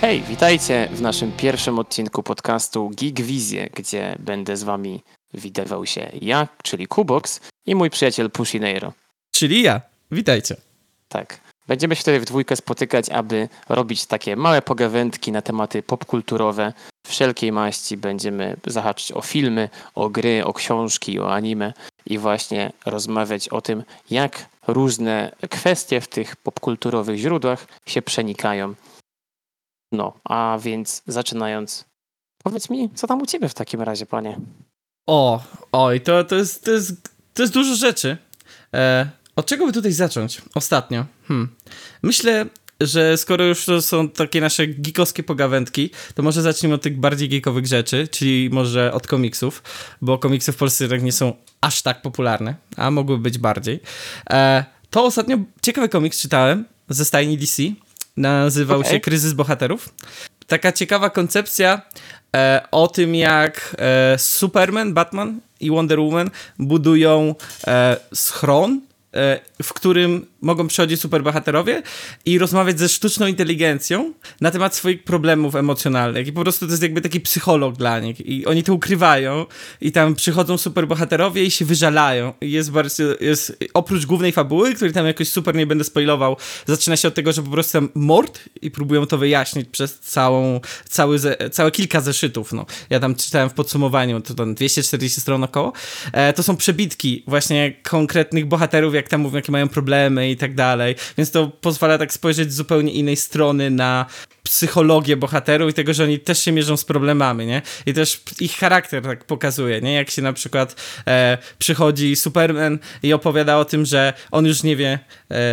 Hej, witajcie w naszym pierwszym odcinku podcastu Geek Wizje, gdzie będę z wami widywał się ja, czyli Kubox, i mój przyjaciel Pushineiro. Czyli ja. Witajcie. Tak. Będziemy się tutaj w dwójkę spotykać, aby robić takie małe pogawędki na tematy popkulturowe. Wszelkiej maści będziemy zahaczyć o filmy, o gry, o książki, o anime i właśnie rozmawiać o tym, jak różne kwestie w tych popkulturowych źródłach się przenikają. No, a więc zaczynając, powiedz mi, co tam u ciebie w takim razie, panie? To jest dużo rzeczy. Od czego by tutaj zacząć? Ostatnio. Myślę, że skoro już to są takie nasze geekowskie pogawędki, to może zacznijmy od tych bardziej geekowych rzeczy, czyli może od komiksów, bo komiksy w Polsce jednak nie są aż tak popularne, a mogłyby być bardziej. To ostatnio ciekawy komiks czytałem ze stajni DC. Nazywał się Kryzys Bohaterów. Taka ciekawa koncepcja o tym, jak Superman, Batman i Wonder Woman budują schron, w którym mogą przychodzić superbohaterowie i rozmawiać ze sztuczną inteligencją na temat swoich problemów emocjonalnych. I po prostu to jest jakby taki psycholog dla nich. I oni to ukrywają i tam przychodzą superbohaterowie i się wyżalają. I jest oprócz głównej fabuły, której tam jakoś super nie będę spoilował, zaczyna się od tego, że po prostu tam mord i próbują to wyjaśnić przez całe kilka zeszytów. No. Ja tam czytałem w podsumowaniu, to tam 240 stron około. To są przebitki właśnie konkretnych bohaterów, jak tam mówią, jakie mają problemy i tak dalej, więc to pozwala tak spojrzeć z zupełnie innej strony na psychologię bohaterów i tego, że oni też się mierzą z problemami, nie? I też ich charakter tak pokazuje, nie? Jak się na przykład przychodzi Superman i opowiada o tym, że on już nie wie,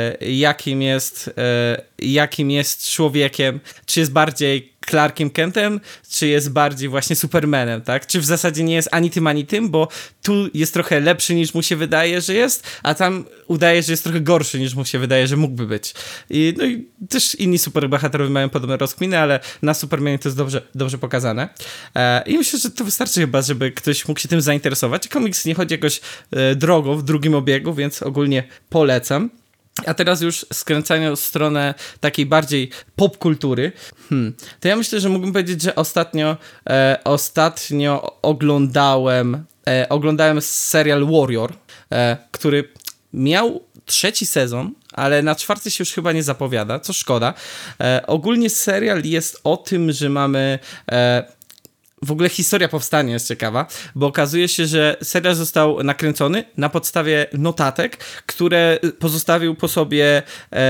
jakim jest człowiekiem, czy jest bardziej Clarkiem Kentem, czy jest bardziej właśnie Supermanem, tak? Czy w zasadzie nie jest ani tym, bo tu jest trochę lepszy niż mu się wydaje, że jest, a tam udaje, że jest trochę gorszy niż mu się wydaje, że mógłby być. I też inni superbohaterowie mają podobne rozkminy, ale na Supermanie to jest dobrze pokazane. I myślę, że to wystarczy chyba, żeby ktoś mógł się tym zainteresować. Komiks nie chodzi jakoś drogo w drugim obiegu, więc ogólnie polecam. A teraz już skręcając w stronę takiej bardziej popkultury, to ja myślę, że mógłbym powiedzieć, że ostatnio oglądałem serial Warrior, który miał 3. sezon, ale na 4. się już chyba nie zapowiada, co szkoda. Ogólnie serial jest o tym, że mamy... W ogóle historia powstania jest ciekawa, bo okazuje się, że serial został nakręcony na podstawie notatek, które pozostawił po sobie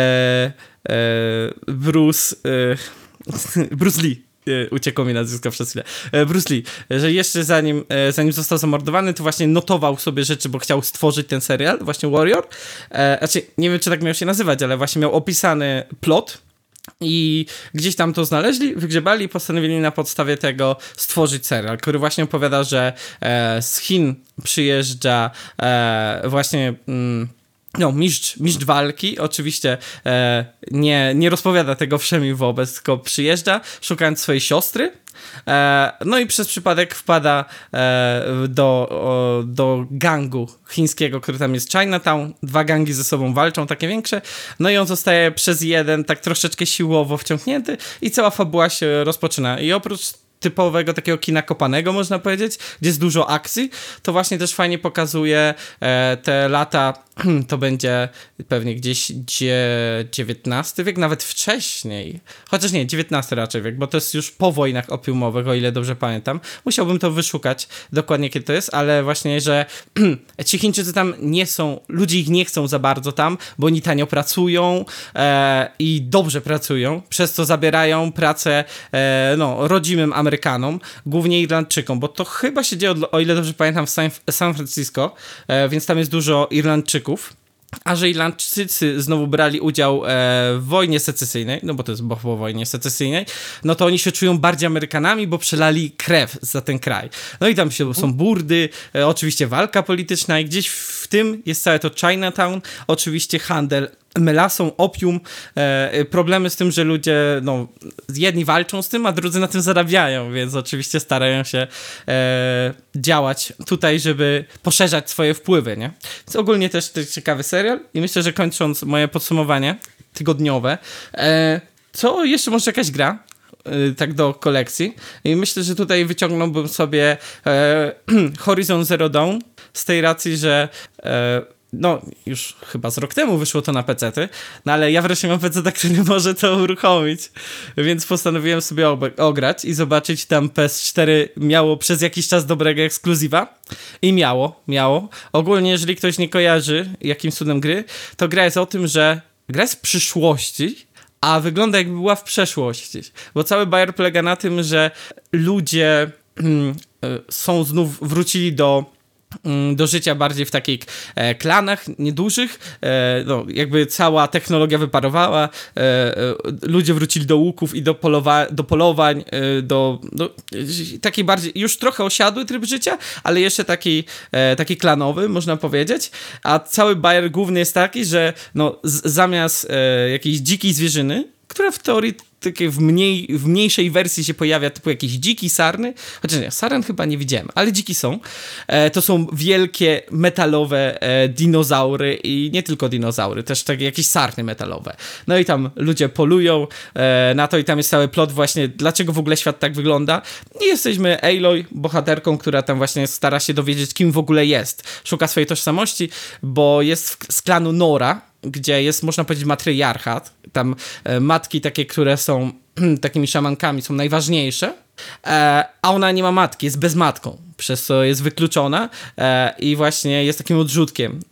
Bruce Lee. Uciekło mi nazwisko przez chwilę. Bruce Lee, że jeszcze zanim został zamordowany, to właśnie notował sobie rzeczy, bo chciał stworzyć ten serial, właśnie Warrior. Znaczy, nie wiem, czy tak miał się nazywać, ale właśnie miał opisany plot. I gdzieś tam to znaleźli, wygrzebali i postanowili na podstawie tego stworzyć serial, który właśnie opowiada, że z Chin przyjeżdża właśnie... mistrz walki, oczywiście nie rozpowiada tego wszemi wobec, tylko przyjeżdża, szukając swojej siostry, no i przez przypadek wpada do gangu chińskiego, który tam jest Chinatown. 2 gangi ze sobą walczą, takie większe, no i on zostaje przez jeden tak troszeczkę siłowo wciągnięty i cała fabuła się rozpoczyna. I oprócz typowego takiego kina kopanego, można powiedzieć, gdzie jest dużo akcji, to właśnie też fajnie pokazuje te lata, to będzie pewnie gdzieś XIX wiek, nawet wcześniej, chociaż nie, XIX raczej wiek, bo to jest już po wojnach opiumowych, o ile dobrze pamiętam. Musiałbym to wyszukać dokładnie, kiedy to jest, ale właśnie, że ci Chińczycy tam nie są, ludzie ich nie chcą za bardzo tam, bo oni tanio pracują i dobrze pracują, przez co zabierają pracę rodzimym Amerykanom, głównie Irlandczykom, bo to chyba się dzieje, o ile dobrze pamiętam, w San Francisco, więc tam jest dużo Irlandczyków. A że Irlandczycy znowu brali udział w wojnie secesyjnej, no bo to jest po wojnie secesyjnej, no to oni się czują bardziej Amerykanami, bo przelali krew za ten kraj. No i tam są burdy, oczywiście walka polityczna i gdzieś w tym jest całe to Chinatown, oczywiście handel melasą, opium, problemy z tym, że ludzie, jedni walczą z tym, a drudzy na tym zarabiają, więc oczywiście starają się działać tutaj, żeby poszerzać swoje wpływy, nie? Więc ogólnie też to jest ciekawy serial i myślę, że kończąc moje podsumowanie tygodniowe, co jeszcze może jakaś gra tak do kolekcji. I myślę, że tutaj wyciągnąłbym sobie Horizon Zero Dawn z tej racji, że no, już chyba z rok temu wyszło to na PC-ty, no ale ja wreszcie mam PC, który może to uruchomić, więc postanowiłem sobie ograć i zobaczyć, tam PS4 miało przez jakiś czas dobrego ekskluzywa i miało. Ogólnie, jeżeli ktoś nie kojarzy jakim cudem gry, to gra jest o tym, że gra jest w przyszłości, a wygląda jakby była w przeszłości, bo cały bajer polega na tym, że ludzie wrócili do życia bardziej w takich klanach niedużych, no jakby cała technologia wyparowała, ludzie wrócili do łuków i do polowań, do taki bardziej, już trochę osiadły tryb życia, ale jeszcze taki klanowy, można powiedzieć, a cały bajer główny jest taki, że no zamiast jakiejś dzikiej zwierzyny, która w teorii takie w mniejszej wersji się pojawia, typu jakiś dziki sarny, chociaż nie, saren chyba nie widziałem, ale dziki są. To są wielkie metalowe dinozaury i nie tylko dinozaury, też takie jakieś sarny metalowe. No i tam ludzie polują na to i tam jest cały plot właśnie, dlaczego w ogóle świat tak wygląda. I jesteśmy Aloy, bohaterką, która tam właśnie stara się dowiedzieć, kim w ogóle jest. Szuka swojej tożsamości, bo jest z klanu Nora, gdzie jest, można powiedzieć, matriarchat. Tam matki takie, które są takimi szamankami, są najważniejsze, a ona nie ma matki, jest bezmatką, przez co jest wykluczona i właśnie jest takim odrzutkiem.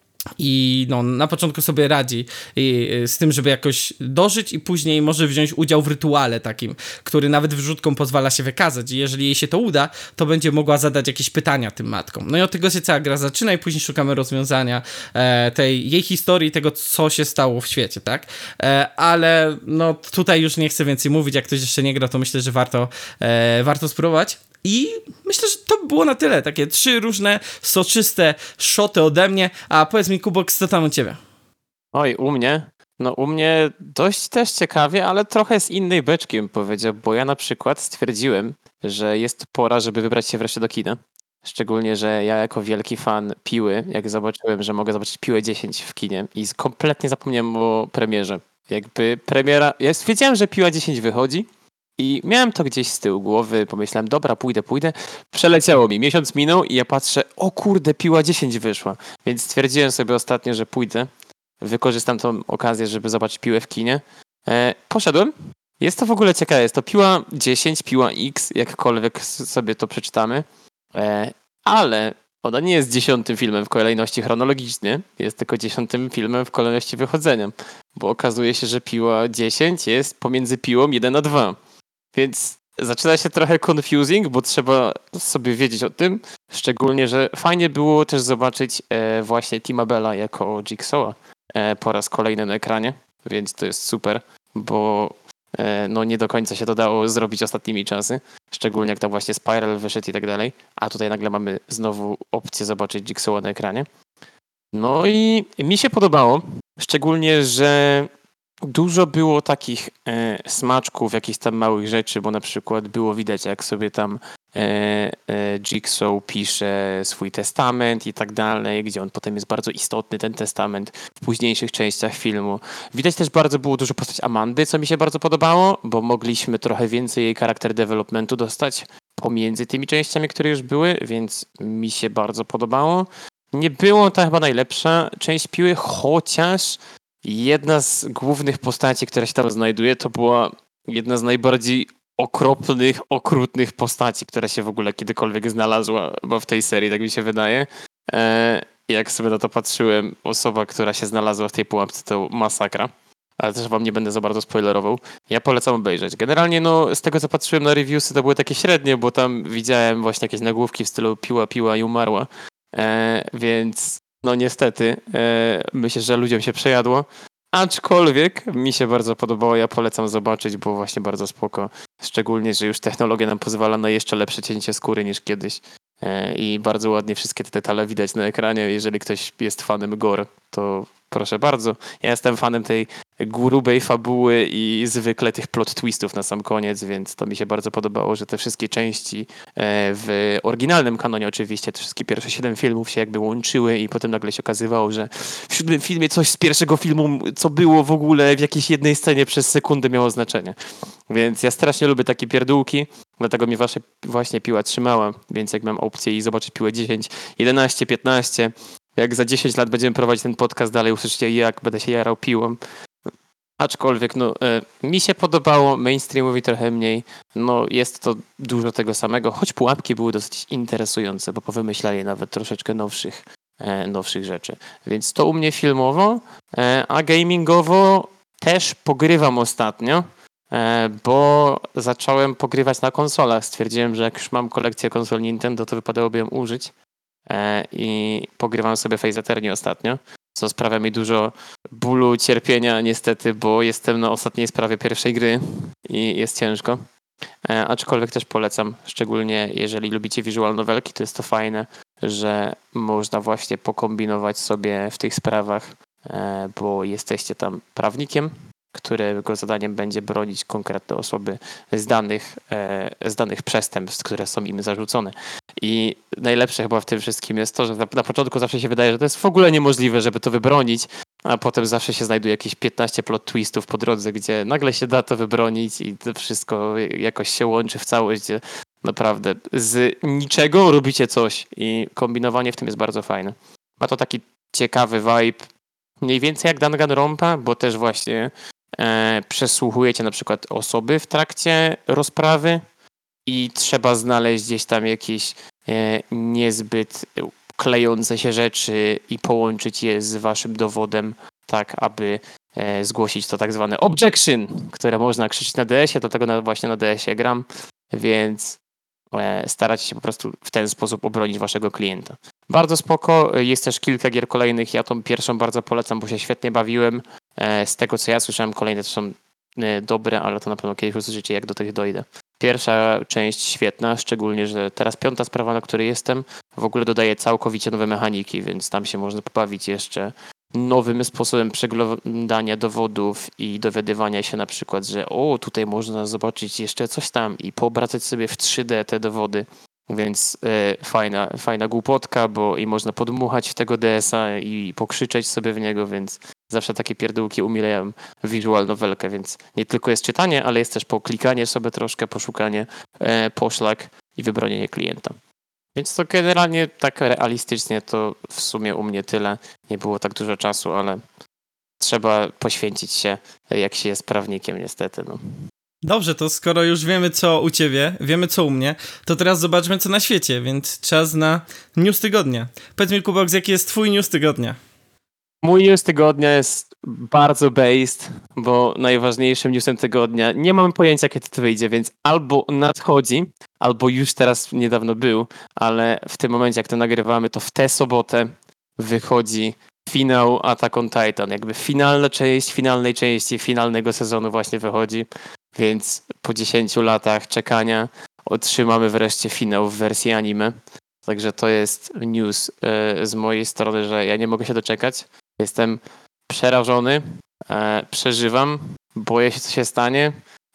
I no, na początku sobie radzi z tym, żeby jakoś dożyć i później może wziąć udział w rytuale takim, który nawet wrzutkom pozwala się wykazać i jeżeli jej się to uda, to będzie mogła zadać jakieś pytania tym matkom. No i od tego się cała gra zaczyna i później szukamy rozwiązania tej jej historii, tego co się stało w świecie, tak? Ale no tutaj już nie chcę więcej mówić, jak ktoś jeszcze nie gra, to myślę, że warto spróbować. I myślę, że to było na tyle. Takie 3 różne, soczyste szoty ode mnie. A powiedz mi, Kubok, co tam u ciebie? Oj, u mnie? No u mnie dość też ciekawie, ale trochę z innej beczki bym powiedział, bo ja na przykład stwierdziłem, że jest pora, żeby wybrać się wreszcie do kina. Szczególnie, że ja jako wielki fan Piły, jak zobaczyłem, że mogę zobaczyć Piłę 10 w kinie i kompletnie zapomniałem o premierze. Jakby premiera... Ja wiedziałem, że Piła 10 wychodzi, i miałem to gdzieś z tyłu głowy, pomyślałem, dobra, pójdę. Przeleciało mi, miesiąc minął i ja patrzę, o kurde, Piła 10 wyszła. Więc stwierdziłem sobie ostatnio, że pójdę. Wykorzystam tą okazję, żeby zobaczyć Piłę w kinie. Poszedłem. Jest to w ogóle ciekawe, jest to Piła 10, Piła X, jakkolwiek sobie to przeczytamy. Ale ona nie jest 10. filmem w kolejności chronologicznie, jest tylko 10. filmem w kolejności wychodzenia. Bo okazuje się, że Piła 10 jest pomiędzy Piłą 1 a 2. Więc zaczyna się trochę confusing, bo trzeba sobie wiedzieć o tym. Szczególnie, że fajnie było też zobaczyć właśnie Tima Bella jako Jigsaw'a po raz kolejny na ekranie. Więc to jest super, bo no nie do końca się to dało zrobić ostatnimi czasy. Szczególnie jak tam właśnie Spiral wyszedł i tak dalej. A tutaj nagle mamy znowu opcję zobaczyć Jigsaw'a na ekranie. No i mi się podobało. Szczególnie, że dużo było takich smaczków, jakichś tam małych rzeczy, bo na przykład było widać, jak sobie tam Jigsaw pisze swój testament i tak dalej, gdzie on potem jest bardzo istotny, ten testament w późniejszych częściach filmu. Widać też bardzo było dużo postać Amandy, co mi się bardzo podobało, bo mogliśmy trochę więcej jej charakter developmentu dostać pomiędzy tymi częściami, które już były, więc mi się bardzo podobało. Nie było to chyba najlepsza część Piły, chociaż jedna z głównych postaci, która się tam znajduje, to była jedna z najbardziej okropnych, okrutnych postaci, która się w ogóle kiedykolwiek znalazła, bo w tej serii, tak mi się wydaje. Jak sobie na to patrzyłem, osoba, która się znalazła w tej pułapce, to masakra. Ale też wam nie będę za bardzo spoilerował. Ja polecam obejrzeć. Generalnie no, z tego co patrzyłem na reviewsy, to były takie średnie, bo tam widziałem właśnie jakieś nagłówki w stylu piła i umarła. Więc no niestety myślę, że ludziom się przejadło. Aczkolwiek mi się bardzo podobało, ja polecam zobaczyć, bo właśnie bardzo spoko. Szczególnie, że już technologia nam pozwala na jeszcze lepsze cięcie skóry niż kiedyś. I bardzo ładnie wszystkie te detale widać na ekranie. Jeżeli ktoś jest fanem gore, to proszę bardzo. Ja jestem fanem tej grubej fabuły i zwykle tych plot twistów na sam koniec, więc to mi się bardzo podobało, że te wszystkie części w oryginalnym kanonie oczywiście, te wszystkie pierwsze 7 filmów się jakby łączyły i potem nagle się okazywało, że w 7 filmie coś z pierwszego filmu, co było w ogóle w jakiejś jednej scenie przez sekundę miało znaczenie. Więc ja strasznie lubię takie pierdółki, dlatego mnie właśnie piła trzymała, więc jak mam opcję i zobaczyć piłę 10, 11, 15, jak za 10 lat będziemy prowadzić ten podcast dalej, usłyszycie jak będę się jarał piłą. Aczkolwiek mi się podobało, mainstreamowi trochę mniej, jest to dużo tego samego, choć pułapki były dosyć interesujące, bo powymyślali nawet troszeczkę nowszych rzeczy. Więc to u mnie filmowo, a gamingowo też pogrywam ostatnio, bo zacząłem pogrywać na konsolach. Stwierdziłem, że jak już mam kolekcję konsol Nintendo, to wypadałoby ją użyć i pogrywam sobie Face Attorney ostatnio, co sprawia mi dużo bólu, cierpienia niestety, bo jestem na ostatniej sprawie pierwszej gry i jest ciężko. Aczkolwiek też polecam, szczególnie jeżeli lubicie visual novelki, to jest to fajne, że można właśnie pokombinować sobie w tych sprawach, bo jesteście tam prawnikiem, którego zadaniem będzie bronić konkretne osoby z danych przestępstw, które są im zarzucone. I najlepsze chyba w tym wszystkim jest to, że na początku zawsze się wydaje, że to jest w ogóle niemożliwe, żeby to wybronić, a potem zawsze się znajduje jakieś 15 plot twistów po drodze, gdzie nagle się da to wybronić i to wszystko jakoś się łączy w całość, gdzie naprawdę z niczego robicie coś i kombinowanie w tym jest bardzo fajne. Ma to taki ciekawy vibe, mniej więcej jak Danganronpa, bo też właśnie przesłuchujecie na przykład osoby w trakcie rozprawy i trzeba znaleźć gdzieś tam jakieś niezbyt klejące się rzeczy i połączyć je z waszym dowodem, tak aby zgłosić to tak zwane objection, które można krzyczeć na DS-ie, dlatego właśnie na DS-ie gram, więc staracie się po prostu w ten sposób obronić waszego klienta. Bardzo spoko, jest też kilka gier kolejnych, ja tą pierwszą bardzo polecam, bo się świetnie bawiłem. Z tego co ja słyszałem, kolejne to są dobre, ale to na pewno kiedyś usłyszycie, jak do tych dojdę. Pierwsza część świetna, szczególnie, że teraz 5. sprawa, na której jestem, w ogóle dodaje całkowicie nowe mechaniki, więc tam się można pobawić jeszcze nowym sposobem przeglądania dowodów i dowiadywania się na przykład, że tutaj można zobaczyć jeszcze coś tam i poobracać sobie w 3D te dowody. Więc fajna głupotka, bo i można podmuchać w tego DS-a i pokrzyczeć sobie w niego, więc zawsze takie pierdółki umilają visual novelkę, więc nie tylko jest czytanie, ale jest też poklikanie sobie troszkę, poszukanie poszlak i wybronienie klienta. Więc to generalnie tak realistycznie to w sumie u mnie tyle. Nie było tak dużo czasu, ale trzeba poświęcić się, jak się jest prawnikiem niestety. Dobrze, to skoro już wiemy co u ciebie, wiemy co u mnie, to teraz zobaczmy co na świecie, więc czas na news tygodnia. Powiedz mi, Kubox, jaki jest twój news tygodnia? Mój news tygodnia jest bardzo based, bo najważniejszym newsem tygodnia, nie mam pojęcia kiedy to wyjdzie, więc albo nadchodzi, albo już teraz niedawno był, ale w tym momencie jak to nagrywamy, to w tę sobotę wychodzi finał Attack on Titan. Jakby finalna część finalnej części finalnego sezonu właśnie wychodzi, więc po 10 latach czekania otrzymamy wreszcie finał w wersji anime. Także to jest news z mojej strony, że ja nie mogę się doczekać. Jestem przerażony, przeżywam, boję się co się stanie,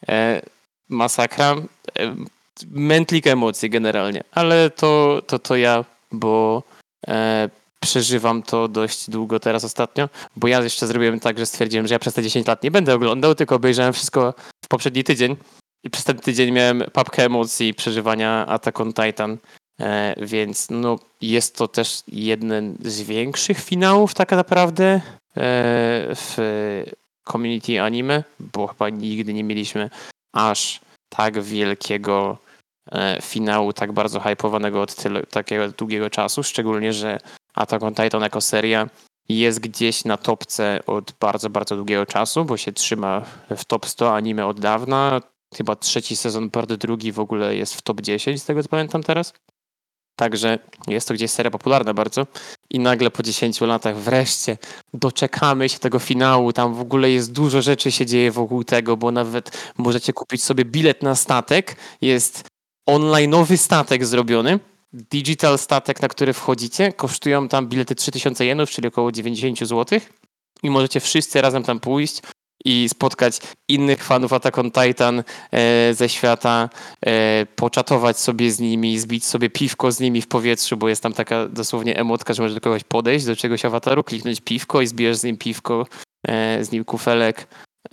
masakra, mętlik emocji generalnie, ale to ja, bo przeżywam to dość długo teraz ostatnio, bo ja jeszcze zrobiłem tak, że stwierdziłem, że ja przez te 10 lat nie będę oglądał, tylko obejrzałem wszystko w poprzedni tydzień i przez ten tydzień miałem papkę emocji przeżywania Attack on Titan, więc jest to też jeden z większych finałów tak naprawdę w community anime, bo chyba nigdy nie mieliśmy aż tak wielkiego finału, tak bardzo hypowanego od takiego długiego czasu, szczególnie, że Attack on Titan jako seria jest gdzieś na topce od bardzo, bardzo długiego czasu, bo się trzyma w top 100 anime od dawna. Chyba 3. sezon, part 2 w ogóle jest w top 10, z tego co pamiętam teraz. Także jest to gdzieś seria popularna bardzo i nagle po 10 latach wreszcie doczekamy się tego finału. Tam w ogóle jest dużo rzeczy się dzieje wokół tego, bo nawet możecie kupić sobie bilet na statek. Jest online'owy statek zrobiony. Digital statek, na który wchodzicie. Kosztują tam bilety 3000 jenów, czyli około 90 zł. I możecie wszyscy razem tam pójść. i spotkać innych fanów Attack on Titan ze świata, poczatować sobie z nimi, zbić sobie piwko z nimi w powietrzu, bo jest tam taka dosłownie emotka, że możesz do kogoś podejść, do czegoś awataru, kliknąć piwko i zbijesz z nim piwko, z nim kufelek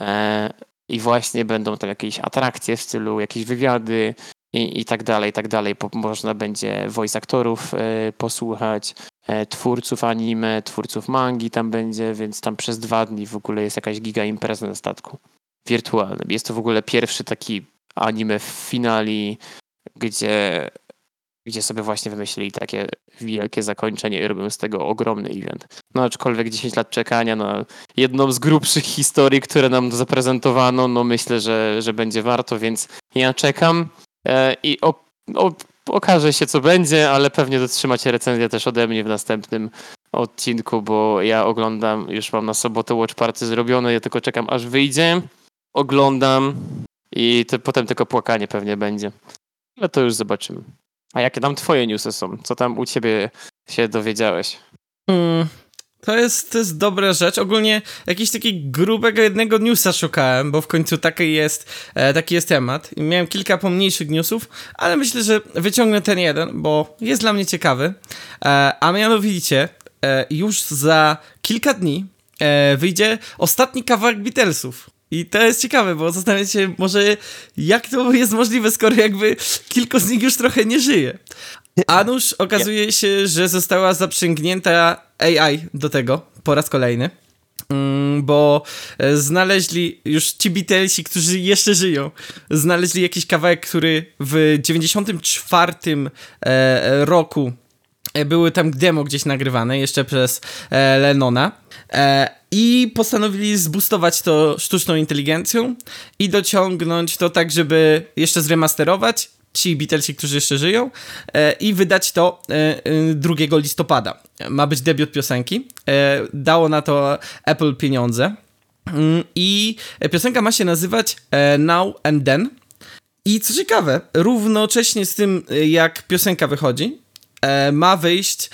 i właśnie będą tam jakieś atrakcje w stylu, jakieś wywiady i tak dalej, i tak dalej. Można będzie voice aktorów posłuchać, twórców anime, twórców mangi tam będzie, więc tam przez 2 dni w ogóle jest jakaś giga impreza na statku wirtualnym. Jest to w ogóle pierwszy taki anime w finali, gdzie sobie właśnie wymyślili takie wielkie zakończenie i robią z tego ogromny event. No aczkolwiek 10 lat czekania na jedną z grubszych historii, które nam zaprezentowano, no myślę, że będzie warto, więc ja czekam i okaże się co będzie, ale pewnie dotrzymacie recenzję też ode mnie w następnym odcinku, bo ja oglądam, już mam na sobotę watch party zrobione, ja tylko czekam aż wyjdzie, oglądam i potem tylko płakanie pewnie będzie. Ale to już zobaczymy. A jakie tam twoje newsy są? Co tam u ciebie się dowiedziałeś? To jest dobra rzecz. Ogólnie jakiś taki grubego jednego newsa szukałem, bo w końcu taki jest temat. I miałem kilka pomniejszych newsów, ale myślę, że wyciągnę ten jeden, bo jest dla mnie ciekawy. A mianowicie już za kilka dni wyjdzie ostatni kawałek Beatlesów. I to jest ciekawe, bo zastanawiam się może, jak to jest możliwe, skoro jakby kilku z nich już trochę nie żyje. A nuż okazuje się, że została zaprzęgnięta AI do tego po raz kolejny, bo znaleźli już ci Beatlesi, którzy jeszcze żyją, znaleźli jakiś kawałek, który w 94 roku były tam demo gdzieś nagrywane, jeszcze przez Lennona. I postanowili zboostować to sztuczną inteligencją i dociągnąć to tak, żeby jeszcze zremasterować ci Beatlesi, którzy jeszcze żyją i wydać to 2 listopada. Ma być debiut piosenki. Dało na to Apple pieniądze. I piosenka ma się nazywać Now and Then. I co ciekawe, równocześnie z tym, jak piosenka wychodzi, ma wyjść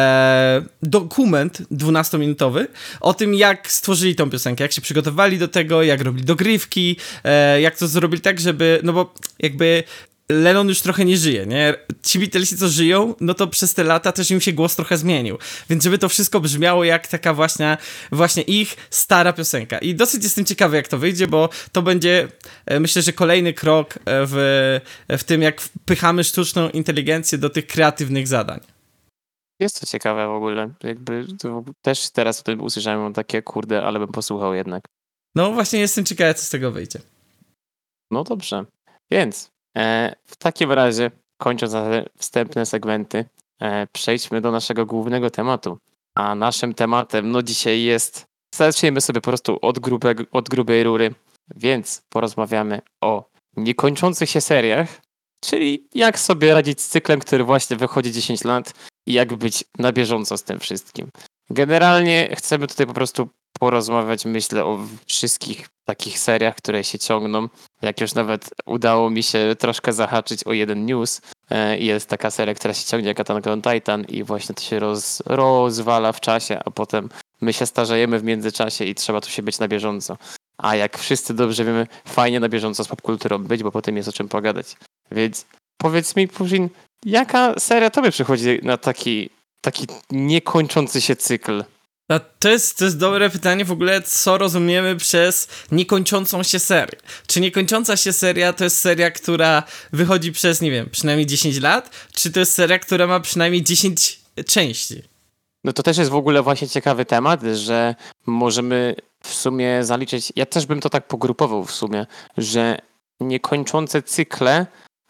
dokument 12-minutowy o tym, jak stworzyli tą piosenkę, jak się przygotowali do tego, jak robili dogrywki, jak to zrobili tak, żeby, no bo jakby Lennon już trochę nie żyje, nie? Ci Beatlesi, co żyją, no to przez te lata też im się głos trochę zmienił. Więc żeby to wszystko brzmiało jak taka właśnie ich stara piosenka. I dosyć jestem ciekawy, jak to wyjdzie, bo to będzie, myślę, że kolejny krok w tym, jak wpychamy sztuczną inteligencję do tych kreatywnych zadań. Jest to ciekawe w ogóle. Jakby też teraz o tym usłyszałem, mam takie kurde, ale bym posłuchał jednak. No właśnie jestem ciekawy, co z tego wyjdzie. No dobrze. Więc w takim razie, kończąc te wstępne segmenty, przejdźmy do naszego głównego tematu. A naszym tematem, no dzisiaj jest, zaczniemy sobie po prostu od grubej rury, więc porozmawiamy o niekończących się seriach, czyli jak sobie radzić z cyklem, który właśnie wychodzi 10 lat i jak być na bieżąco z tym wszystkim. Generalnie chcemy tutaj po prostu porozmawiać, myślę, o wszystkich takich seriach, które się ciągną. Jak już nawet udało mi się troszkę zahaczyć o jeden news, jest taka seria, która się ciągnie jak Attack on Titan i właśnie to się rozwala w czasie, a potem my się starzejemy w międzyczasie i trzeba tu się być na bieżąco. A jak wszyscy dobrze wiemy, fajnie na bieżąco z popkulturą być, bo potem jest o czym pogadać. Więc powiedz mi, Puszin, jaka seria tobie przychodzi na taki niekończący się cykl? To jest dobre pytanie w ogóle, co rozumiemy przez niekończącą się serię. Czy niekończąca się seria to jest seria, która wychodzi przez, nie wiem, przynajmniej 10 lat? Czy to jest seria, która ma przynajmniej 10 części? No to też jest w ogóle właśnie ciekawy temat, że możemy w sumie zaliczyć, ja też bym to tak pogrupował w sumie, że niekończące cykle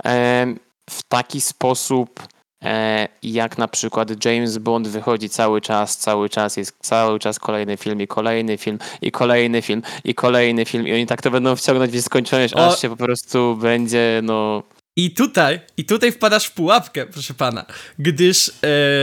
w taki sposób, jak na przykład James Bond wychodzi cały czas, jest cały czas kolejny film i kolejny film i kolejny film i kolejny film i oni tak to będą wciągnąć w nieskończoność, aż się po prostu będzie, no... I tutaj wpadasz w pułapkę, proszę pana, gdyż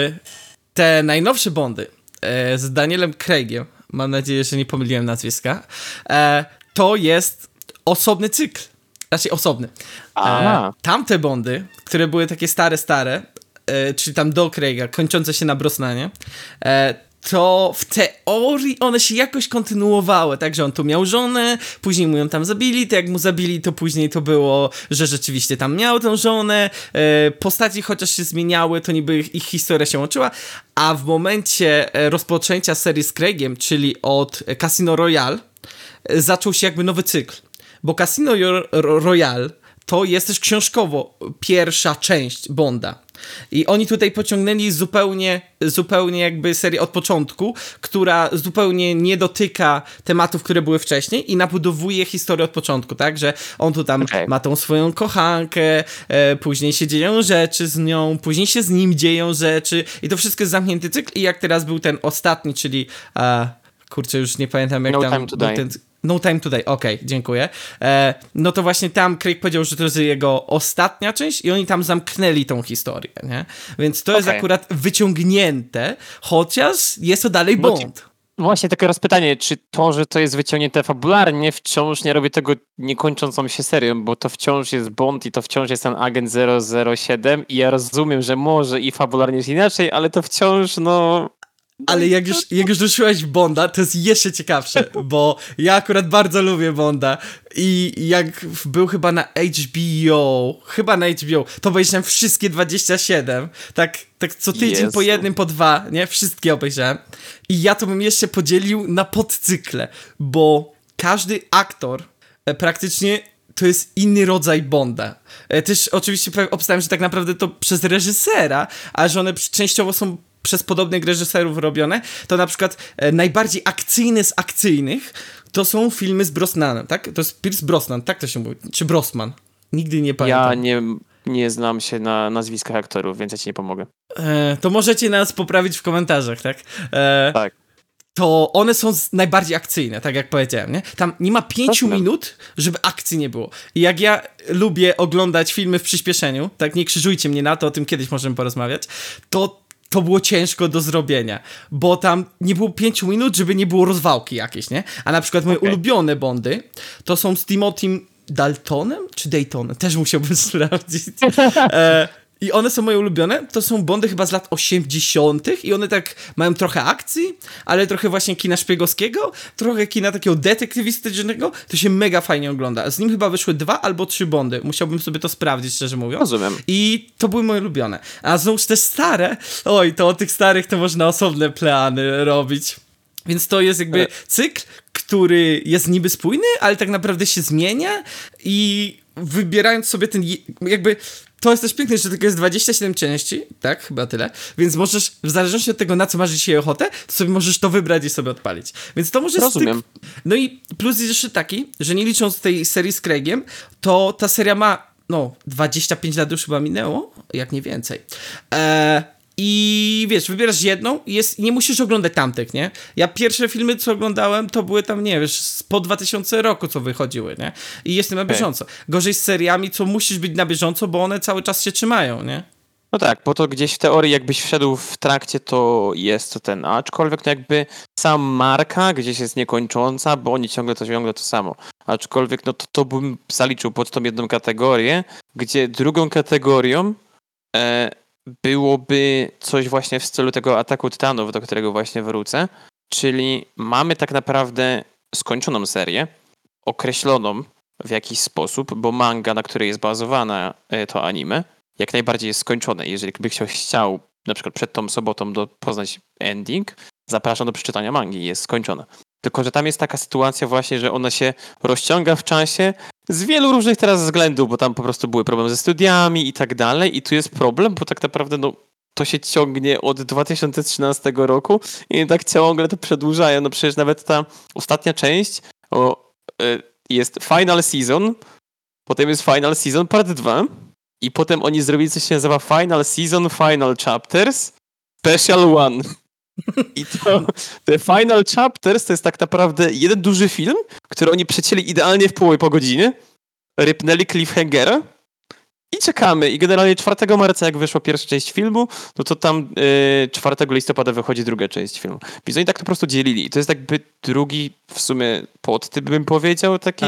te najnowsze Bondy z Danielem Craigiem, mam nadzieję, że nie pomyliłem nazwiska, to jest osobny cykl. Znaczy osobny. Tamte Bondy, które były takie stare, czyli tam do Craiga, kończące się na Brosnanie, to w teorii one się jakoś kontynuowały, tak, że on tu miał żonę, później mu ją tam zabili, to jak mu zabili, to później to było, że rzeczywiście tam miał tę żonę, postaci chociaż się zmieniały, to niby ich historia się łączyła, a w momencie rozpoczęcia serii z Craigiem, czyli od Casino Royale, zaczął się jakby nowy cykl, bo Casino Royale to jest też książkowo pierwsza część Bonda. I oni tutaj pociągnęli zupełnie jakby serię od początku, która zupełnie nie dotyka tematów, które były wcześniej i nabudowuje historię od początku, tak? Że on tu tam ma tą swoją kochankę, później się dzieją rzeczy z nią, później się z nim dzieją rzeczy i to wszystko jest zamknięty cykl i jak teraz był ten ostatni, czyli kurczę, już nie pamiętam jak tam był ten... No Time to Die, okej, dziękuję. No to właśnie tam Craig powiedział, że to jest jego ostatnia część i oni tam zamknęli tą historię, nie? Więc to jest akurat wyciągnięte, chociaż jest to dalej Bond. Właśnie takie rozpytanie, czy to, że to jest wyciągnięte fabularnie, wciąż nie robi tego niekończącą się serią, bo to wciąż jest Bond i to wciąż jest ten agent 007 i ja rozumiem, że może i fabularnie jest inaczej, ale to wciąż, Ale jak już ruszyłeś Bonda, to jest jeszcze ciekawsze, bo ja akurat bardzo lubię Bonda i jak był chyba na HBO, to obejrzałem wszystkie 27, tak co tydzień po jednym, po dwa, nie? Wszystkie obejrzałem. I ja to bym jeszcze podzielił na podcykle, bo każdy aktor praktycznie to jest inny rodzaj Bonda. Też oczywiście obstałem, że tak naprawdę to przez reżysera, a że one częściowo są przez podobnych reżyserów robione, to na przykład najbardziej akcyjny z akcyjnych to są filmy z Brosnanem, tak? To jest Pierce Brosnan, tak to się mówi? Czy Brosman? Nigdy nie pamiętam. Ja nie znam się na nazwiskach aktorów, więc ja ci nie pomogę. To możecie nas poprawić w komentarzach, tak? Tak. To one są najbardziej akcyjne, tak jak powiedziałem, nie? Tam nie ma 5 minut, żeby akcji nie było. I jak ja lubię oglądać filmy w przyspieszeniu, tak, nie krzyżujcie mnie na to, o tym kiedyś możemy porozmawiać, to było ciężko do zrobienia, bo tam nie było 5 minut, żeby nie było rozwałki jakieś, nie? A na przykład moje ulubione Bondy to są z Timothym Daltonem czy Daytonem? Też musiałbym sprawdzić. I one są moje ulubione. To są Bondy chyba z lat 80. i one tak mają trochę akcji, ale trochę właśnie kina szpiegowskiego, trochę kina takiego detektywistycznego. To się mega fajnie ogląda. Z nim chyba wyszły 2 albo 3 Bondy. Musiałbym sobie to sprawdzić, szczerze mówiąc. Rozumiem. I to były moje ulubione. A znowuż te stare, to o tych starych to można osobne plany robić. Więc to jest jakby cykl, który jest niby spójny, ale tak naprawdę się zmienia i wybierając sobie ten jakby... To jest też piękne, że tylko jest 27 części, tak? Chyba tyle. Więc możesz, w zależności od tego, na co masz dzisiaj ochotę, to sobie możesz to wybrać i sobie odpalić. Więc to może... Rozumiem. No i plus jest jeszcze taki, że nie licząc tej serii z Craigiem, to ta seria ma, 25 lat już chyba minęło, jak nie więcej. I wiesz, wybierasz jedną i nie musisz oglądać tamtych, nie? Ja pierwsze filmy, co oglądałem, to były tam, nie wiesz, po 2000 roku, co wychodziły, nie? I jestem na bieżąco. Gorzej z seriami, co musisz być na bieżąco, bo one cały czas się trzymają, nie? No tak, bo to gdzieś w teorii jakbyś wszedł w trakcie, to jest to ten, aczkolwiek to jakby sam marka gdzieś jest niekończąca, bo oni ciągle to samo. Aczkolwiek to bym zaliczył pod tą jedną kategorię, gdzie drugą kategorią byłoby coś właśnie w stylu tego Ataku Tytanów, do którego właśnie wrócę, czyli mamy tak naprawdę skończoną serię, określoną w jakiś sposób, bo manga, na której jest bazowana to anime, jak najbardziej jest skończone. Jeżeli by ktoś chciał na przykład przed tą sobotą poznać ending, zapraszam do przeczytania mangi, jest skończona. Tylko że tam jest taka sytuacja właśnie, że ona się rozciąga w czasie z wielu różnych teraz względów, bo tam po prostu były problemy ze studiami i tak dalej i tu jest problem, bo tak naprawdę to się ciągnie od 2013 roku i tak ciągle to przedłużają. No przecież nawet ta ostatnia część jest Final Season, potem jest Final Season Part 2 i potem oni zrobili coś, się nazywa Final Season, Final Chapters, Special One. I te Final Chapters to jest tak naprawdę jeden duży film, który oni przecięli idealnie w połowie po godzinie, rypnęli cliffhangera i czekamy. I generalnie 4 marca, jak wyszła pierwsza część filmu, to tam 4 listopada wychodzi druga część filmu. Więc oni tak to po prostu dzielili. I to jest jakby drugi w sumie podtyp, bym powiedział, taki...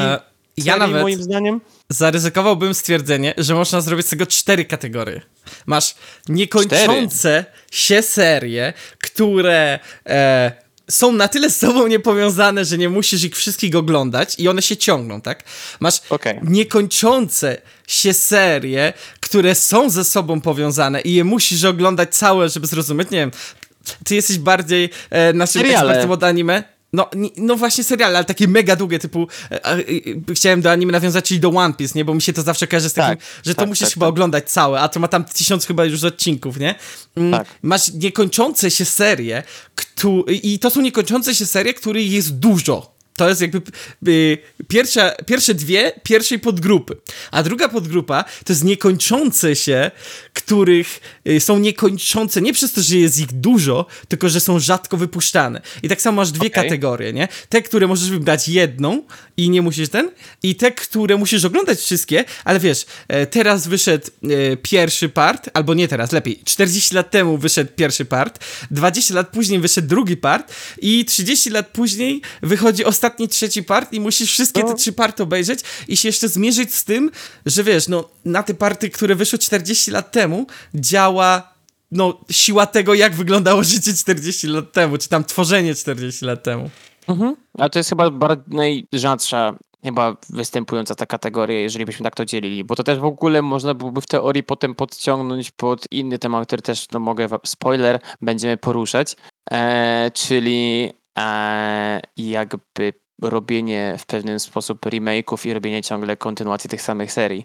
Ja nawet moim zdaniem. zaryzykowałbym stwierdzenie, że można zrobić z tego 4 kategorie. Masz niekończące się serie, które są na tyle z sobą niepowiązane, że nie musisz ich wszystkich oglądać i one się ciągną, tak? Masz niekończące się serie, które są ze sobą powiązane i je musisz oglądać całe, żeby zrozumieć. Nie wiem, ty jesteś bardziej naszym ekspertem od anime. No właśnie seriale, ale takie mega długie, typu chciałem do anime nawiązać, czyli do One Piece, nie? Bo mi się to zawsze kojarzy z takim, że to musisz chyba oglądać całe, a to ma tam 1000 chyba już odcinków, nie? Masz niekończące się serie, i to są niekończące się serie, których jest dużo. To jest jakby pierwsze dwie pierwszej podgrupy. A druga podgrupa to jest niekończące się, których są niekończące nie przez to, że jest ich dużo, tylko że są rzadko wypuszczane. I tak samo masz dwie kategorie, nie? Te, które możesz wybrać jedną i nie musisz i te, które musisz oglądać wszystkie, ale wiesz, teraz wyszedł pierwszy part, albo nie teraz, lepiej, 40 lat temu wyszedł pierwszy part, 20 lat później wyszedł drugi part i 30 lat później wychodzi ostatni trzeci part i musisz wszystkie te 3 party obejrzeć i się jeszcze zmierzyć z tym, że wiesz, na te party, które wyszły 40 lat temu, działa siła tego, jak wyglądało życie 40 lat temu, czy tam tworzenie 40 lat temu. A to jest chyba najrzadsza chyba występująca ta kategoria, jeżeli byśmy tak to dzielili, bo to też w ogóle można byłoby w teorii potem podciągnąć pod inny temat, który też, mogę, spoiler, będziemy poruszać, czyli jakby robienie w pewien sposób remake'ów i robienie ciągle kontynuacji tych samych serii.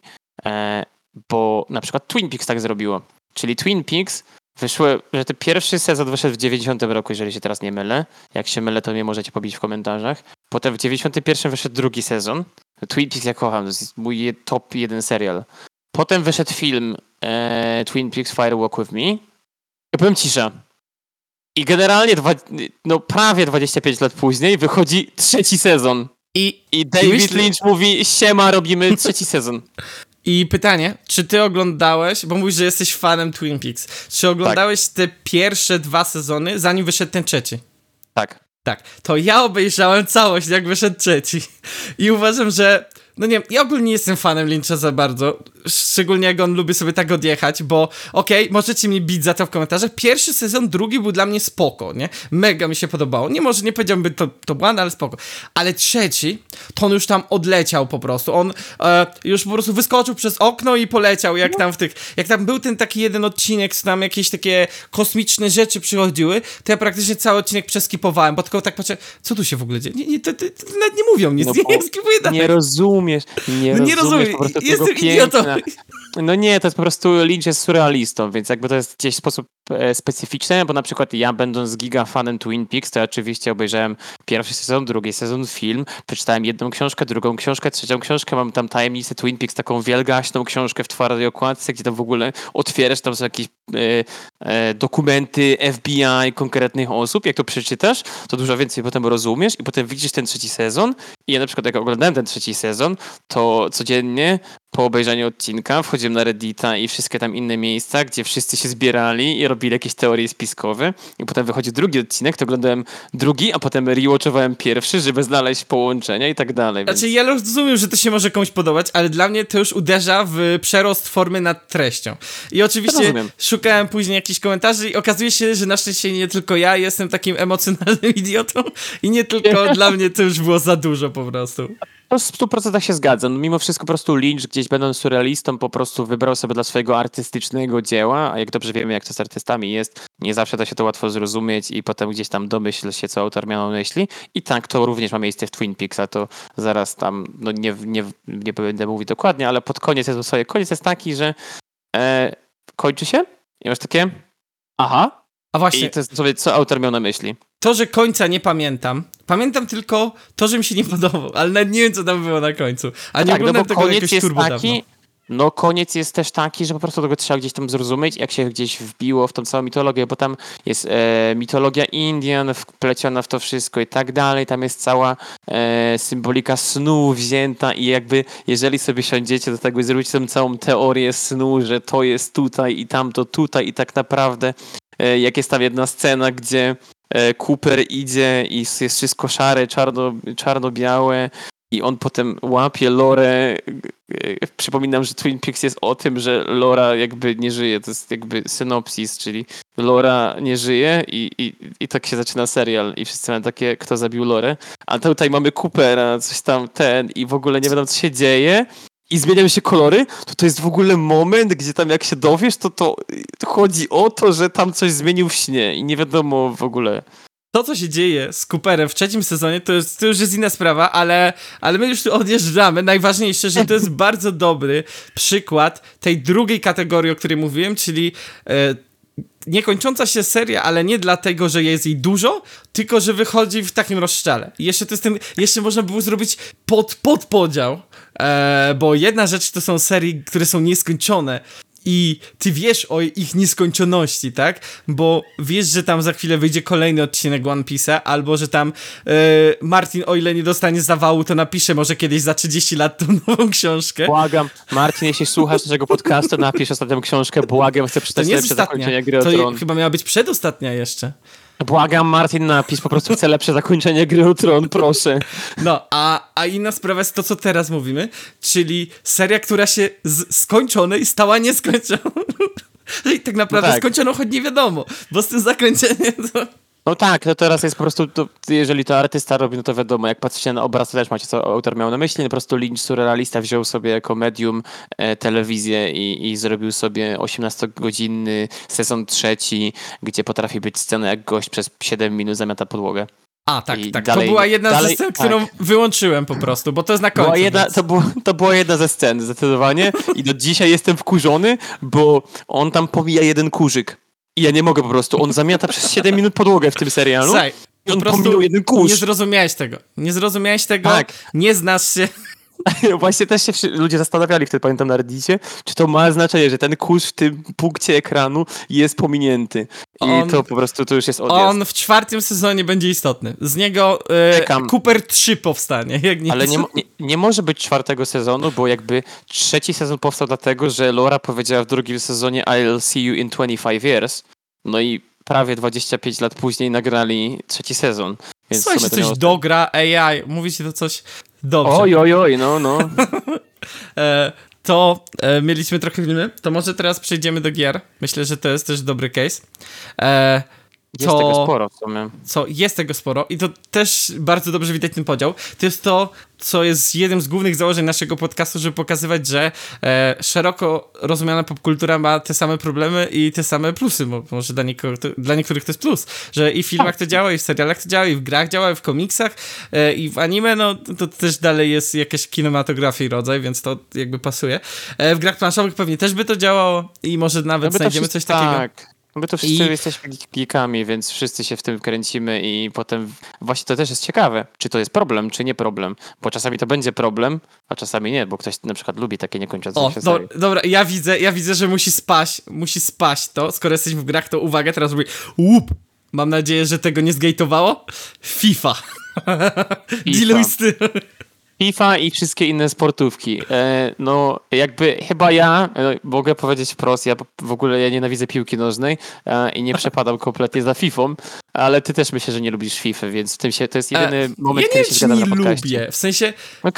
Bo na przykład Twin Peaks tak zrobiło. Czyli Twin Peaks że ten pierwszy sezon wyszedł w 90 roku, jeżeli się teraz nie mylę. Jak się mylę, to mnie możecie pobić w komentarzach. Potem w 91 wyszedł drugi sezon. Twin Peaks ja kocham, to jest mój top 1 serial. Potem wyszedł film Twin Peaks Fire Walk With Me. Ja powiem cisza. I generalnie prawie 25 lat później wychodzi trzeci sezon. I David Lynch mówi, siema, robimy trzeci sezon. I pytanie, czy ty oglądałeś, bo mówisz, że jesteś fanem Twin Peaks, czy oglądałeś te pierwsze 2 sezony, zanim wyszedł ten trzeci? Tak, to ja obejrzałem całość, jak wyszedł trzeci. I uważam, że nie wiem, ja ogólnie nie jestem fanem Lyncha za bardzo, szczególnie jak on lubi sobie tak odjechać, bo możecie mnie bić za to w komentarzach. Pierwszy sezon, drugi był dla mnie spoko, nie? Mega mi się podobało. Nie powiedziałbym to błąd, ale spoko. Ale trzeci, to on już tam odleciał po prostu. On już po prostu wyskoczył przez okno i poleciał, jak tam był ten taki jeden odcinek, co tam jakieś takie kosmiczne rzeczy przychodziły, to ja praktycznie cały odcinek przeskipowałem, bo tylko tak patrzę, co tu się w ogóle dzieje? To nawet nie mówią nic, nie skipuję dalej. Nie rozumiesz po prostu tego piękna. No nie, to jest po prostu Lynch jest surrealistą, więc jakby to jest gdzieś w sposób specyficzny, bo na przykład ja, będąc gigafanem Twin Peaks, to oczywiście obejrzałem pierwszy sezon, drugi sezon, film, przeczytałem jedną książkę, drugą książkę, trzecią książkę, mam tam tajemnicę Twin Peaks, taką wielgaśną książkę w twardej okładce, gdzie tam w ogóle otwierasz, tam są jakieś dokumenty FBI konkretnych osób, jak to przeczytasz, to dużo więcej potem rozumiesz i potem widzisz ten trzeci sezon i ja na przykład jak oglądałem ten trzeci sezon, to codziennie po obejrzeniu odcinka wchodziłem na Reddita i wszystkie tam inne miejsca, gdzie wszyscy się zbierali i robili jakieś teorie spiskowe i potem wychodzi drugi odcinek, to oglądałem drugi, a potem rewatchowałem pierwszy, żeby znaleźć połączenia i tak dalej. Znaczy ja rozumiem, że to się może komuś podobać, ale dla mnie to już uderza w przerost formy nad treścią. I oczywiście szukałem później jakichś komentarzy i okazuje się, że na szczęście nie tylko ja jestem takim emocjonalnym idiotą i nie tylko dla mnie to już było za dużo po prostu. To w 100% się zgadzam. Mimo wszystko po prostu Lynch gdzieś będąc surrealistą po prostu wybrał sobie dla swojego artystycznego dzieła, a jak dobrze wiemy, jak to z artystami jest, nie zawsze da się to łatwo zrozumieć i potem gdzieś tam domyśl się, co autor miał na myśli. I tak to również ma miejsce w Twin Peaks, a to zaraz tam, nie będę mówić dokładnie, ale pod koniec jest koniec jest taki, że kończy się i masz takie aha. A właśnie. I to jest sobie, co autor miał na myśli. To, że końca nie pamiętam. Pamiętam tylko to, że mi się nie podobał, ale nawet nie wiem, co tam było na końcu. A nie oglądam tego jakiegoś turbo dawno. Koniec jest też taki, że po prostu tego trzeba gdzieś tam zrozumieć, jak się gdzieś wbiło w tą całą mitologię, bo tam jest mitologia Indian wpleciona w to wszystko i tak dalej, tam jest cała symbolika snu wzięta i jakby jeżeli sobie siądziecie do tego i zrobicie tą całą teorię snu, że to jest tutaj i tamto tutaj i tak naprawdę jak jest tam jedna scena, gdzie Cooper idzie i jest wszystko szare, czarno-białe i on potem łapie Lorę. Przypominam, że Twin Peaks jest o tym, że Laura jakby nie żyje. To jest jakby synopsis, czyli Laura nie żyje i tak się zaczyna serial i wszyscy mają takie, kto zabił Lorę. A tutaj mamy Coopera, coś tam i w ogóle nie wiadomo, co się dzieje. I zmieniają się kolory, to jest w ogóle moment, gdzie tam jak się dowiesz, to chodzi o to, że tam coś zmienił w śnie i nie wiadomo w ogóle. To, co się dzieje z Cooperem w 3. sezonie, to już jest inna sprawa, ale my już tu odjeżdżamy. Najważniejsze, że to jest bardzo dobry przykład tej drugiej kategorii, o której mówiłem, czyli niekończąca się seria, ale nie dlatego, że jest jej dużo, tylko, że wychodzi w takim rozstrzale. I jeszcze można było zrobić podpodział, bo jedna rzecz to są serie, które są nieskończone i ty wiesz o ich nieskończoności, tak? Bo wiesz, że tam za chwilę wyjdzie kolejny odcinek One Piece'a, albo że tam Martin, o ile nie dostanie zawału, to napisze może kiedyś za 30 lat tą nową książkę. Błagam, Martin, jeśli słuchasz naszego podcastu, napisz ostatnią książkę, błagam, chcę przeczytać lepsze zakończenie Gry o Tron. Chyba miała być przedostatnia jeszcze. Błagam, Martin, napisz, po prostu chcę lepsze zakończenie Gry o Tron, proszę. No, a inna sprawa jest to, co teraz mówimy, czyli seria, która się z skończonej stała nieskończoną. I tak naprawdę skończoną, choć nie wiadomo, bo z tym zakończeniem to... No tak, no teraz jest po prostu, jeżeli to artysta robi, no to wiadomo, jak patrzycie na obraz, to też macie, co autor miał na myśli, no po prostu Lynch, surrealista, wziął sobie jako medium telewizję i zrobił sobie 18-godzinny sezon 3, gdzie potrafi być scena, jak gość przez 7 minut zamiata podłogę. A, tak. Dalej, to była jedna ze scen, którą wyłączyłem po prostu, bo to jest na końcu. To była jedna ze scen, zdecydowanie. I do dzisiaj jestem wkurzony, bo on tam pomija jeden kurzyk. I ja nie mogę po prostu. On zamiata przez 7 minut podłogę w tym serialu. Słuchaj, i on pominął jeden kurz. Nie zrozumiałeś tego, tak. Nie znasz się. Właśnie też się ludzie zastanawiali wtedy, pamiętam na Reddicie, czy to ma znaczenie, że ten kurz w tym punkcie ekranu jest pominięty. I to po prostu to już jest odjazd. On w 4. sezonie będzie istotny. Z niego Cooper 3 powstanie. Jak nic. Ale nie może być 4. sezonu, bo jakby 3. sezon powstał dlatego, że Laura powiedziała w 2. sezonie I'll see you in 25 years. No i prawie 25 lat później nagrali 3. sezon. Więc coś dogra AI. Mówi się to coś dobrze. Oj, no. Mieliśmy trochę filmy. To może teraz przejdziemy do gier. Myślę, że to jest też dobry case. Jest tego sporo w sumie. Jest tego sporo i to też bardzo dobrze widać ten podział. To jest to, co jest jednym z głównych założeń naszego podcastu, żeby pokazywać, że szeroko rozumiana popkultura ma te same problemy i te same plusy. Może dla niektórych to jest plus, że i w filmach to działa, i w serialach to działa, i w grach działa, i w komiksach, i w anime, no to też dalej jest jakaś kinematografii rodzaj, więc to jakby pasuje. W grach planszowych pewnie też by to działało i może nawet znajdziemy coś takiego. Tak. My to wszyscy jesteśmy geekami, więc wszyscy się w tym kręcimy i potem właśnie to też jest ciekawe, czy to jest problem, czy nie problem, bo czasami to będzie problem, a czasami nie, bo ktoś na przykład lubi takie niekończące się serie. Dobra, ja widzę, że musi spaść to, skoro jesteśmy w grach, to uwaga, teraz robię łup. Mam nadzieję, że tego nie zgejtowało. FIFA. Dealuj z tym. FIFA i wszystkie inne sportówki. No jakby chyba ja mogę powiedzieć wprost, ja w ogóle nienawidzę piłki nożnej i nie przepadam kompletnie za Fifą, ale ty też myślę, że nie lubisz FIFA, więc w tym to jest jedyny moment, kiedy się zgadzam na podcaście. Ja nie lubię, w sensie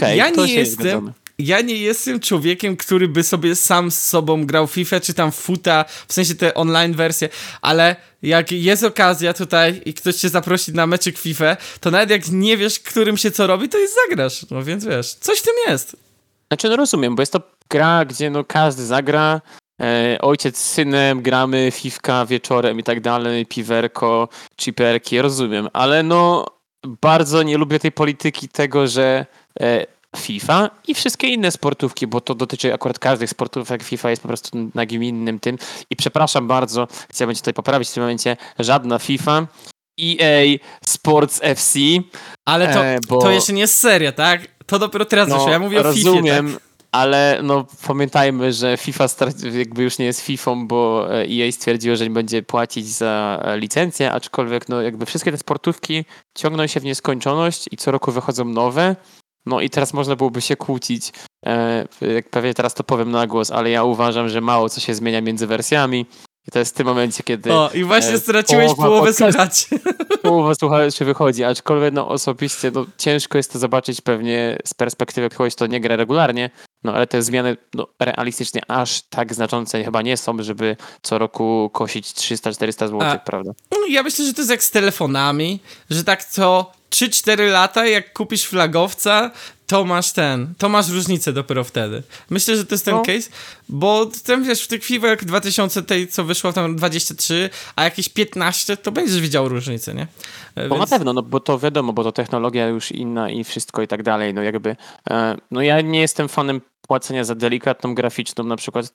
ja nie jestem człowiekiem, który by sobie sam z sobą grał FIFA, czy tam futa, w sensie te online wersje, ale jak jest okazja tutaj i ktoś cię zaprosi na meczyk FIFA, to nawet jak nie wiesz, którym się co robi, to zagrasz. No więc wiesz, coś w tym jest. Znaczy, no rozumiem, bo jest to gra, gdzie no każdy zagra, ojciec z synem, gramy fifka wieczorem i tak dalej, piwerko, chiperki, rozumiem, ale no bardzo nie lubię tej polityki tego, że FIFA i wszystkie inne sportówki, bo to dotyczy akurat każdych sportówek. FIFA jest po prostu nagminnym tym. I przepraszam bardzo, chciałbym cię tutaj poprawić w tym momencie, żadna FIFA. EA Sports FC. Ale to jeszcze nie jest seria, tak? To dopiero teraz wyszło. Ja mówię o FIFA. Rozumiem, tak? Ale no pamiętajmy, że FIFA jakby już nie jest Fifą, bo EA stwierdziło, że nie będzie płacić za licencję, aczkolwiek no jakby wszystkie te sportówki ciągną się w nieskończoność i co roku wychodzą nowe. No i teraz można byłoby się kłócić, jak pewnie teraz to powiem na głos, ale ja uważam, że mało co się zmienia między wersjami. I to jest w tym momencie, kiedy... O, i właśnie straciłeś połowę słuchaczy. Połowa słuchaczy wychodzi, aczkolwiek no osobiście no, ciężko jest to zobaczyć pewnie z perspektywy kogoś, kto nie gra regularnie, no ale te zmiany no, realistycznie aż tak znaczące chyba nie są, żeby co roku kosić 300-400 zł, prawda? Ja myślę, że to jest jak z telefonami, że tak co 3-4 lata, jak kupisz flagowca, to masz różnicę dopiero wtedy. Myślę, że to jest ten case, bo tam wiesz, w tych FIFA 2000 tej, co wyszło tam 23, a jakieś 15, to będziesz widział różnicę, nie? Bo na pewno, no bo to wiadomo, bo to technologia już inna i wszystko i tak dalej, no jakby, no ja nie jestem fanem płacenia za delikatną graficzną, na przykład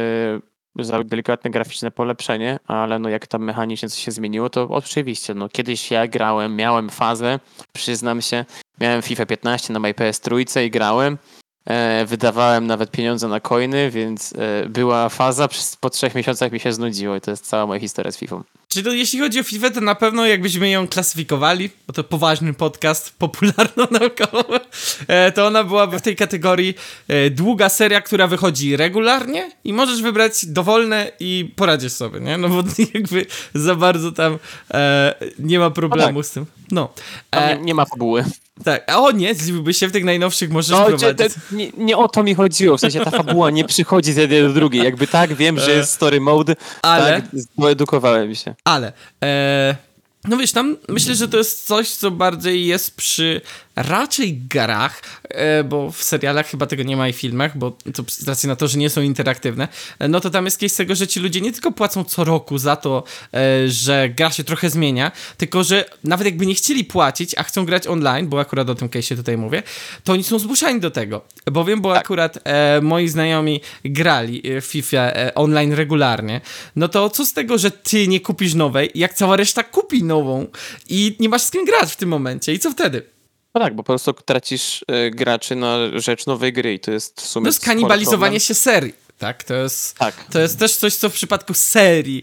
za delikatne graficzne polepszenie, ale no jak tam mechanicznie coś się zmieniło, to oczywiście, no kiedyś ja grałem, miałem fazę, przyznam się, miałem FIFA 15 na mojej PS3 i grałem, wydawałem nawet pieniądze na coiny, więc była faza, po 3 miesiącach mi się znudziło i to jest cała moja historia z FIFA. Czyli to, jeśli chodzi o FIFA, to na pewno jakbyśmy ją klasyfikowali, bo to poważny podcast popularno-naukowy, to ona byłaby w tej kategorii długa seria, która wychodzi regularnie i możesz wybrać dowolne i poradzisz sobie, nie? No bo jakby za bardzo tam nie ma problemu z tym. No. Nie ma fabuły. Tak, nie, zdziwiłbyś się, w tych najnowszych możesz prowadzić. Nie o to mi chodziło, w sensie ta fabuła nie przychodzi z jednej do drugiej. Jakby tak, wiem, że jest story mode, tak, doedukowałem się. Ale, no wiesz, tam myślę, że to jest coś, co bardziej jest przy raczej grach, bo w serialach chyba tego nie ma i filmach, bo to z racji na to, że nie są interaktywne, no to tam jest case tego, że ci ludzie nie tylko płacą co roku za to, że gra się trochę zmienia, tylko że nawet jakby nie chcieli płacić, a chcą grać online, bo akurat o tym case'ie tutaj mówię, to oni są zmuszani do tego. Bowiem, bo akurat moi znajomi grali w FIFA online regularnie, no to co z tego, że ty nie kupisz nowej, jak cała reszta kupi nową i nie masz z kim grać w tym momencie i co wtedy? No tak, bo po prostu tracisz graczy na rzecz nowej gry i to jest w sumie... To jest kanibalizowanie się serii, tak? To jest też coś, co w przypadku serii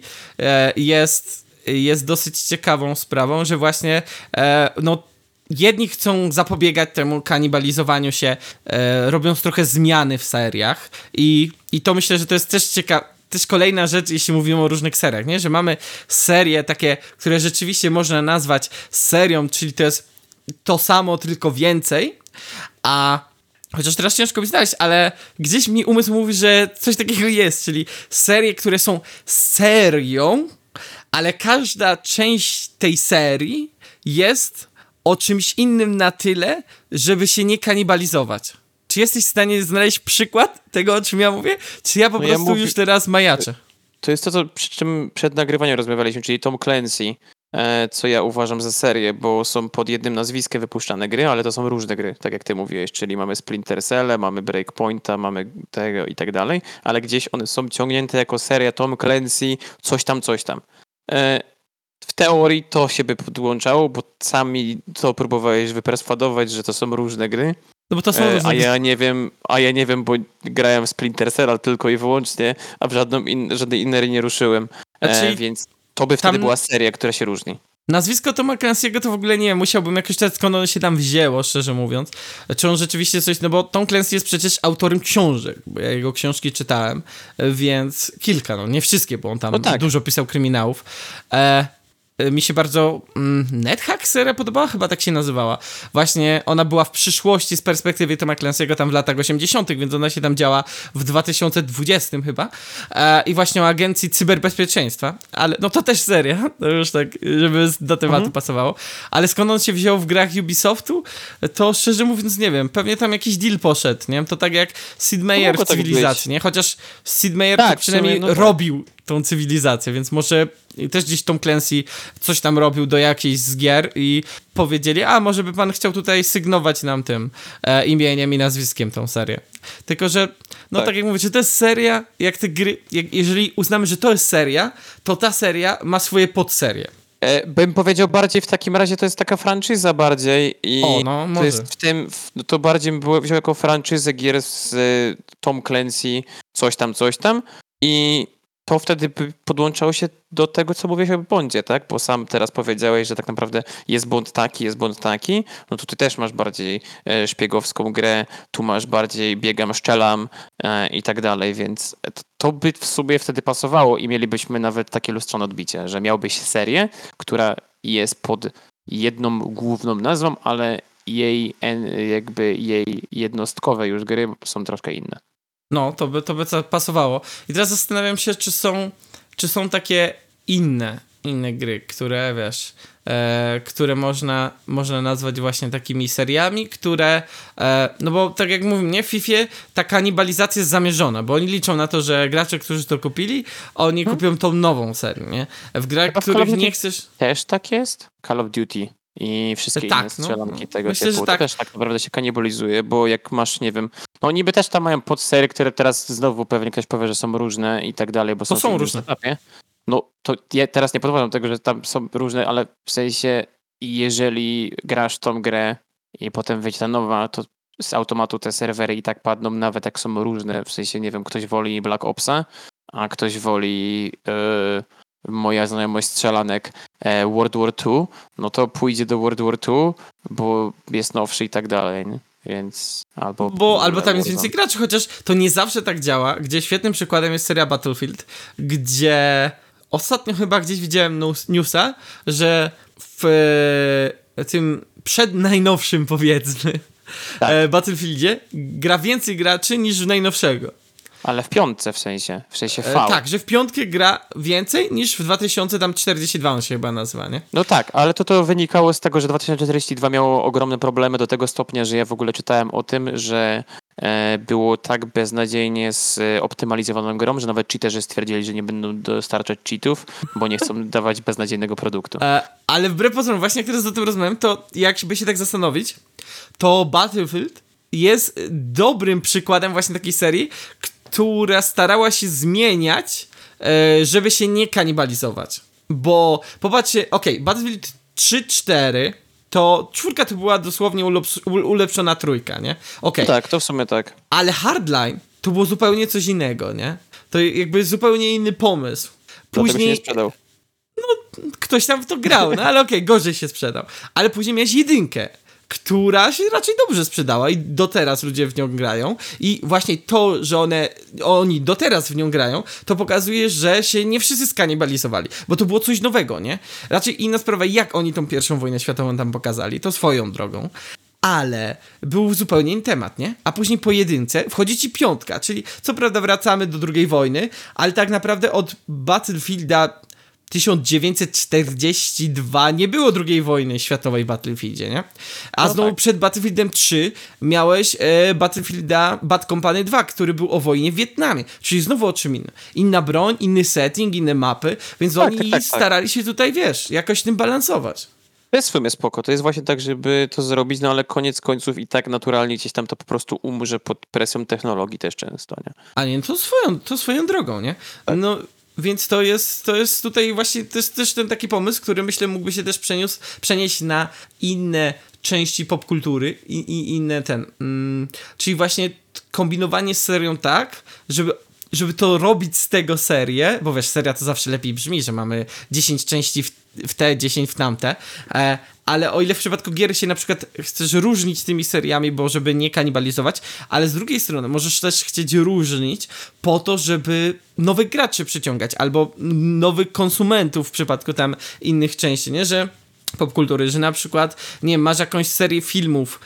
jest dosyć ciekawą sprawą, że właśnie no jedni chcą zapobiegać temu kanibalizowaniu się, robiąc trochę zmiany w seriach i to myślę, że to jest też też kolejna rzecz, jeśli mówimy o różnych seriach, nie? Że mamy serie takie, które rzeczywiście można nazwać serią, czyli to jest to samo, tylko więcej, a chociaż teraz ciężko mi znaleźć, ale gdzieś mi umysł mówi, że coś takiego jest, czyli serie, które są serią, ale każda część tej serii jest o czymś innym na tyle, żeby się nie kanibalizować. Czy jesteś w stanie znaleźć przykład tego, o czym ja mówię? Czy ja po prostu już teraz majaczę? To jest to, co przed nagrywaniem rozmawialiśmy, czyli Tom Clancy, co ja uważam za serię, bo są pod jednym nazwiskiem wypuszczane gry, ale to są różne gry, tak jak ty mówiłeś, czyli mamy Splinter Cell, mamy Breakpointa, mamy tego i tak dalej, ale gdzieś one są ciągnięte jako seria Tom Clancy, coś tam. W teorii to się by podłączało, bo sami to próbowałeś wyperswadować, że to są różne gry. No bo to są różne gry. Ja nie wiem, bo grałem w Splinter Cell tylko i wyłącznie, a w żadnej innej nie ruszyłem. Więc to by wtedy była seria, która się różni. Nazwisko Toma Clancy'ego to w ogóle nie wiem, musiałbym jakoś czytać, skąd ono się tam wzięło, szczerze mówiąc. Czy on rzeczywiście coś, no bo Tom Clancy jest przecież autorem książek, bo ja jego książki czytałem, więc kilka, no nie wszystkie, bo on tam dużo pisał kryminałów. Mi się bardzo NetHack seria podobała, chyba tak się nazywała. Właśnie ona była w przyszłości z perspektywy Toma Clancy'ego tam w latach 80., więc ona się tam działa w 2020 chyba. I właśnie o agencji cyberbezpieczeństwa. Ale no to też seria, to już tak, żeby do tematu pasowało. Ale skąd on się wziął w grach Ubisoftu, to szczerze mówiąc nie wiem. Pewnie tam jakiś deal poszedł, nie? To tak jak Sid Meier w Cywilizacji, nie? Chociaż Sid Meier to przynajmniej robił tą cywilizację, więc może też gdzieś Tom Clancy coś tam robił do jakiejś z gier i powiedzieli, a może by pan chciał tutaj sygnować nam tym imieniem i nazwiskiem tą serię. Tylko, że tak jak mówicie, to jest seria, jak te gry, jeżeli uznamy, że to jest seria, to ta seria ma swoje podserie. Bym powiedział bardziej w takim razie, to jest taka franczyza bardziej i to jest to bardziej bym wziął jako franczyzę gier z Tom Clancy coś tam i to wtedy by podłączało się do tego, co mówiłeś o Bondzie, tak? Bo sam teraz powiedziałeś, że tak naprawdę jest Bond taki, no tutaj też masz bardziej szpiegowską grę, tu masz bardziej biegam, szczelam i tak dalej, więc to by w sumie wtedy pasowało i mielibyśmy nawet takie lustrzane odbicie, że miałbyś serię, która jest pod jedną główną nazwą, ale jej jednostkowe już gry są troszkę inne. No, to by pasowało. I teraz zastanawiam się, czy są takie inne gry, które, wiesz, które można nazwać właśnie takimi seriami, które, no bo tak jak mówię, nie, w Fifie ta kanibalizacja jest zamierzona, bo oni liczą na to, że gracze, którzy to kupili, oni kupią tą nową serię, nie? W grach, których nie chcesz... Też tak jest? Call of Duty i wszystkie inne strzelanki tego myślę, typu. To też tak naprawdę się kanibalizuje, bo jak masz, nie wiem, no niby też tam mają podserie, które teraz znowu pewnie ktoś powie, że są różne i tak dalej, bo są różne. Etapie. No to ja teraz nie podważam tego, że tam są różne, ale w sensie jeżeli grasz tą grę i potem wyjdzie ta nowa, to z automatu te serwery i tak padną, nawet jak są różne, w sensie, nie wiem, ktoś woli Black Opsa, a ktoś woli moja znajomość strzelanek World War II, no to pójdzie do World War II, bo jest nowszy i tak dalej, nie? Więc albo tam jest więcej graczy, chociaż to nie zawsze tak działa, gdzie świetnym przykładem jest seria Battlefield, gdzie ostatnio chyba gdzieś widziałem newsa, że w tym przednajnowszym, powiedzmy, Battlefieldzie gra więcej graczy niż w najnowszego. Ale w piątce w sensie V. Tak, że w piątkę gra więcej niż w 2042 on się chyba nazywa, nie? No tak, ale to wynikało z tego, że 2042 miało ogromne problemy do tego stopnia, że ja w ogóle czytałem o tym, że było tak beznadziejnie zoptymalizowaną grą, że nawet cheaterzy stwierdzili, że nie będą dostarczać cheatów, bo nie chcą dawać beznadziejnego produktu. Ale wbrew pozorom, właśnie jak teraz o tym rozmawiam, to jakby się tak zastanowić, to Battlefield jest dobrym przykładem właśnie takiej serii, która starała się zmieniać, żeby się nie kanibalizować. Bo popatrzcie, Battlefield 3-4 to 4 to była dosłownie ulepszona 3, nie? Tak, to w sumie tak. Ale Hardline to było zupełnie coś innego, nie? To jakby zupełnie inny pomysł. Dlatego się nie sprzedał. Ktoś tam w to grał, no ale gorzej się sprzedał. Ale później miałeś 1, która się raczej dobrze sprzedała i do teraz ludzie w nią grają i właśnie to, że oni do teraz w nią grają, to pokazuje, że się nie wszyscy skanibalizowali, bo to było coś nowego, nie? Raczej inna sprawa, jak oni tą pierwszą wojnę światową tam pokazali, to swoją drogą. Ale był zupełnie inny temat, nie? A później po 1 wchodzi ci 5, czyli co prawda wracamy do II wojny, ale tak naprawdę od Battlefielda 1942 nie było II wojny światowej w Battlefieldzie, nie? A znowu tak. Przed Battlefieldem 3 miałeś Battlefielda Bad Company 2, który był o wojnie w Wietnamie, czyli znowu o czym innym. Inna broń, inny setting, inne mapy, więc oni starali się tutaj, wiesz, jakoś tym balansować. To jest w sumie spoko, to jest właśnie tak, żeby to zrobić, no ale koniec końców i tak naturalnie gdzieś tam to po prostu umrze pod presją technologii też często, nie? A nie, to swoją drogą, nie? No... Więc to jest tutaj właśnie, to jest też ten taki pomysł, który myślę mógłby się też przenieść na inne części popkultury i inne czyli właśnie kombinowanie z serią tak, żeby to robić z tego serię, bo wiesz, seria to zawsze lepiej brzmi, że mamy 10 części w te, 10 w tamte, ale o ile w przypadku gier się na przykład chcesz różnić tymi seriami, bo żeby nie kanibalizować, ale z drugiej strony możesz też chcieć różnić po to, żeby nowych graczy przyciągać, albo nowych konsumentów w przypadku tam innych części, nie, że popkultury, że na przykład, nie wiem, masz jakąś serię filmów,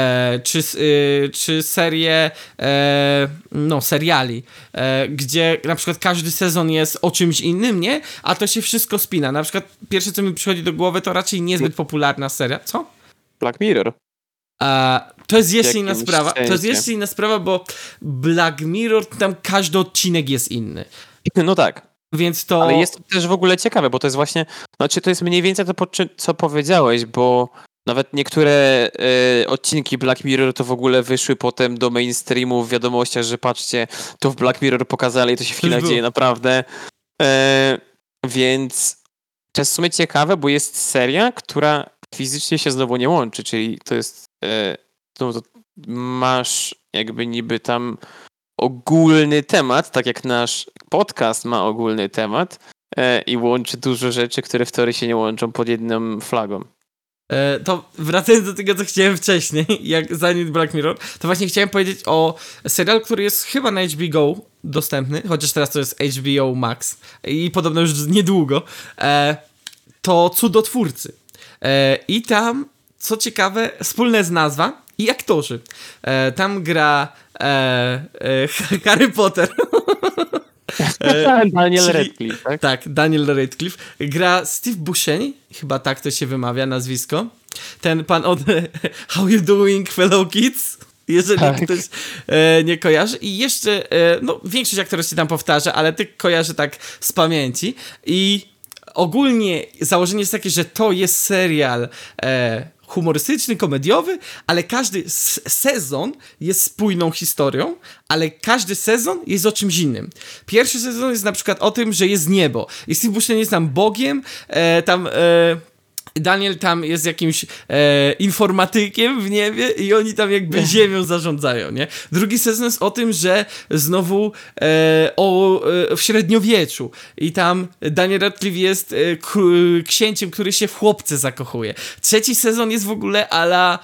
czy serię, seriali, gdzie na przykład każdy sezon jest o czymś innym, nie? A to się wszystko spina. Na przykład pierwsze, co mi przychodzi do głowy, to raczej niezbyt popularna seria. Co? Black Mirror. To jest jeszcze inna sprawa. To jest jeszcze inna sprawa, bo Black Mirror, tam każdy odcinek jest inny. No tak. Więc to... Ale jest to też w ogóle ciekawe, bo to jest właśnie, znaczy to jest mniej więcej to, co powiedziałeś, bo nawet niektóre odcinki Black Mirror to w ogóle wyszły potem do mainstreamu w wiadomościach, że patrzcie, to w Black Mirror pokazali, to się w Chinach dzieje naprawdę. Więc to jest w sumie ciekawe, bo jest seria, która fizycznie się znowu nie łączy, czyli to jest, masz jakby niby tam ogólny temat, tak jak nasz podcast ma ogólny temat i łączy dużo rzeczy, które w teorii się nie łączą pod jedną flagą. To wracając do tego, co chciałem wcześniej, jak zanim Black Mirror, to właśnie chciałem powiedzieć o serialu, który jest chyba na HBO dostępny, chociaż teraz to jest HBO Max i podobno już niedługo, to Cudotwórcy. I tam, co ciekawe, wspólna jest nazwa i aktorzy. Tam gra Harry Potter. Daniel Radcliffe, tak? Tak, Daniel Radcliffe. Gra Steve Buscemi, chyba tak to się wymawia nazwisko. Ten pan od How You Doing, Fellow Kids? Jeżeli ktoś nie kojarzy. I jeszcze, no większość aktorów się tam powtarza, ale ty kojarzy tak z pamięci. I ogólnie założenie jest takie, że to jest serial humorystyczny, komediowy, ale każdy sezon jest spójną historią, ale każdy sezon jest o czymś innym. Pierwszy sezon jest na przykład o tym, że jest niebo. I Steve Buscemi jest tam Bogiem, Daniel tam jest jakimś informatykiem w niebie i oni tam jakby ziemią zarządzają, nie? Drugi sezon jest o tym, że znowu w średniowieczu i tam Daniel Radcliffe jest księciem, który się w chłopce zakochuje. Trzeci sezon jest w ogóle a la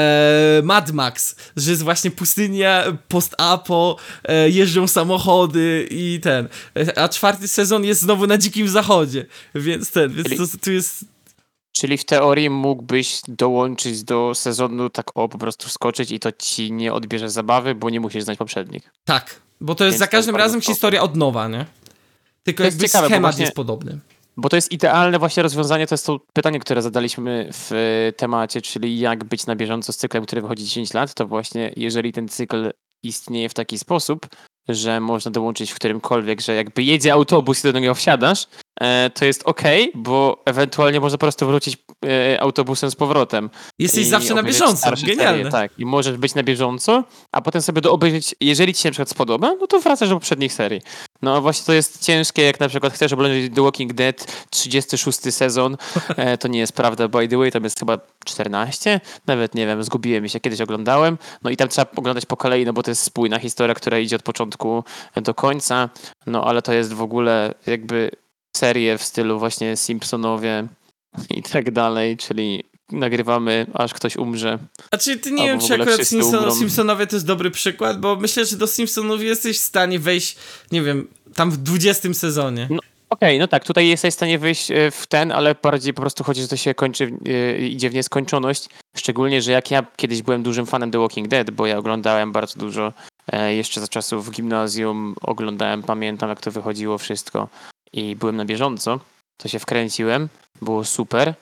Mad Max, że jest właśnie pustynia, post-apo, jeżdżą samochody i ten. A czwarty sezon jest znowu na Dzikim Zachodzie, więc tu jest... Czyli w teorii mógłbyś dołączyć do sezonu tak po prostu wskoczyć i to ci nie odbierze zabawy, bo nie musisz znać poprzednich. Tak, bo to jest Więc za każdym bardzo razem historia od nowa, nie? Tylko jakby ciekawe, schemat jest podobny. Bo to jest idealne właśnie rozwiązanie, to jest to pytanie, które zadaliśmy w temacie, czyli jak być na bieżąco z cyklem, który wychodzi 10 lat, to właśnie jeżeli ten cykl istnieje w taki sposób, że można dołączyć w którymkolwiek, że jakby jedzie autobus i do niego wsiadasz, to jest okej, bo ewentualnie można po prostu wrócić autobusem z powrotem. Jesteś zawsze na bieżąco, genialne. Serie, tak, i możesz być na bieżąco, a potem sobie obejrzeć, jeżeli ci się na przykład spodoba, no to wracasz do poprzednich serii. No właśnie to jest ciężkie, jak na przykład chcesz oglądać The Walking Dead 36 sezon, to nie jest prawda, by the way, tam jest chyba 14, nawet nie wiem, zgubiłem się, kiedyś oglądałem, no i tam trzeba oglądać po kolei, no bo to jest spójna historia, która idzie od początku do końca, no ale to jest w ogóle jakby serie w stylu właśnie Simpsonowie i tak dalej, czyli nagrywamy, aż ktoś umrze. Znaczy, ty nie wiem, czy akurat Simpsonowie to jest dobry przykład, bo myślę, że do Simpsonów jesteś w stanie wejść, nie wiem, tam w 20 sezonie. No, okej, no tak, tutaj jesteś w stanie wyjść w ten, ale bardziej po prostu chodzi, że to się kończy, idzie w nieskończoność. Szczególnie, że jak ja kiedyś byłem dużym fanem The Walking Dead, bo ja oglądałem bardzo dużo jeszcze za czasów w gimnazjum, oglądałem, pamiętam jak to wychodziło wszystko i byłem na bieżąco, to się wkręciłem, było super.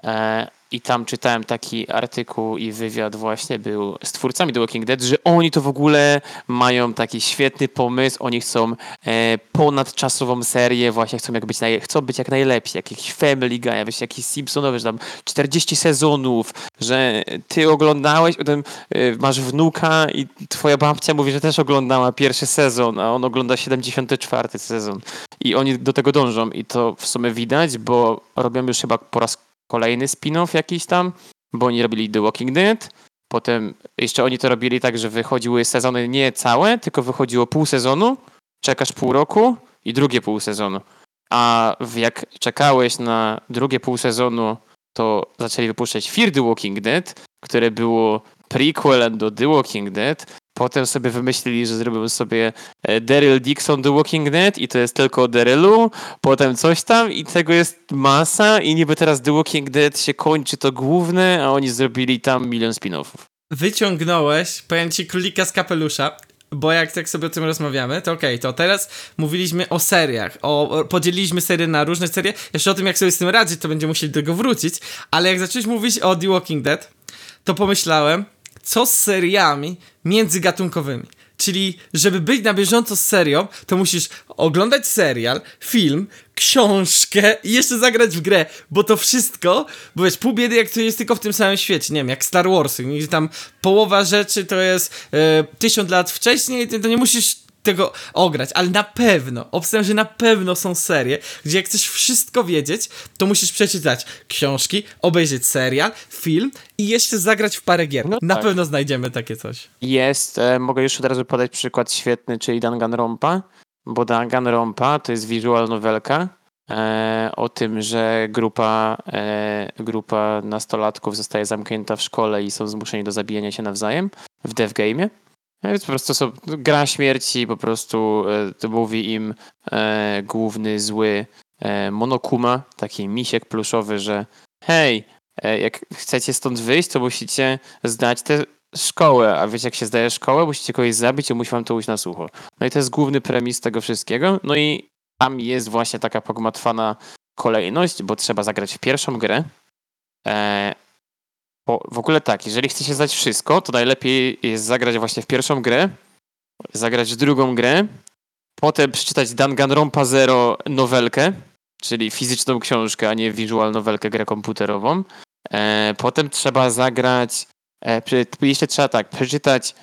I tam czytałem taki artykuł i wywiad właśnie był z twórcami The Walking Dead, że oni to w ogóle mają taki świetny pomysł, oni chcą ponadczasową serię, właśnie chcą być jak najlepsi, jak jakiś Family Guy, wiesz, jakiś Simpsonowy, że tam 40 sezonów, że ty oglądałeś, potem masz wnuka i twoja babcia mówi, że też oglądała pierwszy sezon, a on ogląda 74 sezon i oni do tego dążą i to w sumie widać, bo robią już chyba po raz kolejny spin-off jakiś tam, bo oni robili The Walking Dead, potem jeszcze oni to robili tak, że wychodziły sezony nie całe, tylko wychodziło pół sezonu, czekasz pół roku i drugie pół sezonu. A jak czekałeś na drugie pół sezonu, to zaczęli wypuszczać Fear the Walking Dead, które było prequelem do The Walking Dead. Potem sobie wymyślili, że zrobią sobie Daryl Dixon The Walking Dead i to jest tylko o Darylu, potem coś tam i tego jest masa i niby teraz The Walking Dead się kończy to główne, a oni zrobili tam milion spin-offów. Wyciągnąłeś, powiem ci, królika z kapelusza, bo jak tak sobie o tym rozmawiamy, to okej, to teraz mówiliśmy o seriach, podzieliliśmy serię na różne serie, jeszcze o tym jak sobie z tym radzić, to będziemy musieli do tego wrócić, ale jak zacząłeś mówić o The Walking Dead, to pomyślałem, co z seriami międzygatunkowymi. Czyli, żeby być na bieżąco z serią, to musisz oglądać serial, film, książkę i jeszcze zagrać w grę, bo to wszystko, bo wiesz, pół biedy jak to jest tylko w tym samym świecie, nie wiem, jak Star Warsy, gdzie tam połowa rzeczy to jest 1000 lat wcześniej, to nie musisz tego ograć, ale na pewno, obstawiam, że na pewno są serie, gdzie jak chcesz wszystko wiedzieć, to musisz przeczytać książki, obejrzeć serial, film i jeszcze zagrać w parę gier. No Na tak. pewno znajdziemy takie coś. Mogę już od razu podać przykład świetny, czyli Danganronpa, bo Danganronpa to jest visual novelka o tym, że grupa nastolatków zostaje zamknięta w szkole i są zmuszeni do zabijania się nawzajem w death game'ie. Więc po prostu gra śmierci, po prostu to mówi im główny zły Monokuma, taki misiek pluszowy, że hej, jak chcecie stąd wyjść, to musicie zdać tę szkołę, a wiecie jak się zdaje szkołę? Musicie kogoś zabić i musi wam to ujść na sucho. No i to jest główny premis tego wszystkiego. No i tam jest właśnie taka pogmatwana kolejność, bo trzeba zagrać w pierwszą grę. W ogóle tak, jeżeli chcecie zdać wszystko, to najlepiej jest zagrać właśnie w pierwszą grę, zagrać w drugą grę, potem przeczytać Danganronpa Zero nowelkę, czyli fizyczną książkę, a nie visual nowelkę, grę komputerową. Potem trzeba zagrać, jeszcze trzeba przeczytać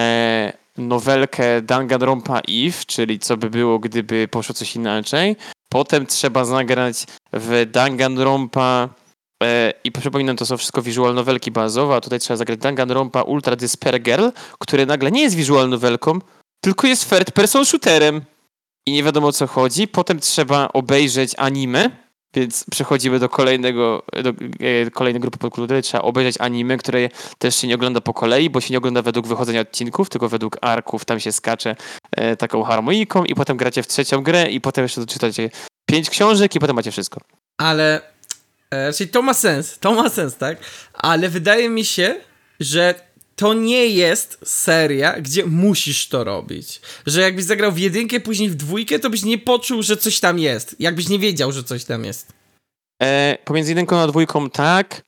nowelkę Danganronpa Eve, czyli co by było, gdyby poszło coś inaczej. Potem trzeba zagrać w Danganronpa i przypominam, to są wszystko visual novelki bazowe, a tutaj trzeba zagrać Danganronpa Ultra Despair Girl, który nagle nie jest visual novelką, tylko jest third person shooterem. I nie wiadomo o co chodzi. Potem trzeba obejrzeć anime, więc przechodzimy do kolejnej grupy podkultury. Trzeba obejrzeć anime, które też się nie ogląda po kolei, bo się nie ogląda według wychodzenia odcinków, tylko według arków. Tam się skacze taką harmoniką i potem gracie w trzecią grę i potem jeszcze doczytacie 5 książek i potem macie wszystko. Ale, czyli to ma sens, tak? Ale wydaje mi się, że to nie jest seria, gdzie musisz to robić. Że jakbyś zagrał w jedynkę, później w dwójkę, to byś nie poczuł, że coś tam jest. Jakbyś nie wiedział, że coś tam jest. Pomiędzy jedynką a dwójką tak.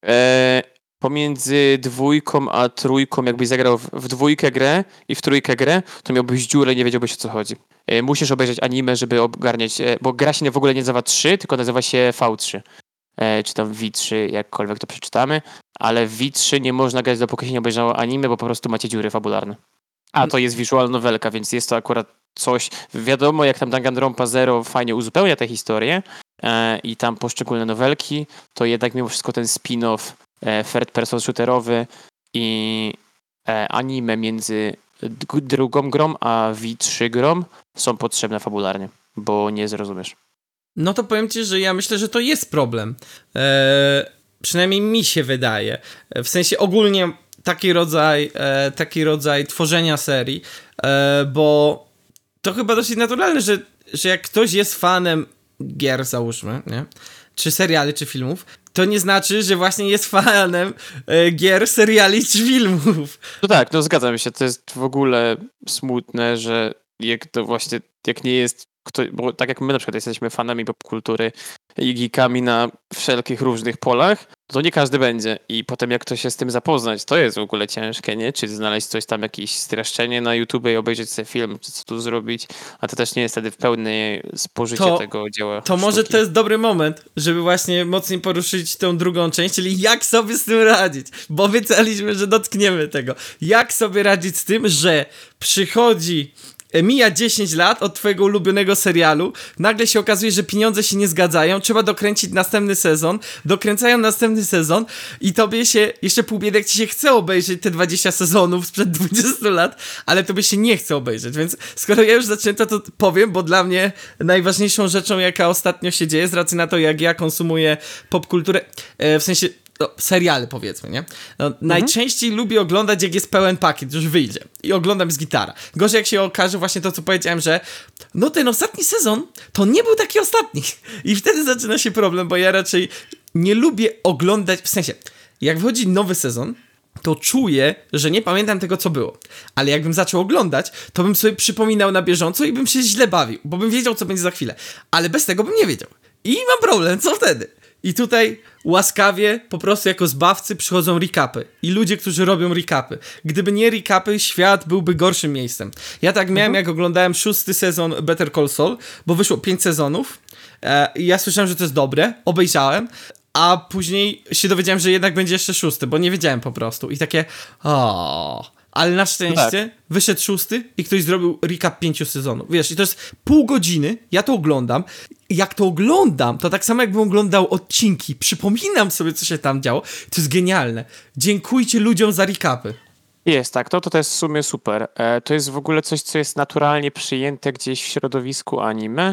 Pomiędzy dwójką a trójką, jakbyś zagrał w dwójkę grę i w trójkę grę, to miałbyś dziurę i nie wiedziałbyś o co chodzi. Musisz obejrzeć anime, żeby ogarniać, bo gra się w ogóle nie nazywa 3, tylko nazywa się V3. Czy tam V3, jakkolwiek to przeczytamy, ale w V3 nie można grać, dopóki się nie obejrzało anime, bo po prostu macie dziury fabularne. A to jest visual novelka, więc jest to akurat coś, wiadomo, jak tam Danganronpa Zero fajnie uzupełnia tę historię i tam poszczególne nowelki, to jednak mimo wszystko ten spin-off third person shooterowy i anime między drugą grą a V3 grą są potrzebne fabularnie, bo nie zrozumiesz. No to powiem ci, że ja myślę, że to jest problem. Przynajmniej mi się wydaje. W sensie ogólnie taki rodzaj tworzenia serii, bo to chyba dosyć naturalne, że jak ktoś jest fanem gier, załóżmy, nie? Czy seriali, czy filmów, to nie znaczy, że właśnie jest fanem gier, seriali, czy filmów. No tak, no zgadzam się. To jest w ogóle smutne, że jak nie jest bo tak jak my na przykład jesteśmy fanami popkultury i geekami na wszelkich różnych polach, to nie każdy będzie. I potem jak ktoś się z tym zapoznać, to jest w ogóle ciężkie, nie? Czy znaleźć coś tam, jakieś streszczenie na YouTube i obejrzeć sobie film, czy co tu zrobić, a to też nie jest wtedy w pełnej spożycie tego dzieła. To może to jest dobry moment, żeby właśnie mocniej poruszyć tą drugą część, czyli jak sobie z tym radzić, bo obiecaliśmy, że dotkniemy tego. Jak sobie radzić z tym, że mija 10 lat od twojego ulubionego serialu, nagle się okazuje, że pieniądze się nie zgadzają, trzeba dokręcić następny sezon, dokręcają następny sezon i tobie się, jeszcze pół biedy, jak ci się chce obejrzeć te 20 sezonów sprzed 20 lat, ale tobie się nie chce obejrzeć, więc skoro ja już zaczęto, to powiem, bo dla mnie najważniejszą rzeczą, jaka ostatnio się dzieje, z racji na to, jak ja konsumuję popkulturę, w sensie seriale, powiedzmy, nie? Najczęściej lubię oglądać, jak jest pełen pakiet, już wyjdzie. I oglądam z gitara. Gorzej jak się okaże właśnie to, co powiedziałem, że ten ostatni sezon to nie był taki ostatni. I wtedy zaczyna się problem, bo ja raczej nie lubię oglądać, w sensie, jak wchodzi nowy sezon, to czuję, że nie pamiętam tego, co było. Ale jakbym zaczął oglądać, to bym sobie przypominał na bieżąco i bym się źle bawił, bo bym wiedział, co będzie za chwilę. Ale bez tego bym nie wiedział. I mam problem, co wtedy? I tutaj łaskawie, po prostu jako zbawcy przychodzą recapy. I ludzie, którzy robią recapy. Gdyby nie recapy, świat byłby gorszym miejscem. Ja tak miałem, jak oglądałem 6. sezon Better Call Saul, bo wyszło 5 sezonów. I ja słyszałem, że to jest dobre. Obejrzałem. A później się dowiedziałem, że jednak będzie jeszcze 6, bo nie wiedziałem po prostu. I takie... ale na szczęście wyszedł 6 i ktoś zrobił recap 5 sezonów. Wiesz, i to jest pół godziny, ja to oglądam. Jak to oglądam, to tak samo jakbym oglądał odcinki, przypominam sobie, co się tam działo. To jest genialne. Dziękujcie ludziom za recapy. Jest, tak, to jest w sumie super. To jest w ogóle coś, co jest naturalnie przyjęte gdzieś w środowisku anime,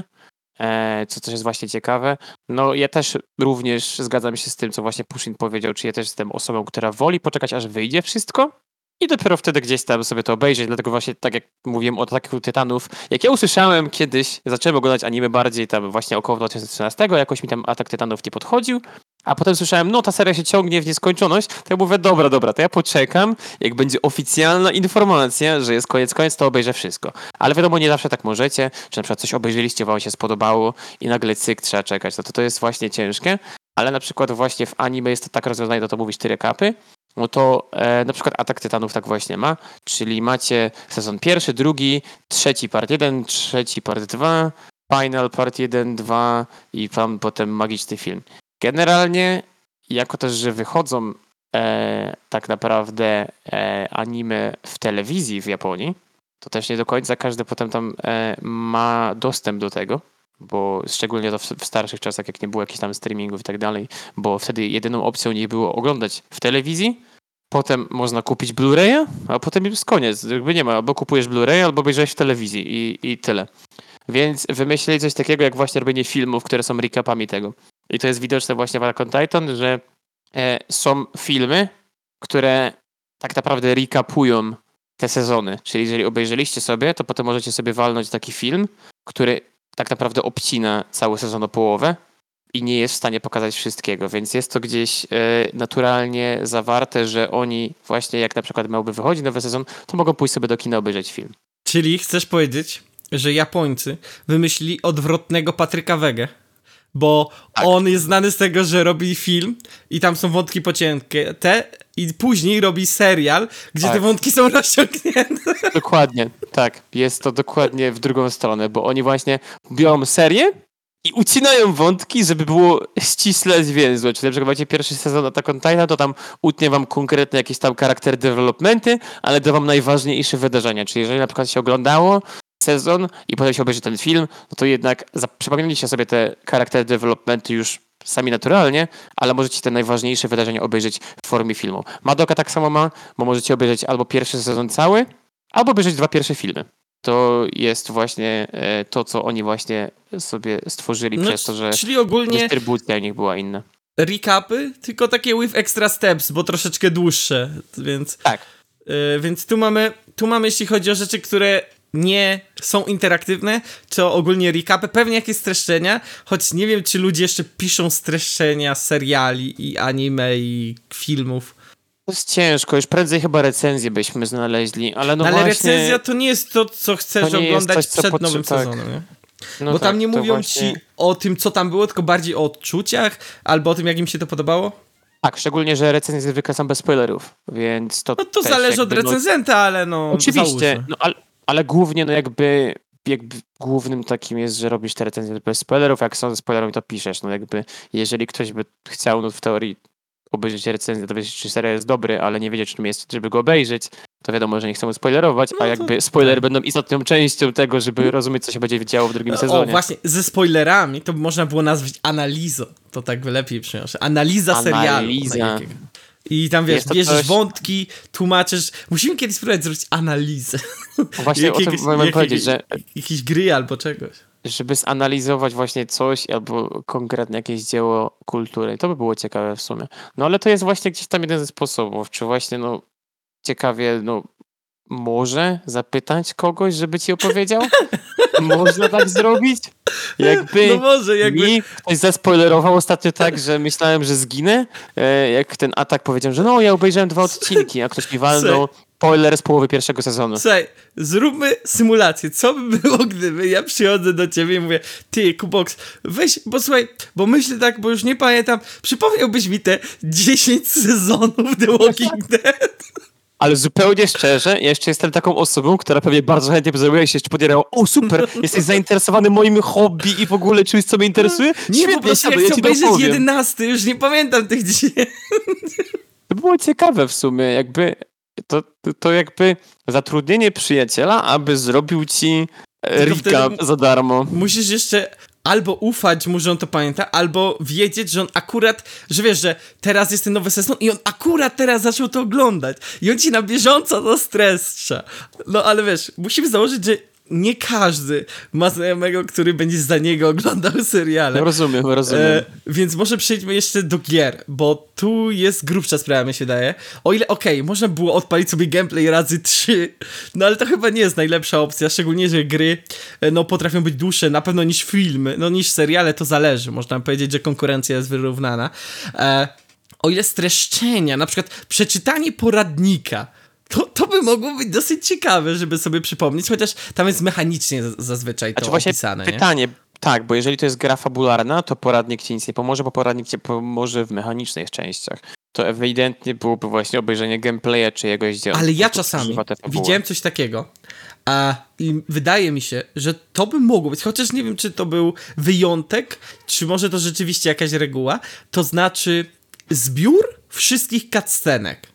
co też jest właśnie ciekawe. No ja też również zgadzam się z tym, co właśnie Pushin powiedział, czy ja też jestem osobą, która woli poczekać, aż wyjdzie wszystko i dopiero wtedy gdzieś tam sobie to obejrzeć, dlatego właśnie tak jak mówiłem o Ataku Tytanów, jak ja usłyszałem kiedyś, zacząłem oglądać anime bardziej tam właśnie około 2013, jakoś mi tam Atak Tytanów nie podchodził, a potem słyszałem, no ta seria się ciągnie w nieskończoność, to ja mówię, dobra, to ja poczekam, jak będzie oficjalna informacja, że jest koniec, to obejrzę wszystko. Ale wiadomo, nie zawsze tak możecie, czy na przykład coś obejrzeliście, wam się spodobało i nagle cyk, trzeba czekać, to jest właśnie ciężkie, ale na przykład właśnie w anime jest to tak rozwiązane, to mówisz 4 recapy, no to na przykład Atak Tytanów tak właśnie ma, czyli macie sezon 1, 2, 3 part 1, 3 part 2, final part 1, 2 i tam potem magiczny film. Generalnie, jako też, że wychodzą tak naprawdę anime w telewizji w Japonii, to też nie do końca każdy potem tam ma dostęp do tego, bo szczególnie to w starszych czasach, jak nie było jakichś tam streamingów i tak dalej, bo wtedy jedyną opcją nie było oglądać w telewizji, potem można kupić Blu-raya, a potem już koniec, jakby nie ma, albo kupujesz Blu-raya, albo obejrzałeś w telewizji i tyle. Więc wymyślili coś takiego, jak właśnie robienie filmów, które są recapami tego. I to jest widoczne właśnie w Attack on Titan, że są filmy, które tak naprawdę recapują te sezony. Czyli jeżeli obejrzeliście sobie, to potem możecie sobie walnąć taki film, który tak naprawdę obcina cały sezon o połowę i nie jest w stanie pokazać wszystkiego, więc jest to gdzieś naturalnie zawarte, że oni właśnie jak na przykład miałby wychodzić nowy sezon, to mogą pójść sobie do kina obejrzeć film. Czyli chcesz powiedzieć, że Japońcy wymyślili odwrotnego Patryka Wegę? Bo on jest znany z tego, że robi film i tam są wątki pocięte i później robi serial, gdzie te wątki są rozciągnięte. Dokładnie, tak. Jest to dokładnie w drugą stronę, bo oni właśnie biorą serię i ucinają wątki, żeby było ściśle zwięzłe. Czyli na przykład macie pierwszy sezon Attack on Titan, to tam utnie wam konkretne jakieś tam charakter developmenty, ale da wam najważniejsze wydarzenia. Czyli jeżeli na przykład się oglądało sezon i potem się obejrzy ten film, no to jednak przypomnieliście sobie te charakter developmenty już sami naturalnie, ale możecie te najważniejsze wydarzenia obejrzeć w formie filmu. Madoka tak samo ma, bo możecie obejrzeć albo pierwszy sezon cały, albo obejrzeć 2 pierwsze filmy. To jest właśnie to, co oni właśnie sobie stworzyli przez to, że czyli ogólnie dystrybucja u nich była inna. Recapy, tylko takie with extra steps, bo troszeczkę dłuższe, więc... Tak. Więc tu mamy, jeśli chodzi o rzeczy, które nie są interaktywne, to ogólnie recapy, pewnie jakieś streszczenia, choć nie wiem, czy ludzie jeszcze piszą streszczenia seriali i anime i filmów. To jest ciężko, już prędzej chyba recenzję byśmy znaleźli, ale ale właśnie... recenzja to nie jest to, co chcesz oglądać coś, przed nowym sezonem, nie? No bo tam tak, nie mówią właśnie... ci o tym, co tam było, tylko bardziej o odczuciach, albo o tym, jak im się to podobało. Tak, szczególnie, że recenzje zwykle są bez spoilerów, więc to... No to zależy od recenzenta, ale no... Oczywiście, no, ale głównie no jakby głównym takim jest, że robisz te recenzje bez spoilerów, jak są ze spoilerami, to piszesz. No jakby, jeżeli ktoś by chciał, no w teorii obejrzeć recenzję, to wiedzieć, czy serial jest dobry, ale nie wiedzieć, czym jest, żeby go obejrzeć, to wiadomo, że nie chcemy spoilerować, a jakby spoilery będą istotną częścią tego, żeby rozumieć, co się będzie działo w drugim sezonie. O, właśnie, ze spoilerami to by można było nazwać analizą. To tak by lepiej przyniosę. Analiza serialu. I tam wiesz, bierzesz wątki, tłumaczysz. Musimy kiedyś spróbować zrobić analizę. Właśnie o tym mogę powiedzieć, że... Jakieś gry albo czegoś. Żeby zanalizować właśnie coś albo konkretnie jakieś dzieło kultury. To by było ciekawe w sumie. No ale to jest właśnie gdzieś tam jeden ze sposobów. Czy właśnie no ciekawie, no może zapytać kogoś, żeby ci opowiedział? Można tak zrobić? Jakby no może, mi ktoś zaspoilerował ostatnio tak, że myślałem, że zginę. Jak ten Atak powiedział, że no ja obejrzałem 2 odcinki, a ktoś mi walnął spoiler z połowy pierwszego sezonu. Słuchaj, zróbmy symulację. Co by było, gdyby ja przychodzę do ciebie i mówię, ty, Kubox, weź, bo słuchaj, bo myślę tak, bo już nie pamiętam, przypomniałbyś mi te 10 sezonów The Walking Dead? Ale zupełnie szczerze, ja jeszcze jestem taką osobą, która pewnie bardzo chętnie by zrobiła się jeszcze podjęła, o super, jesteś zainteresowany moim hobby i w ogóle czymś, co mnie interesuje? Nie, świetnie, po prostu ja chcę obejrzeć 11, już nie pamiętam tych 10. To było ciekawe w sumie, jakby to jakby zatrudnienie przyjaciela, aby zrobił ci recap za darmo. Musisz jeszcze albo ufać mu, że on to pamięta, albo wiedzieć, że on akurat, że wiesz, że teraz jest ten nowy sezon i on akurat teraz zaczął to oglądać. I on ci na bieżąco to streszcza. No ale wiesz, musimy założyć, że nie każdy ma znajomego, który będzie za niego oglądał seriale. Rozumiem. Więc może przejdźmy jeszcze do gier, bo tu jest grubsza sprawa, mi się wydaje. O ile, można było odpalić sobie gameplay razy 3, no ale to chyba nie jest najlepsza opcja, szczególnie, że gry potrafią być dłuższe na pewno niż filmy, niż seriale, to zależy. Można powiedzieć, że konkurencja jest wyrównana. O ile streszczenia, na przykład przeczytanie poradnika, to by mogło być dosyć ciekawe, żeby sobie przypomnieć, chociaż tam jest mechanicznie zazwyczaj to opisane. Pytanie, tak, bo jeżeli to jest gra fabularna, to poradnik ci nic nie pomoże, bo poradnik ci pomoże w mechanicznych częściach. To ewidentnie byłoby właśnie obejrzenie gameplaya czyjegoś dzieła. Ale ja czasami widziałem coś takiego i wydaje mi się, że to by mogło być, chociaż nie wiem, czy to był wyjątek, czy może to rzeczywiście jakaś reguła, to znaczy zbiór wszystkich cutscenek.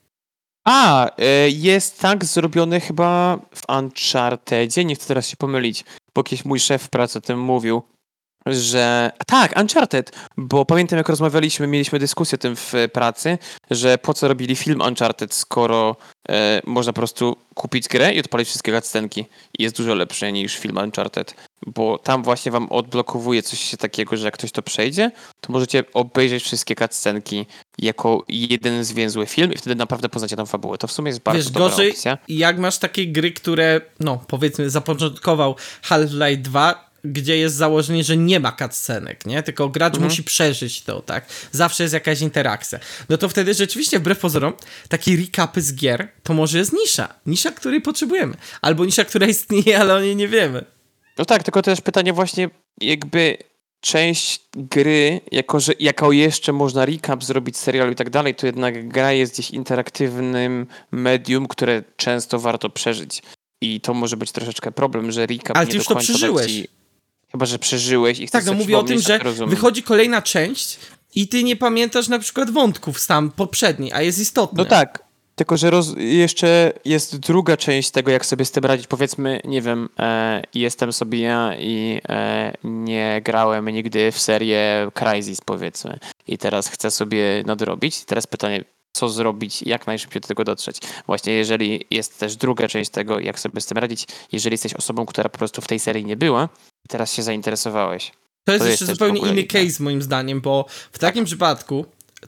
Jest tak zrobione chyba w Unchartedzie, nie chcę teraz się pomylić, bo jakiś mój szef w pracy o tym mówił, że... Tak, Uncharted, bo pamiętam jak mieliśmy dyskusję o tym w pracy, że po co robili film Uncharted, skoro można po prostu kupić grę i odpalić wszystkie cutscenki i jest dużo lepsze niż film Uncharted, bo tam właśnie wam odblokowuje coś takiego, że jak ktoś to przejdzie, to możecie obejrzeć wszystkie cutscenki jako jeden zwięzły film i wtedy naprawdę poznacie tam fabułę. To w sumie jest bardzo dobra opcja. Jak masz takie gry, które, powiedzmy, zapoczątkował Half-Life 2, gdzie jest założenie, że nie ma cutscenek, nie? Tylko gracz musi przeżyć to, tak? Zawsze jest jakaś interakcja. No to wtedy rzeczywiście, wbrew pozorom, takie recapy z gier to może jest nisza. Nisza, której potrzebujemy. Albo nisza, która istnieje, ale o niej nie wiemy. No tak, tylko też pytanie właśnie jakby część gry, jako jeszcze można recap zrobić serialu i tak dalej, to jednak gra jest gdzieś interaktywnym medium, które często warto przeżyć. I to może być troszeczkę problem, że recap ale nie ty już do to końca przeżyłeś. Chyba, że przeżyłeś i chcesz tak, mówię o tym, że rozumiem. wychodzi kolejna część i ty nie pamiętasz na przykład wątków tam poprzedniej, a jest istotny. No tak, tylko że jeszcze jest druga część tego, jak sobie z tym radzić. Powiedzmy, nie wiem, jestem sobie ja i nie grałem nigdy w serię Crysis, powiedzmy. I teraz chcę sobie nadrobić. I teraz pytanie, co zrobić i jak najszybciej do tego dotrzeć. Właśnie jeżeli jest też druga część tego, jak sobie z tym radzić, jeżeli jesteś osobą, która po prostu w tej serii nie była i teraz się zainteresowałeś. To jest jeszcze zupełnie inny case moim zdaniem, bo w takim przypadku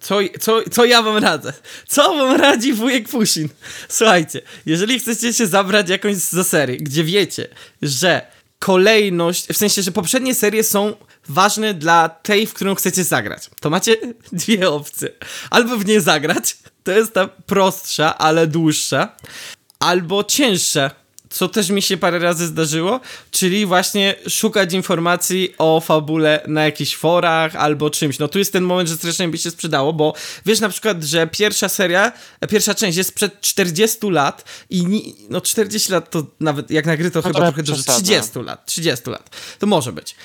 co ja wam radzę? Co wam radzi wujek Pusin? Słuchajcie, jeżeli chcecie się zabrać jakąś za serię, gdzie wiecie, że kolejność, w sensie, że poprzednie serie są ważne dla tej, w którą chcecie zagrać, to macie dwie opcje. Albo w nie zagrać, to jest ta prostsza, ale dłuższa, albo cięższa, co też mi się parę razy zdarzyło, czyli właśnie szukać informacji o fabule na jakichś forach albo czymś. No tu jest ten moment, że strasznie by się sprzedało, bo wiesz na przykład, że pierwsza część jest sprzed 40 lat i 40 lat to nawet jak na gry to chyba trochę dużo. 30 lat. To może być.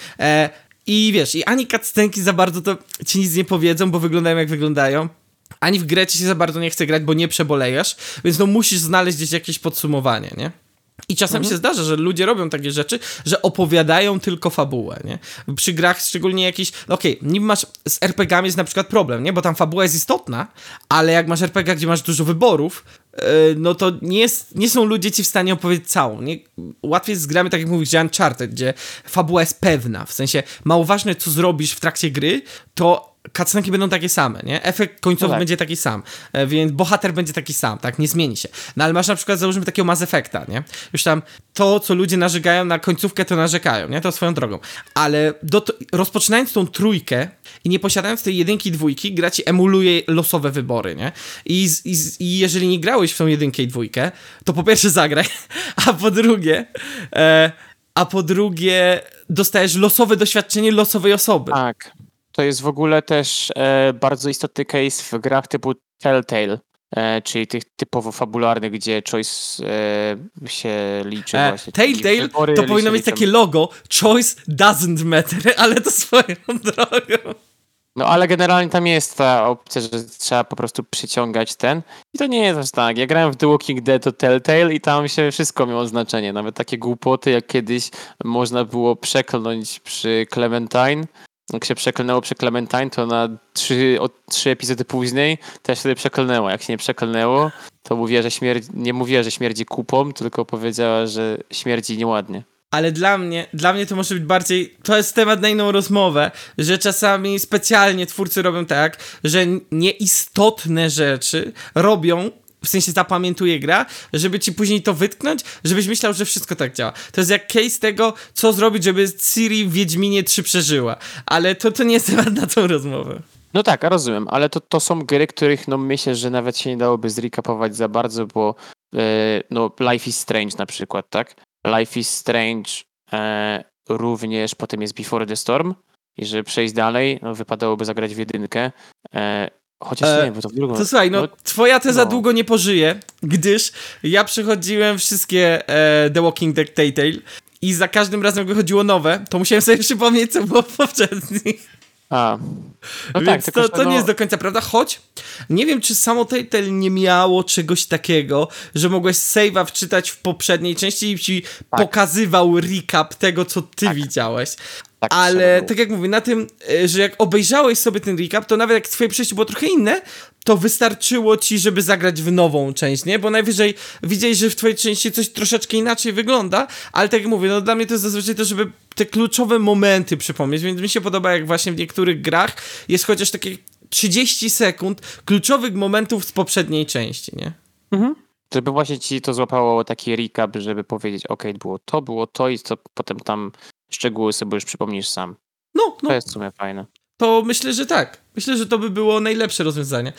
I wiesz, i ani cutscenki za bardzo to ci nic nie powiedzą, bo wyglądają jak wyglądają. Ani w grę ci się za bardzo nie chce grać, bo nie przebolejesz, więc musisz znaleźć gdzieś jakieś podsumowanie, nie? I czasem się zdarza, że ludzie robią takie rzeczy, że opowiadają tylko fabułę, nie? Przy grach szczególnie jakiś... niby masz... Z RPG-ami jest na przykład problem, nie? Bo tam fabuła jest istotna, ale jak masz RPG, gdzie masz dużo wyborów, no to nie są ludzie ci w stanie opowiedzieć całą, nie? Łatwiej jest z grami, tak jak mówisz, że Uncharted, gdzie fabuła jest pewna, w sensie mało ważne, co zrobisz w trakcie gry, to cutscenki będą takie same, nie? Efekt końcowy będzie taki sam, więc bohater będzie taki sam, tak? Nie zmieni się. No ale masz na przykład, załóżmy takiego Mass Effecta, nie? Już tam to, co ludzie narzekają na końcówkę, to narzekają, nie? To swoją drogą. Ale rozpoczynając tą trójkę i nie posiadając tej jedynki i dwójki, gra ci emuluje losowe wybory, nie? I jeżeli nie grałeś w tą jedynkę i dwójkę, to po pierwsze zagraj, a po drugie dostajesz losowe doświadczenie losowej osoby. Tak. To jest w ogóle też bardzo istotny case w grach typu Telltale, czyli tych typowo fabularnych, gdzie choice się liczy właśnie. Telltale to powinno mieć takie logo, choice doesn't matter, ale to swoją drogą. No ale generalnie tam jest ta opcja, że trzeba po prostu przyciągać ten. I to nie jest aż tak. Ja grałem w The Walking Dead to Telltale i tam się wszystko miało znaczenie. Nawet takie głupoty, jak kiedyś można było przekląć przy Clementine. Jak się przeklnęło przy Clementine, to na 3 epizody później też wtedy przeklnęło. Jak się nie przeklnęło, to nie mówiła, że śmierdzi kupą, tylko powiedziała, że śmierdzi nieładnie. Ale dla mnie to może być bardziej, to jest temat na inną rozmowę, że czasami specjalnie twórcy robią tak, że nieistotne rzeczy robią, w sensie zapamiętuje gra, żeby ci później to wytknąć, żebyś myślał, że wszystko tak działa. To jest jak case tego, co zrobić, żeby Ciri w Wiedźminie 3 przeżyła. Ale to nie jest temat na tą rozmowę. No tak, rozumiem, ale to są gry, których no myślę, że nawet się nie dałoby zrecapować za bardzo, bo no Life is Strange na przykład, tak? Life is Strange również potem jest Before the Storm i żeby przejść dalej, no wypadałoby zagrać w jedynkę. Chociaż nie, bo to w drugą... To słuchaj, twoja teza długo nie pożyje, gdyż ja przechodziłem wszystkie The Walking Dead Telltale i za każdym razem, jak wychodziło nowe, to musiałem sobie przypomnieć, co było w poprzednich. No więc tak, tylko, to nie jest do końca prawda, choć nie wiem, czy samo Telltale nie miało czegoś takiego, że mogłeś save'a wczytać w poprzedniej części i ci pokazywał recap tego, co ty widziałeś. Tak, ale tak jak mówię, na tym, że jak obejrzałeś sobie ten recap, to nawet jak twoje przejście było trochę inne, to wystarczyło ci, żeby zagrać w nową część, nie? Bo najwyżej widziałeś, że w twojej części coś troszeczkę inaczej wygląda, ale tak jak mówię, no dla mnie to jest zazwyczaj to, żeby te kluczowe momenty przypomnieć, więc mi się podoba, jak właśnie w niektórych grach jest chociaż takie 30 sekund kluczowych momentów z poprzedniej części, nie? Mhm. Żeby właśnie ci to złapało taki recap, żeby powiedzieć, okej, było to i co potem tam szczegóły sobie już przypomnisz sam. No. To jest w sumie fajne. To myślę, że tak. Myślę, że to by było najlepsze rozwiązanie.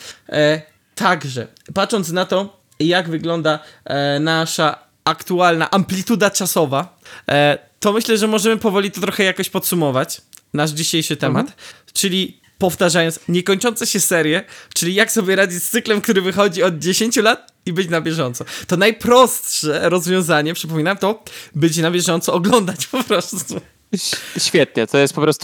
Także, patrząc na to, jak wygląda nasza aktualna amplituda czasowa, to myślę, że możemy powoli to trochę jakoś podsumować, nasz dzisiejszy temat, czyli powtarzając, niekończące się serie, czyli jak sobie radzić z cyklem, który wychodzi od 10 lat i być na bieżąco. To najprostsze rozwiązanie, przypominam, to być na bieżąco, oglądać po prostu. Świetnie, to jest po prostu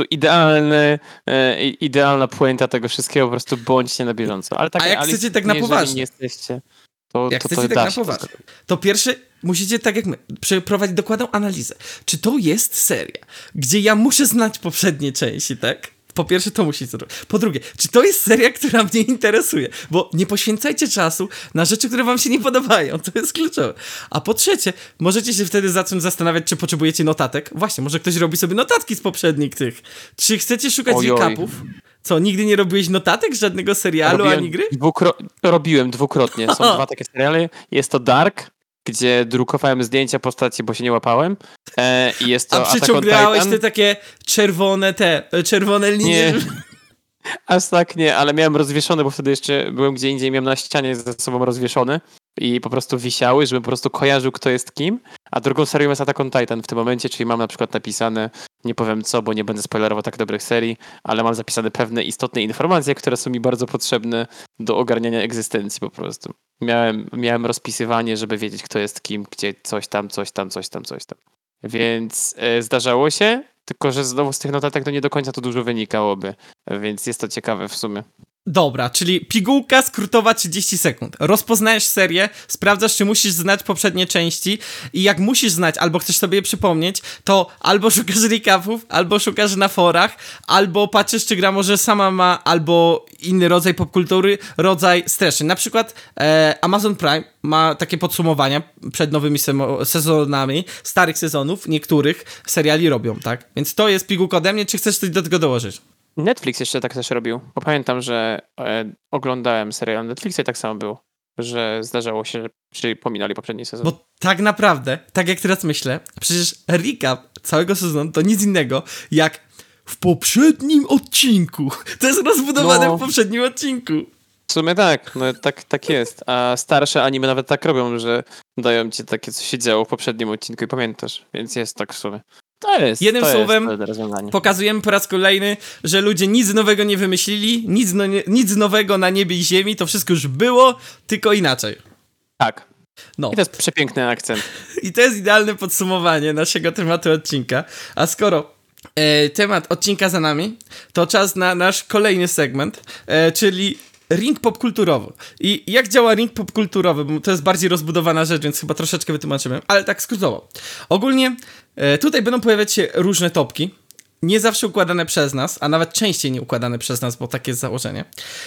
idealna puenta tego wszystkiego, po prostu bądźcie na bieżąco. Ale tak, a jak chcecie tak na poważnie, nie jesteście, jak chcecie tak na poważnie, to pierwsze musicie, tak jak my, przeprowadzić dokładną analizę. Czy to jest seria, gdzie ja muszę znać poprzednie części, tak? Po pierwsze, to musicie zrobić. Po drugie, czy to jest seria, która mnie interesuje? Bo nie poświęcajcie czasu na rzeczy, które wam się nie podobają. To jest kluczowe. A po trzecie, możecie się wtedy zacząć zastanawiać, czy potrzebujecie notatek. Właśnie, może ktoś robi sobie notatki z poprzednich tych. Czy chcecie szukać recapów? Co, nigdy nie robiłeś notatek żadnego serialu ani gry? Robiłem dwukrotnie. Są dwa takie seriale. Jest to Dark, gdzie drukowałem zdjęcia postaci, bo się nie łapałem. I jest to a przyciągałeś te takie czerwone linie? Nie. Aż tak nie, ale miałem rozwieszone, bo wtedy jeszcze byłem gdzie indziej, miałem na ścianie ze sobą rozwieszone i po prostu wisiały, żebym po prostu kojarzył, kto jest kim. A drugą serią jest Attack on Titan w tym momencie, czyli mam na przykład napisane, nie powiem co, bo nie będę spoilerował tak dobrych serii, ale mam zapisane pewne istotne informacje, które są mi bardzo potrzebne do ogarniania egzystencji po prostu. Miałem rozpisywanie, żeby wiedzieć, kto jest kim, gdzie coś tam. Więc zdarzało się, tylko że znowu z tych notatek to nie do końca to dużo wynikałoby, więc jest to ciekawe w sumie. Dobra, czyli pigułka skrótowa 30 sekund. Rozpoznajesz serię, sprawdzasz, czy musisz znać poprzednie części i jak musisz znać, albo chcesz sobie je przypomnieć, to albo szukasz recapów, albo szukasz na forach, albo patrzysz, czy gra może sama ma albo inny rodzaj popkultury, rodzaj streszczeń. Na przykład Amazon Prime ma takie podsumowania przed nowymi sezonami, starych sezonów, niektórych seriali robią, tak? Więc to jest pigułka ode mnie, czy chcesz coś do tego dołożyć? Netflix jeszcze tak też robił, bo pamiętam, że oglądałem serial na Netflixie i tak samo było, że zdarzało się, że przypominali poprzedni sezon. Bo tak naprawdę, tak jak teraz myślę, przecież recap całego sezonu to nic innego jak w poprzednim odcinku. To jest rozbudowane w poprzednim odcinku. W sumie tak, no tak jest. A starsze anime nawet tak robią, że dają ci takie, co się działo w poprzednim odcinku i pamiętasz, więc jest tak w sumie. Jednym słowem, pokazujemy po raz kolejny, że ludzie nic nowego nie wymyślili, nic nowego na niebie i ziemi, to wszystko już było, tylko inaczej. Tak. No. I to jest przepiękny akcent. I to jest idealne podsumowanie naszego tematu odcinka. A skoro temat odcinka za nami, to czas na nasz kolejny segment, czyli ring popkulturowy. I jak działa ring popkulturowy? Bo to jest bardziej rozbudowana rzecz, więc chyba troszeczkę wytłumaczymy, ale tak skrótowo. Ogólnie tutaj będą pojawiać się różne topki, nie zawsze układane przez nas, a nawet częściej nie układane przez nas, bo takie jest założenie.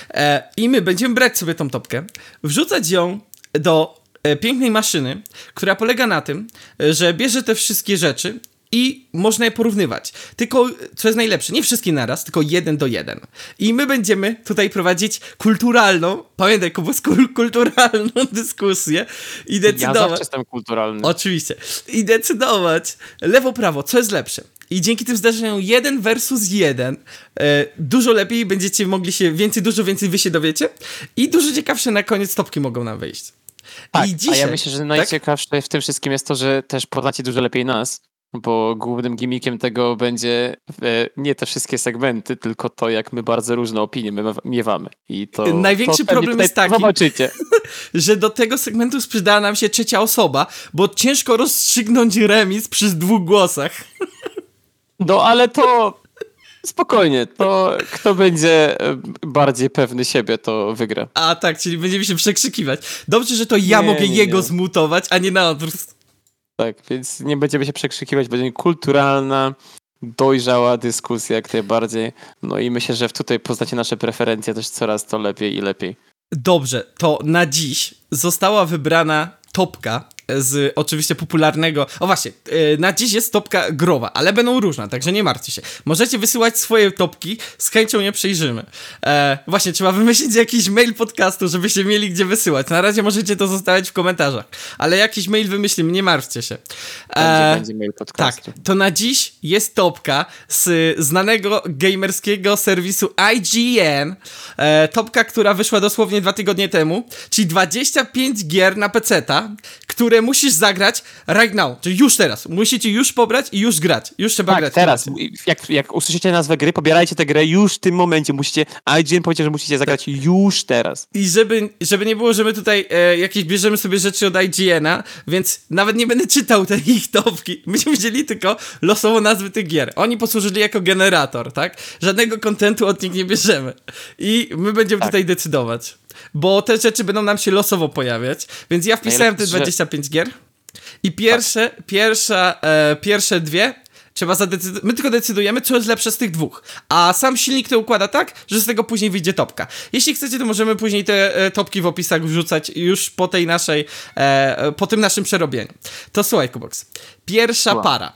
I my będziemy brać sobie tą topkę, wrzucać ją do pięknej maszyny, która polega na tym, że bierze te wszystkie rzeczy i można je porównywać. Tylko, co jest najlepsze, nie wszystkie naraz, tylko 1:1. I my będziemy tutaj prowadzić kulturalną, pamiętaj, Kubus, kulturalną dyskusję i decydować... Ja zawsze jestem kulturalny. Oczywiście. I decydować lewo, prawo, co jest lepsze. I dzięki tym zdarzeniom 1 versus 1 dużo lepiej będziecie mogli się dużo więcej wy się dowiecie i dużo ciekawsze na koniec topki mogą nam wyjść. Tak, I dzisiaj, a ja myślę, że najciekawsze w tym wszystkim jest to, że też poznacie dużo lepiej nas, bo głównym gimmickiem tego będzie nie te wszystkie segmenty, tylko to, jak my bardzo różne opinie miewamy. I to największy problem jest taki, zobaczycie. że do tego segmentu sprzedała nam się trzecia osoba, bo ciężko rozstrzygnąć remis przy 2 głosach. No ale to spokojnie, to kto będzie bardziej pewny siebie, to wygra. A tak, czyli będziemy się przekrzykiwać. Dobrze, że to ja mogę jego zmutować, a nie na odwrót. Tak, więc nie będziemy się przekrzykiwać, będzie kulturalna, dojrzała dyskusja jak najbardziej. No i myślę, że tutaj poznacie nasze preferencje też coraz to lepiej i lepiej. Dobrze, to na dziś została wybrana topka z oczywiście popularnego... O właśnie, na dziś jest topka growa, ale będą różne, także nie martwcie się. Możecie wysyłać swoje topki, z chęcią je przejrzymy. Właśnie, trzeba wymyślić jakiś mail podcastu, żebyście mieli gdzie wysyłać. Na razie możecie to zostawiać w komentarzach, ale jakiś mail wymyślimy, nie martwcie się. Będzie mail podcastu. Tak, to na dziś jest topka z znanego gamerskiego serwisu IGN. Topka, która wyszła dosłownie 2 tygodnie temu, czyli 25 gier na PC-ta, które musisz zagrać right now, czyli już teraz. Musicie już pobrać i już grać. Już trzeba grać. Teraz. Jak usłyszycie nazwę gry, pobierajcie tę grę już w tym momencie. IGN powiedział, że musicie zagrać już teraz. I żeby nie było, że my tutaj jakieś bierzemy sobie rzeczy od IGN-a, więc nawet nie będę czytał tej ich topki. Myśmy wzięli tylko losowo nazwy tych gier. Oni posłużyli jako generator, tak? Żadnego kontentu od nich nie bierzemy. I my będziemy tutaj decydować. Bo te rzeczy będą nam się losowo pojawiać. Więc ja wpisałem te 25 gier. I pierwsze 2 trzeba zadecydować. My tylko decydujemy, co jest lepsze z tych 2. A sam silnik to układa tak, że z tego później wyjdzie topka. Jeśli chcecie, to możemy później te topki w opisach wrzucać już po tej naszej, po tym naszym przerobieniu. To słuchaj, Kubox. Pierwsza para.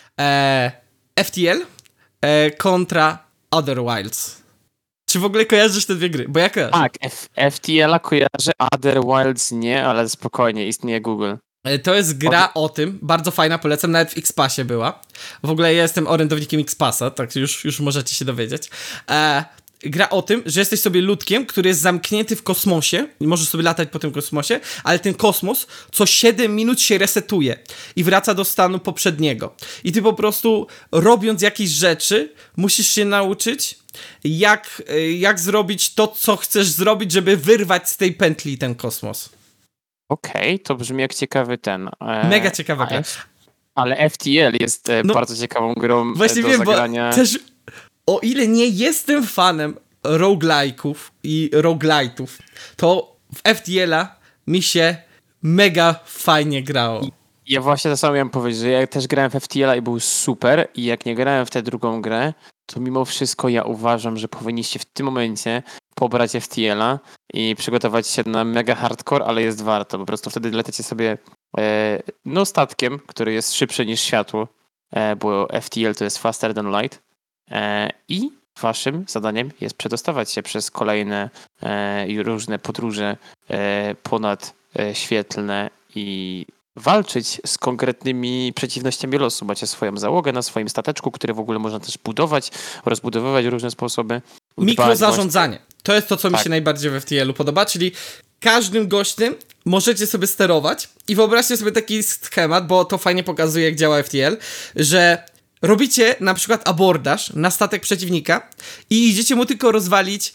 FTL kontra Other Wilds. Czy w ogóle kojarzysz te 2 gry? Bo ja kojarzę. Tak, FTL-a kojarzę, Other Wilds nie, ale spokojnie, istnieje Google. To jest gra o tym, bardzo fajna, polecam, nawet w X-Passie była. W ogóle ja jestem orędownikiem X-Passa, tak już możecie się dowiedzieć. Gra o tym, że jesteś sobie ludkiem, który jest zamknięty w kosmosie i możesz sobie latać po tym kosmosie, ale ten kosmos co 7 minut się resetuje i wraca do stanu poprzedniego. I ty po prostu, robiąc jakieś rzeczy, musisz się nauczyć, jak zrobić to, co chcesz zrobić, żeby wyrwać z tej pętli ten kosmos. Okej, to brzmi jak ciekawy Mega ciekawa gra. Ale FTL jest bardzo ciekawą grą właśnie do wiem, zagrania. Bo też, o ile nie jestem fanem roguelike'ów i roguelite'ów, to w FTL-a mi się mega fajnie grało. Ja właśnie to samo miałem powiedzieć, że ja też grałem w FTL-a i był super i jak nie grałem w tę drugą grę, to mimo wszystko ja uważam, że powinniście w tym momencie pobrać FTL-a i przygotować się na mega hardcore, ale jest warto. Po prostu wtedy lecicie sobie statkiem, który jest szybszy niż światło, bo FTL to jest faster than light i waszym zadaniem jest przedostawać się przez kolejne różne podróże ponadświetlne i walczyć z konkretnymi przeciwnościami losu. Macie swoją załogę na swoim stateczku, który w ogóle można też budować, rozbudowywać w różne sposoby. Mikrozarządzanie. To jest to, co mi się najbardziej w FTL-u podoba, czyli każdym gościem możecie sobie sterować i wyobraźcie sobie taki schemat, bo to fajnie pokazuje, jak działa FTL, że robicie na przykład abordaż na statek przeciwnika i idziecie mu tylko rozwalić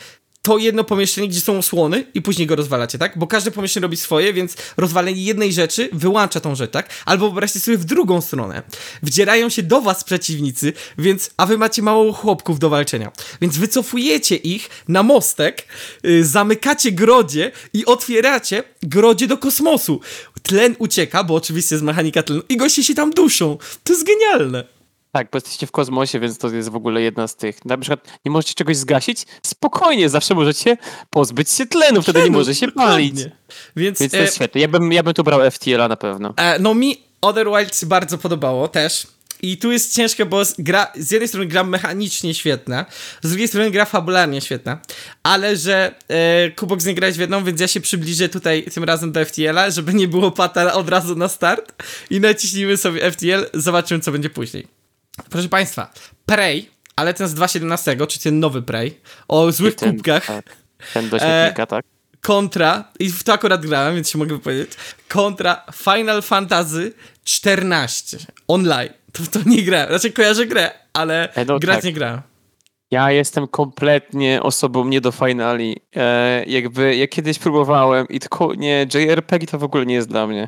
to jedno pomieszczenie, gdzie są osłony i później go rozwalacie, tak? Bo każde pomieszczenie robi swoje, więc rozwalenie jednej rzeczy wyłącza tą rzecz, tak? Albo wyobraźcie sobie w drugą stronę. Wdzierają się do was przeciwnicy, a wy macie mało chłopków do walczenia. Więc wycofujecie ich na mostek, zamykacie grodzie i otwieracie grodzie do kosmosu. Tlen ucieka, bo oczywiście jest mechanika tlenu i goście się tam duszą. To jest genialne. Tak, bo jesteście w kosmosie, więc to jest w ogóle jedna z tych. Na przykład nie możecie czegoś zgasić? Spokojnie, zawsze możecie pozbyć się tlenu, wtedy nie może się palić. Więc to jest świetne. Ja bym tu brał FTL-a na pewno. No mi Other Wilds się bardzo podobało też. I tu jest ciężko, bo z jednej strony gra mechanicznie świetna, z drugiej strony gra fabularnie świetna, ale że Kubok z niej grałeś w jedną, więc ja się przybliżę tutaj tym razem do FTL-a, żeby nie było pata od razu na start i naciśnijmy sobie FTL, zobaczymy co będzie później. Proszę Państwa, Prey, ale ten z 2.17, czyli ten nowy Prey, o złych kubkach. Tak, ten do śmietnika, tak. Kontra, i w to akurat grałem, więc się mogę wypowiedzieć, kontra Final Fantasy XIV online. To nie grałem, znaczy kojarzę grę, ale grać tak nie grałem. Ja jestem kompletnie osobą nie do finali. Ja kiedyś próbowałem i tylko nie, JRPG to w ogóle nie jest dla mnie.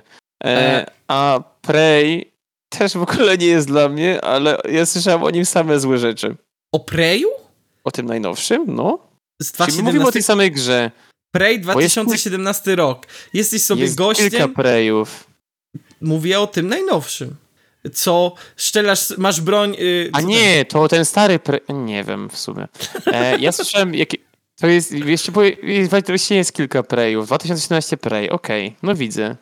A Prey też w ogóle nie jest dla mnie, ale ja słyszałem o nim same złe rzeczy. O Preyu? O tym najnowszym? No. Z 2017... Mówimy o tej samej grze. Prey 2017 rok. Jesteś sobie jest gościem... kilka Preyów. Mówię o tym najnowszym. Co? Szczelasz, masz broń... A nie, to ten stary Prey... Nie wiem w sumie. Ja słyszałem... To jest... Jeszcze jest kilka Preyów. 2017 Prey, okej. No widzę.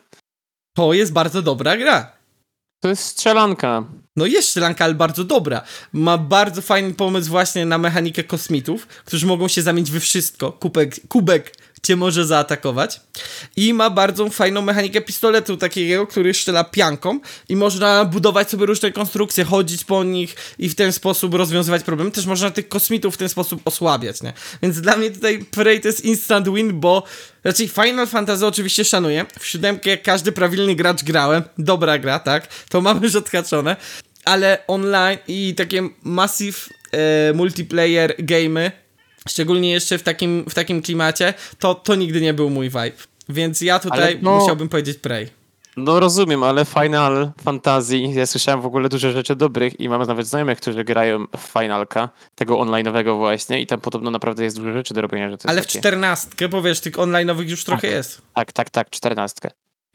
To jest bardzo dobra gra. To jest strzelanka. No jest strzelanka, ale bardzo dobra. Ma bardzo fajny pomysł właśnie na mechanikę kosmitów, którzy mogą się zamienić we wszystko. Kubek cię może zaatakować. I ma bardzo fajną mechanikę pistoletu takiego, który strzela pianką i można budować sobie różne konstrukcje, chodzić po nich i w ten sposób rozwiązywać problemy. Też można tych kosmitów w ten sposób osłabiać, nie? Więc dla mnie tutaj Prey to jest instant win, bo raczej Final Fantasy oczywiście szanuję. W 7 jak każdy prawilny gracz grałem. Dobra gra, tak? To mamy już odhaczone. Ale online i takie massive multiplayer game'y, szczególnie jeszcze w takim klimacie, to nigdy nie był mój vibe. Więc ja tutaj musiałbym powiedzieć Prey. No rozumiem, ale Final Fantasy, ja słyszałem w ogóle dużo rzeczy dobrych i mam nawet znajomych, którzy grają w Finalka, tego online'owego właśnie i tam podobno naprawdę jest dużo rzeczy do robienia. Że to ale jest w 14, bo wiesz, tych online'owych już trochę jest. Tak, 14.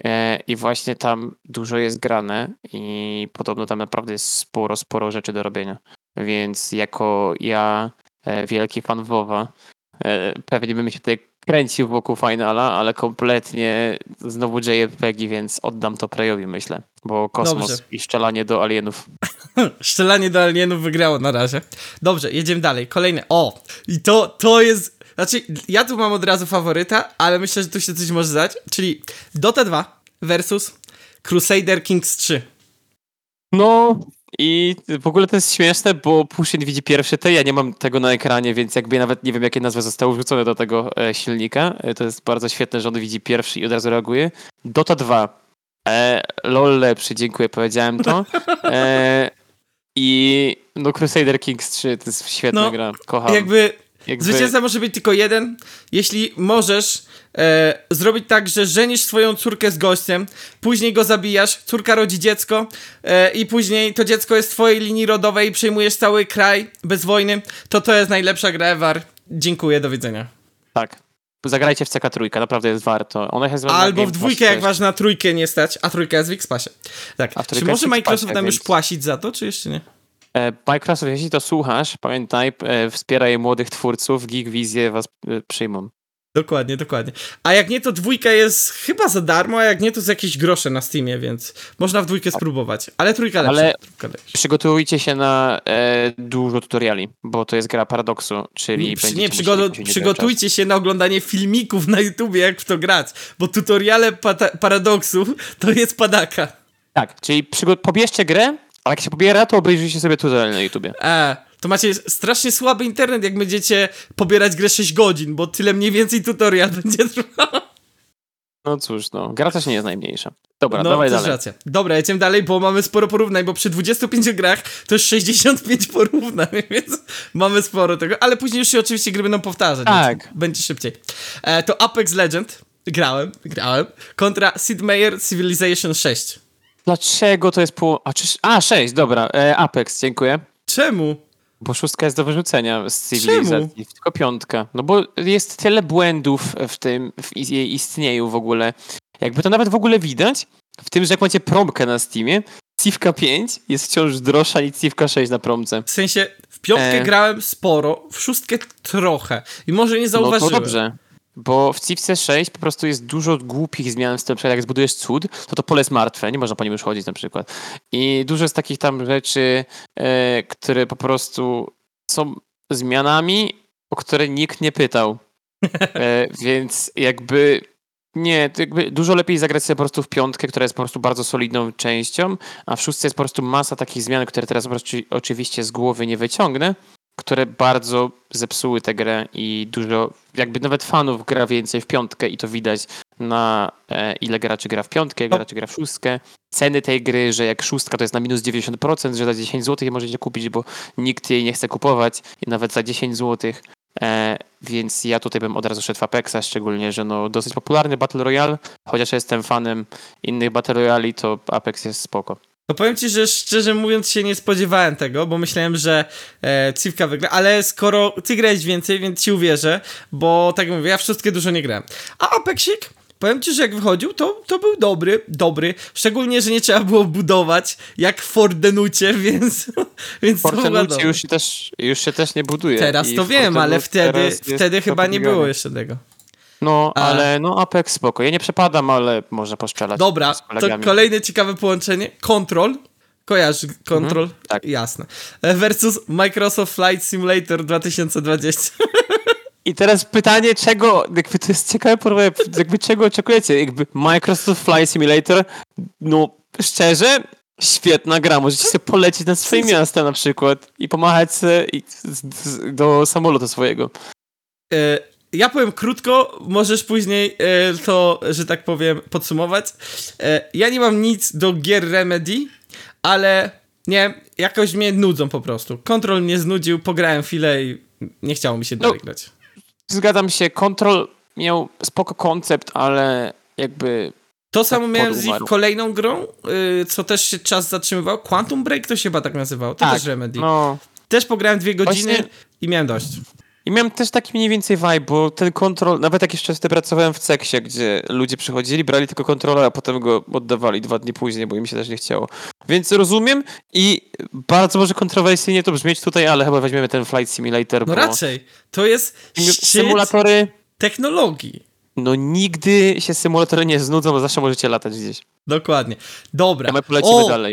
I właśnie tam dużo jest grane i podobno tam naprawdę jest sporo rzeczy do robienia. Więc jako ja, wielki fan WoWa, pewnie bym się tutaj kręcił wokół Finala, ale kompletnie znowu JRPG, więc oddam to Preyowi, myślę. Bo kosmos Dobrze. I strzelanie do alienów. Strzelanie do alienów wygrało na razie. Dobrze, jedziemy dalej. Kolejne. I to jest... Znaczy, ja tu mam od razu faworyta, ale myślę, że tu się coś może zdać. Czyli Dota 2 versus Crusader Kings 3. No i w ogóle to jest śmieszne, bo Pushin widzi pierwszy ja nie mam tego na ekranie, więc jakby nawet nie wiem, jakie nazwy zostały wrzucone do tego silnika. To jest bardzo świetne, że on widzi pierwszy i od razu reaguje. Dota 2. LOL lepszy, dziękuję, powiedziałem to. I Crusader Kings 3 to jest świetna gra, kocham. Jakby zwycięzca może być tylko jeden. Jeśli możesz zrobić tak, że żenisz swoją córkę z gościem, później go zabijasz, córka rodzi dziecko i później to dziecko jest w twojej linii rodowej i przejmujesz cały kraj bez wojny, to jest najlepsza gra ever. Dziękuję, do widzenia. Tak. Zagrajcie w CK3, naprawdę jest warto. Ona jest albo w dwójkę, jak waż na trójkę nie stać, a trójka jest w X-Passie. Tak. Czy może Microsoft nam już płacić za to, czy jeszcze nie? Microsoft, jeśli to słuchasz, pamiętaj, wspieraj młodych twórców, Geekvizję was przyjmą. Dokładnie. A jak nie, to dwójka jest chyba za darmo, a jak nie, to z jakieś grosze na Steamie, więc można w dwójkę spróbować. Ale trójka lepsza. Ale przygotujcie się na dużo tutoriali, bo to jest gra Paradoksu, czyli... Przygotujcie się na oglądanie filmików na YouTubie, jak w to grać, bo tutoriale Paradoksu to jest padaka. Tak, czyli pobierzcie grę, a jak się pobiera, to obejrzyjcie sobie tutorial na YouTubie. To macie strasznie słaby internet, jak będziecie pobierać grę 6 godzin, bo tyle mniej więcej tutorial będzie trwał. No cóż, no. Gra też nie jest najmniejsza. Dobra, No, dawaj to jest dalej. racja. Dobra, jedziemy dalej, bo mamy sporo porównań, bo przy 25 grach to jest 65 porównań, więc mamy sporo tego, ale później już się oczywiście gry będą powtarzać, Tak. więc będzie szybciej. To Apex Legend, grałem, kontra Sid Meier Civilization 6. Dlaczego to jest A, 6, dobra. Apex, dziękuję. Czemu? Bo 6 jest do wyrzucenia z cywilizacji, tylko 5. No bo jest tyle błędów w jej istnieniu w ogóle. Jakby to nawet w ogóle widać w tym, że jak macie promkę na Steamie, Civka 5 jest wciąż droższa niż Civka 6 na promce. W sensie, w 5 grałem sporo, w 6 trochę i może nie zauważyłem. No to dobrze, bo w Civce 6 po prostu jest dużo głupich zmian w stylu, jak zbudujesz cud, to pole jest martwe, nie można po nim już chodzić na przykład. I dużo jest takich tam rzeczy, które po prostu są zmianami, o które nikt nie pytał. Więc jakby nie, to jakby dużo lepiej zagrać sobie po prostu w 5, która jest po prostu bardzo solidną częścią, a w 6 jest po prostu masa takich zmian, które teraz po prostu oczywiście z głowy nie wyciągnę, które bardzo zepsuły tę grę i dużo, jakby nawet fanów gra więcej w 5 i to widać na ile graczy gra w 5, ile graczy gra w 6. Ceny tej gry, że jak 6 to jest na minus 90%, że za 10 zł je możecie kupić, bo nikt jej nie chce kupować i nawet za 10 zł. Więc ja tutaj bym od razu szedł w Apexa, szczególnie, że no dosyć popularny Battle Royale, chociaż jestem fanem innych Battle Royali, to Apex jest spoko. To powiem ci, że szczerze mówiąc się nie spodziewałem tego, bo myślałem, że Civka wygra, ale skoro ty grałeś więcej, więc ci uwierzę, bo tak jak mówię, ja w wszystkie dużo nie grałem. A Apexik, powiem ci, że jak wychodził, to był dobry, szczególnie, że nie trzeba było budować, jak w Fordenucie, więc to była dobra. już się też nie buduje. Teraz to wiem, ale wtedy chyba nie było jeszcze tego. No, ale no Apex spoko. Ja nie przepadam, ale można poszczelać. Dobra, to kolejne ciekawe połączenie. Control. Kojarz Control? Tak. Jasne. Versus Microsoft Flight Simulator 2020. I teraz pytanie, czego, jakby to jest ciekawe porównanie, jakby czego oczekujecie? Jakby Microsoft Flight Simulator, no szczerze, świetna gra. Możecie sobie polecieć na swoje miasta na przykład i pomachać sobie do samolotu swojego. Ja powiem krótko, możesz później to, że tak powiem, podsumować. Ja nie mam nic do gier Remedy, ale nie, jakoś mnie nudzą po prostu. Control mnie znudził, pograłem chwilę i nie chciało mi się dalej grać. Zgadzam się, Control miał spoko koncept, ale jakby... To samo miałem z ich kolejną grą, co też się czas zatrzymywał. Quantum Break to się chyba tak nazywało, to też Remedy. No. Też pograłem 2 godziny Właśnie... i miałem dość. I miałem też taki mniej więcej vibe, bo ten Control, nawet jak jeszcze wtedy pracowałem w Ceksie, gdzie ludzie przychodzili, brali tylko kontroler, a potem go oddawali 2 dni później, bo im się też nie chciało. Więc rozumiem i bardzo może kontrowersyjnie to brzmieć tutaj, ale chyba weźmiemy ten Flight Simulator, No bo... raczej, to jest symulatory technologii. No nigdy się symulatory nie znudzą, bo zawsze możecie latać gdzieś. Dokładnie. Dobra. A my polecimy dalej.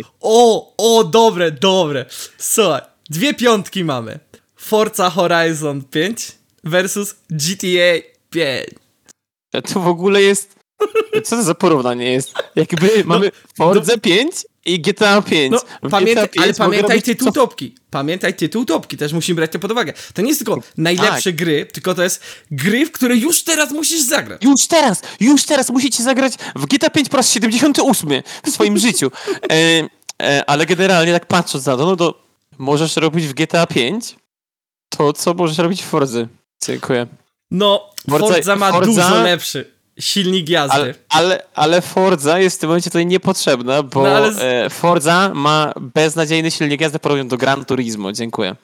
Dobre. Słuchaj, 2 piątki mamy. Forza Horizon 5 versus GTA 5. To w ogóle jest... Co to za porównanie jest? Jakby mamy Forza 5 i GTA 5. No, ale pamiętaj tytuł topki. Pamiętaj tytuł topki, też musimy brać to pod uwagę. To nie jest tylko najlepsze gry, tylko to jest gry, w które już teraz musisz zagrać. Już teraz musicie zagrać w GTA 5 po raz 78 w swoim życiu. Ale generalnie tak patrząc na to, no to możesz robić w GTA 5 to, co możesz robić w Fordze. Dziękuję. No, Forza ma dużo lepszy silnik jazdy. Ale Forza jest w tym momencie tutaj niepotrzebna, bo Forza ma beznadziejny silnik jazdy w porównaniu do Gran Turismo. Dziękuję.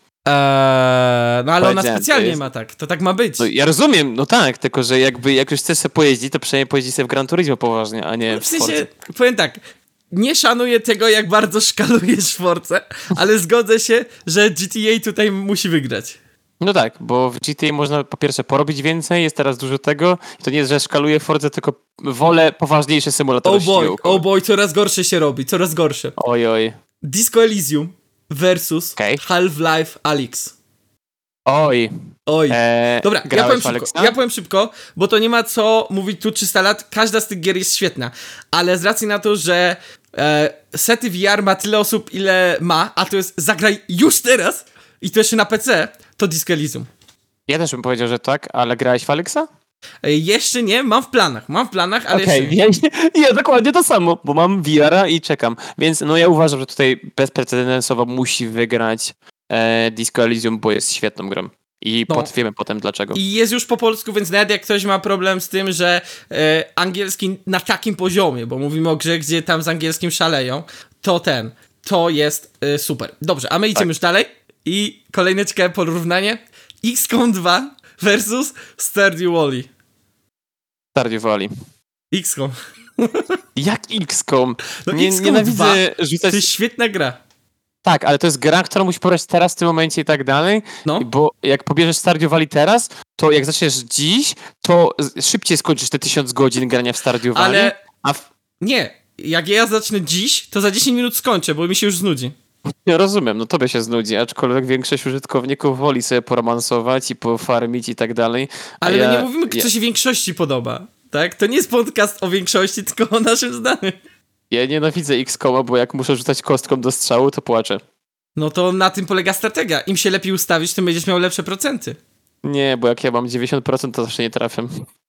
No ale ona specjalnie ma tak. To tak ma być. No, ja rozumiem, no tak, tylko że jakby jak już chcesz sobie pojeździć, to przynajmniej pojeździ sobie w Gran Turismo poważnie, a nie w sensie, powiem tak, nie szanuję tego, jak bardzo szkalujesz Force, ale zgodzę się, że GTA tutaj musi wygrać. No tak, bo w GTA można po pierwsze porobić więcej, jest teraz dużo tego. I to nie jest, że szkaluję Fordzę, tylko wolę poważniejsze symulatory. Oh boy, coraz gorsze się robi, coraz gorsze. Oj. Disco Elysium versus Half-Life Alyx. Oj. Dobra, ja powiem szybko, bo to nie ma co mówić tu 300 lat. Każda z tych gier jest świetna, ale z racji na to, że sety VR ma tyle osób, ile ma, a to jest zagraj już teraz i to jeszcze na PC, to Disco Elysium. Ja też bym powiedział, że tak, ale grałeś w Alyxa? Jeszcze nie, mam w planach, ale Okej, jeszcze nie. ja dokładnie to samo, bo mam VR-a i czekam. Więc no ja uważam, że tutaj bezprecedensowo musi wygrać Disco Elysium, bo jest świetną grą. I No. wiemy potem dlaczego. I jest już po polsku, więc nawet jak ktoś ma problem z tym, że angielski na takim poziomie, bo mówimy o grze, gdzie tam z angielskim szaleją, to jest super. Dobrze, a my idziemy już dalej i kolejne ciekawe porównanie. XCOM 2 versus Stardew Valley. Stardew Valley. XCOM. Jak XCOM? No Nie, XCOM nienawidzę 2 rzucać... to jest świetna gra. Tak, ale to jest gra, którą musisz pobrać teraz, w tym momencie i tak dalej. No. Bo jak pobierzesz Stardew Valley teraz, to jak zaczniesz dziś, to szybciej skończysz te 1000 godzin grania w Stardew Valley. Ale A nie, jak ja zacznę dziś, to za 10 minut skończę, bo mi się już znudzi. ja rozumiem, no tobie się znudzi, aczkolwiek większość użytkowników woli sobie poromansować i pofarmić i tak dalej. Ale no nie mówimy, co się większości podoba. Tak? To nie jest podcast o większości, tylko o naszym zdaniu. Ja nienawidzę XCOMa, bo jak muszę rzucać kostką do strzału, to płaczę. No to na tym polega strategia. Im się lepiej ustawić, tym będziesz miał lepsze procenty. Nie, bo jak ja mam 90%, to zawsze nie trafię.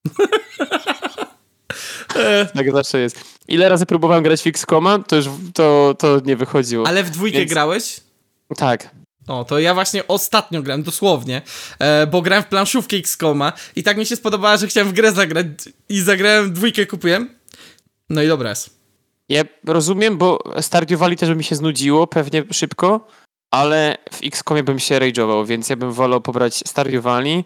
Tak zawsze jest. Ile razy próbowałem grać w XCOMa, to już to nie wychodziło. Ale w dwójkę Więc... grałeś? Tak. O, to ja właśnie ostatnio grałem, dosłownie, bo grałem w planszówkę XCOMa i tak mi się spodobała, że chciałem w grę zagrać i zagrałem, dwójkę kupiłem. No i dobra jest. Ja rozumiem, bo Stardew Valley też by mi się znudziło pewnie szybko, ale w XCOMie bym się rage'ował, więc ja bym wolał pobrać Stardew Valley,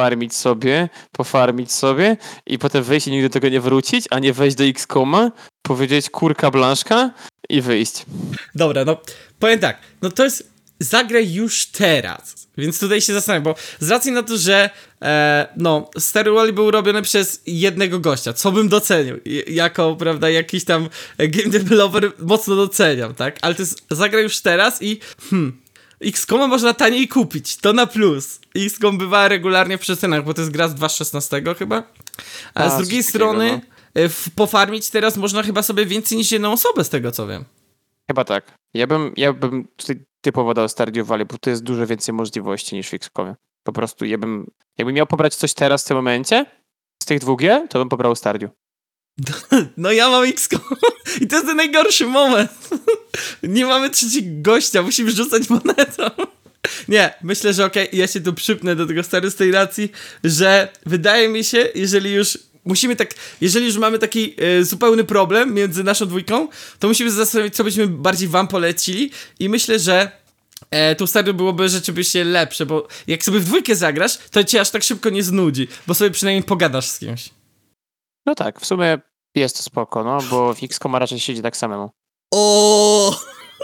pofarmić sobie i potem wyjść i nigdy do tego nie wrócić, a nie wejść do XCOMa, powiedzieć kurka blaszka i wyjść. Dobra, no powiem tak, no to jest zagraj już teraz, więc tutaj się zastanawiam, bo z racji na to, że Stardew Valley był robiony przez jednego gościa, co bym docenił, jako, prawda, jakiś tam game developer mocno doceniam, tak, ale to jest zagraj już teraz i XCOMa można taniej kupić, to na plus. XCOM bywa regularnie w przecenach, bo to jest gra z 2016 chyba, a z drugiej strony pofarmić teraz można chyba sobie więcej niż jedną osobę, z tego co wiem. Chyba tak. Ja bym tutaj typowo dał Stardew Valley, bo tu jest dużo więcej możliwości niż w XCOMie. Po prostu jakbym miał pobrać coś teraz w tym momencie, z tych dwóch gier, to bym pobrał Stardew. No ja mam XCOM i to jest ten najgorszy moment. Nie mamy trzeciego gościa, musimy rzucać monetą. Nie, myślę, że okej, ja się tu przypnę do tego Stardew z tej racji, że wydaje mi się, jeżeli już mamy taki zupełny problem między naszą dwójką, to musimy zastanowić, co byśmy bardziej wam polecili i myślę, że tu Stardew byłoby rzeczywiście lepsze, bo jak sobie w dwójkę zagrasz, to cię aż tak szybko nie znudzi, bo sobie przynajmniej pogadasz z kimś. No tak, w sumie jest to spoko, no, bo w XCOMa raczej siedzi tak samemu. O,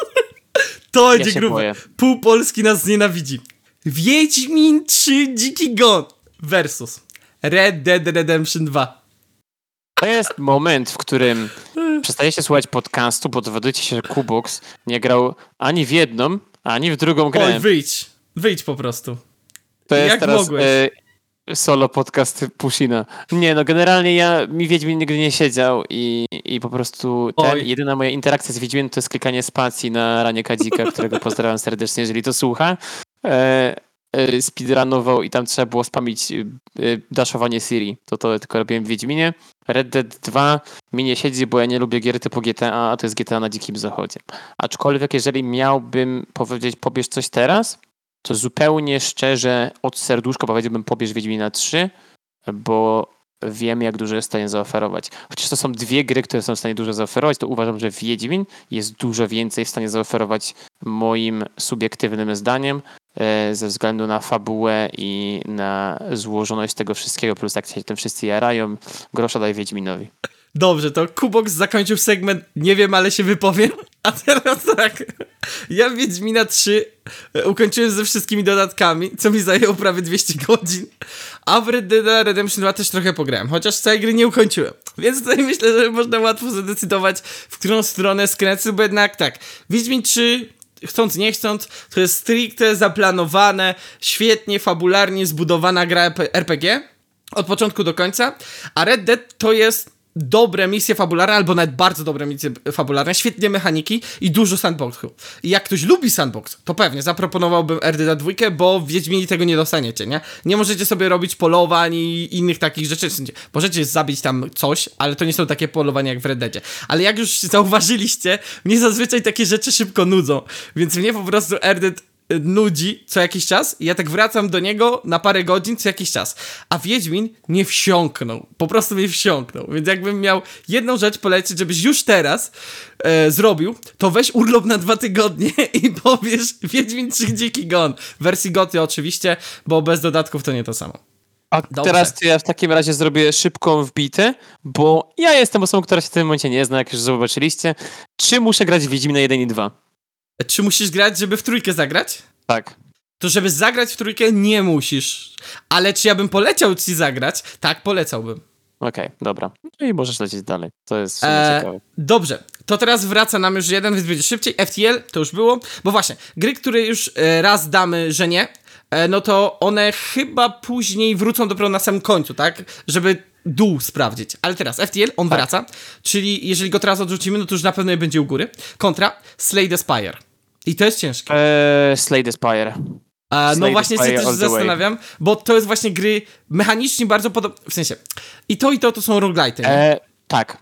to będzie się grube. boję. Pół Polski nas nienawidzi. Wiedźmin 3 Dziki Gon versus Red Dead Redemption 2. To jest moment, w którym przestajecie słuchać podcastu, bo dowiadujecie się, że Kubox nie grał ani w jedną, ani w drugą grę. Oj, wyjdź po prostu. To jest jak teraz mogłeś? Solo podcast Pushina. Nie, no generalnie mi Wiedźmin nigdy nie siedział i po prostu jedyna moja interakcja z Wiedźminem to jest klikanie spacji na ranie Kadzika, którego pozdrawiam serdecznie, jeżeli to słucha. Speedrunował i tam trzeba było spamić daszowanie Siri. To tylko robiłem w Wiedźminie. Red Dead 2 mi nie siedzi, bo ja nie lubię gier typu GTA, a to jest GTA na Dzikim Zachodzie. Aczkolwiek jeżeli miałbym powiedzieć pobierz coś teraz, to zupełnie szczerze od serduszka powiedziałbym pobierz Wiedźmina 3, bo wiem, jak dużo jest w stanie zaoferować. Chociaż to są dwie gry, które są w stanie dużo zaoferować, to uważam, że Wiedźmin jest dużo więcej w stanie zaoferować moim subiektywnym zdaniem ze względu na fabułę i na złożoność tego wszystkiego, plus jak się tym wszyscy jarają, grosza daj Wiedźminowi. Dobrze, to Kubox zakończył segment nie wiem, ale się wypowiem. A teraz tak, ja Wiedźmina 3 ukończyłem ze wszystkimi dodatkami, co mi zajęło prawie 200 godzin, a w Red Dead Redemption 2 też trochę pograłem, chociaż całej gry nie ukończyłem. Więc tutaj myślę, że można łatwo zadecydować, w którą stronę skręcę, bo jednak tak, Wiedźmin 3, chcąc nie chcąc, to jest stricte zaplanowane, świetnie, fabularnie zbudowana gra RPG, od początku do końca, a Red Dead to jest dobre misje fabularne, albo nawet bardzo dobre misje fabularne, świetnie mechaniki i dużo sandboxu. I jak ktoś lubi sandbox, to pewnie zaproponowałbym RDR 2, bo w Wiedźminie tego nie dostaniecie, nie? Nie możecie sobie robić polowań i innych takich rzeczy. Możecie zabić tam coś, ale to nie są takie polowania jak w Red Deadzie. Ale jak już zauważyliście, mnie zazwyczaj takie rzeczy szybko nudzą, więc mnie po prostu RDR nudzi co jakiś czas i ja tak wracam do niego na parę godzin co jakiś czas. A Wiedźmin nie wsiąknął. Po prostu mnie wsiąknął. Więc jakbym miał jedną rzecz polecić, żebyś już teraz zrobił, to weź urlop na 2 tygodnie i powiesz Wiedźmin 3 Dziki Gon. W wersji GOTY oczywiście, bo bez dodatków to nie to samo. A Dobrze. teraz to ja w takim razie zrobię szybką wbitę, bo ja jestem osobą, która się w tym momencie nie zna, jak już zobaczyliście. Czy muszę grać w Wiedźmina 1 i 2? Czy musisz grać, żeby w 3 zagrać? Tak. To żeby zagrać w 3 nie musisz. Ale czy ja bym poleciał ci zagrać? Tak, polecałbym. Okej, dobra. No i możesz lecieć dalej. To jest w sumie ciekawe. Dobrze, to teraz wraca nam już jeden, więc będzie szybciej. FTL to już było, bo właśnie, gry, które już raz damy, że nie, no to one chyba później wrócą dopiero na samym końcu, tak? Żeby dół sprawdzić. Ale teraz FTL, on wraca, czyli jeżeli go teraz odrzucimy, no to już na pewno będzie u góry. Kontra Slay the Spire. I to jest ciężkie. Slay the Spire. No właśnie się też zastanawiam, bo to jest właśnie gry mechanicznie bardzo podobne, w sensie i to są roguelite'y. Tak.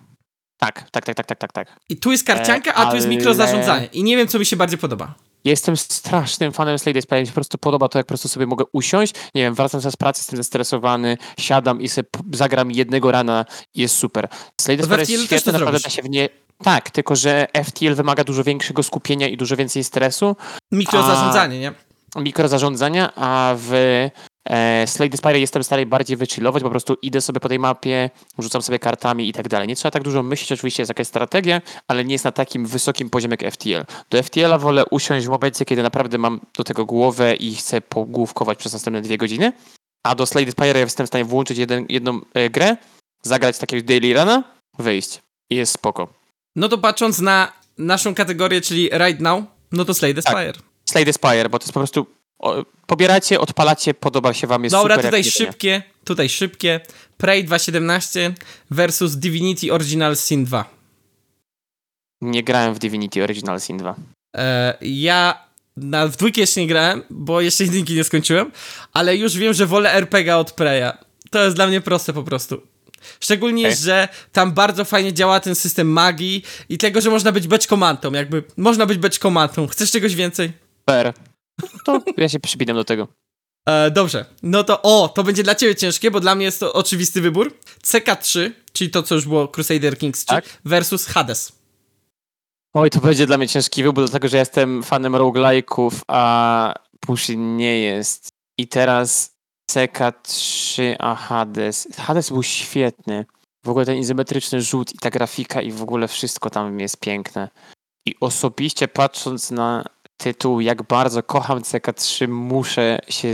I tu jest karcianka, a tu jest mikrozarządzanie. I nie wiem, co mi się bardziej podoba. Jestem strasznym fanem Slay the Spire. Mi się po prostu podoba to, jak po prostu sobie mogę usiąść. Nie wiem, wracam z pracy, jestem zestresowany, siadam i sobie zagram jednego rana i jest super. Slay the Spire jest świetne, naprawdę da się w nie... Tak, tylko że FTL wymaga dużo większego skupienia i dużo więcej stresu. Mikrozarządzanie, nie? Mikrozarządzania, a w Slay the Spire jestem stary bardziej wychillować, po prostu idę sobie po tej mapie, rzucam sobie kartami i tak dalej. Nie trzeba tak dużo myśleć, oczywiście jest jakaś strategia, ale nie jest na takim wysokim poziomie jak FTL. Do FTL-a wolę usiąść w momencie, kiedy naprawdę mam do tego głowę i chcę pogłówkować przez następne 2 godziny, a do Slay the Spire jestem w stanie włączyć jedną grę, zagrać takiego daily runa, wyjść i jest spoko. No to patrząc na naszą kategorię, czyli right now, no to Slay the Spire. Tak. Slay the Spire, bo to jest po prostu pobieracie, odpalacie, podoba się wam, jest dobra, super. Dobra, tutaj szybkie. Prey 2.17 versus Divinity Original Sin 2. Nie grałem w Divinity Original Sin 2. Ja w 2 jeszcze nie grałem, bo jeszcze 1 nie skończyłem, ale już wiem, że wolę RPG od Preya. To jest dla mnie proste po prostu. Szczególnie, że tam bardzo fajnie działa ten system magii i tego, że można być beczkomantą, jakby można być beczkomantą. Chcesz czegoś więcej? Fair. To ja się przypinam do tego. Dobrze, no to to będzie dla ciebie ciężkie, bo dla mnie jest to oczywisty wybór. CK3, czyli to, co już było Crusader Kings 3, tak? Versus Hades. Oj, to będzie dla mnie ciężki wybór, dlatego że jestem fanem roguelike'ów, a Pushin nie jest. I teraz CK3, a Hades. Hades był świetny. W ogóle ten izometryczny rzut i ta grafika i w ogóle wszystko tam jest piękne. I osobiście patrząc na tytuł, jak bardzo kocham CK3, muszę się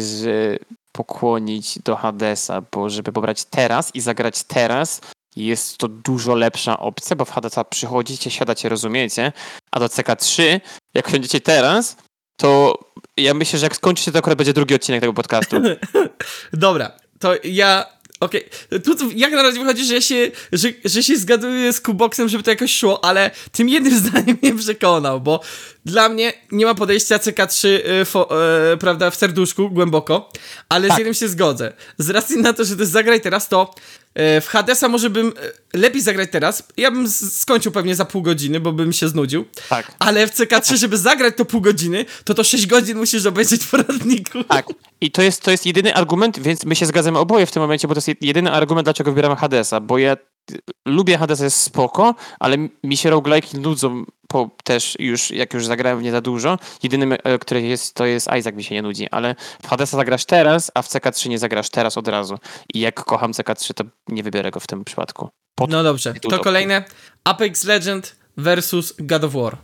pokłonić do Hadesa, bo żeby pobrać teraz i zagrać teraz, jest to dużo lepsza opcja, bo w Hadesa przychodzicie, siadacie, rozumiecie, a do CK3, jak wsiądziecie teraz, to ja myślę, że jak skończycie, to akurat będzie 2 odcinek tego podcastu. Dobra, to ja... Okej, tu jak na razie wychodzi, że się zgaduję z Kuboxem, żeby to jakoś szło, ale tym jednym zdaniem mnie przekonał, bo dla mnie nie ma podejścia CK3 prawda, w serduszku głęboko, ale tak. Z jednym się zgodzę. Z racji na to, że to jest zagraj teraz, to w Hadesa może bym lepiej zagrać teraz. Ja bym skończył pewnie za pół godziny, bo bym się znudził. Tak. Ale w CK3, żeby zagrać to pół godziny, to 6 godzin musisz obejrzeć w poradniku. Tak. I to jest jedyny argument, więc my się zgadzamy oboje w tym momencie, bo to jest jedyny argument, dlaczego wybieramy Hadesa, bo ja lubię Hadesa, jest spoko, ale mi się roguelike'i nudzą też już, jak już zagrałem w nie za dużo. Jedynym, który jest, to jest Isaac, mi się nie nudzi, ale w Hadesa zagrasz teraz, a w CK3 nie zagrasz teraz od razu. I jak kocham CK3, to nie wybiorę go w tym przypadku. No dobrze, to kolejne. Apex Legend versus God of War.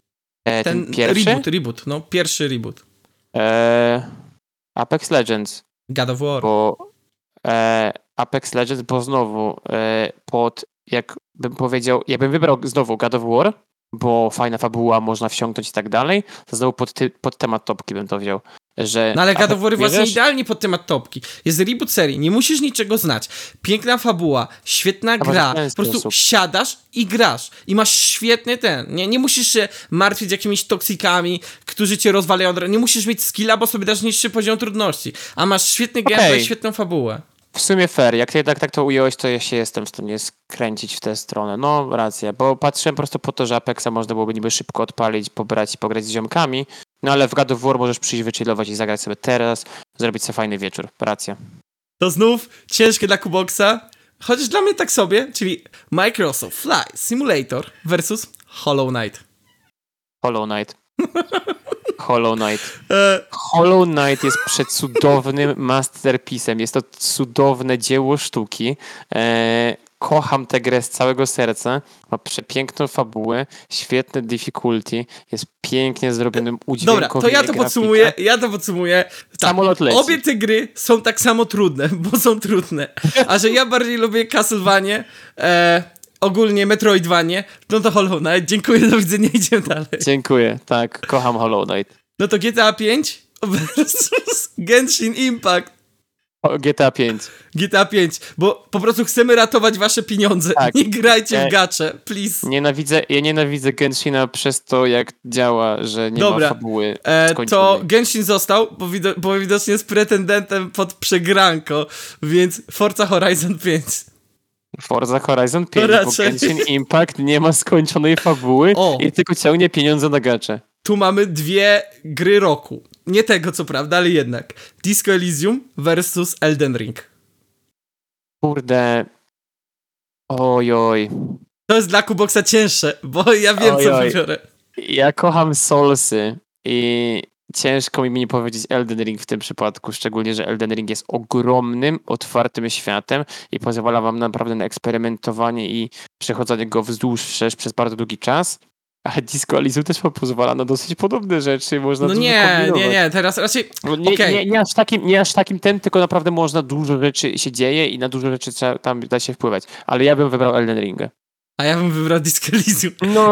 Ten pierwszy? Reboot, no pierwszy reboot. Apex Legends. God of War. Bo Apex Legends, bo znowu jak bym powiedział, ja bym wybrał znowu God of War, bo fajna fabuła, można wsiąknąć i tak dalej, to znowu pod temat topki bym to wziął. że... No ale God of War właśnie bierzesz- idealnie pod temat topki. Jest reboot serii, nie musisz niczego znać. Piękna fabuła, świetna może gra. w ten Po prostu sposób. siadasz i grasz. I masz świetny ten. Nie musisz się martwić jakimiś toksikami, którzy cię rozwalają. Nie musisz mieć skilla, bo sobie dasz niższy poziom trudności. A masz świetny gameplay, świetną fabułę. W sumie fair, jak ty jednak tak to ująłeś, to ja się jestem w stanie skręcić w tę stronę. No, racja, bo patrzyłem po prostu po to, że Apexa można byłoby niby szybko odpalić, pobrać i pograć z ziomkami, no ale w God of War możesz przyjść, wychillować i zagrać sobie teraz, zrobić sobie fajny wieczór. Racja. To znów ciężkie dla Kuboksa, chociaż dla mnie tak sobie, czyli Microsoft Flight Simulator versus Hollow Knight. Hollow Knight. Hollow Knight. Hollow Knight jest przecudownym masterpiece'em. Jest to cudowne dzieło sztuki. Kocham tę grę z całego serca. Ma przepiękną fabułę, świetne difficulty, jest pięknie zrobionym udźwiękowieniem. Dobra, to ja to podsumuję. Tak, Samolot leci. obie te gry są tak samo trudne, bo są trudne. A że ja bardziej lubię Castlevanię, ogólnie Metroidvanie, no to Hollow Knight. Dziękuję, do widzenia, idziemy dalej. Dziękuję, tak, kocham Hollow Knight. No to GTA 5 versus Genshin Impact. GTA 5. GTA 5, bo po prostu chcemy ratować wasze pieniądze. Tak. Nie grajcie w gacze, please. Ja nienawidzę Genshina przez to, jak działa, że nie ma fabuły skończonej. To Genshin został, bo widocznie jest pretendentem pod przegranko, więc Forza Horizon 5. Forza Horizon 5, bo raczej. Genshin Impact nie ma skończonej fabuły i tylko ciągnie pieniądze na gacze. Tu mamy dwie gry roku. Nie tego, co prawda, ale jednak. Disco Elysium versus Elden Ring. Kurde. Ojoj. To jest dla Kuboksa cięższe, bo ja wiem, co wybiorę. Ja kocham Soulsy i ciężko mi nie powiedzieć Elden Ring w tym przypadku, szczególnie, że Elden Ring jest ogromnym, otwartym światem i pozwala wam naprawdę na eksperymentowanie i przechodzenie go wzdłuż wszerz przez bardzo długi czas. A Disco Elysium też pozwala na dosyć podobne rzeczy. Można No nie, teraz raczej... Nie aż takim ten, tylko naprawdę można dużo rzeczy się dzieje i na dużo rzeczy trzeba tam da się wpływać. Ale ja bym wybrał Elden Ringa. A ja bym wybrał Disco Elysium. No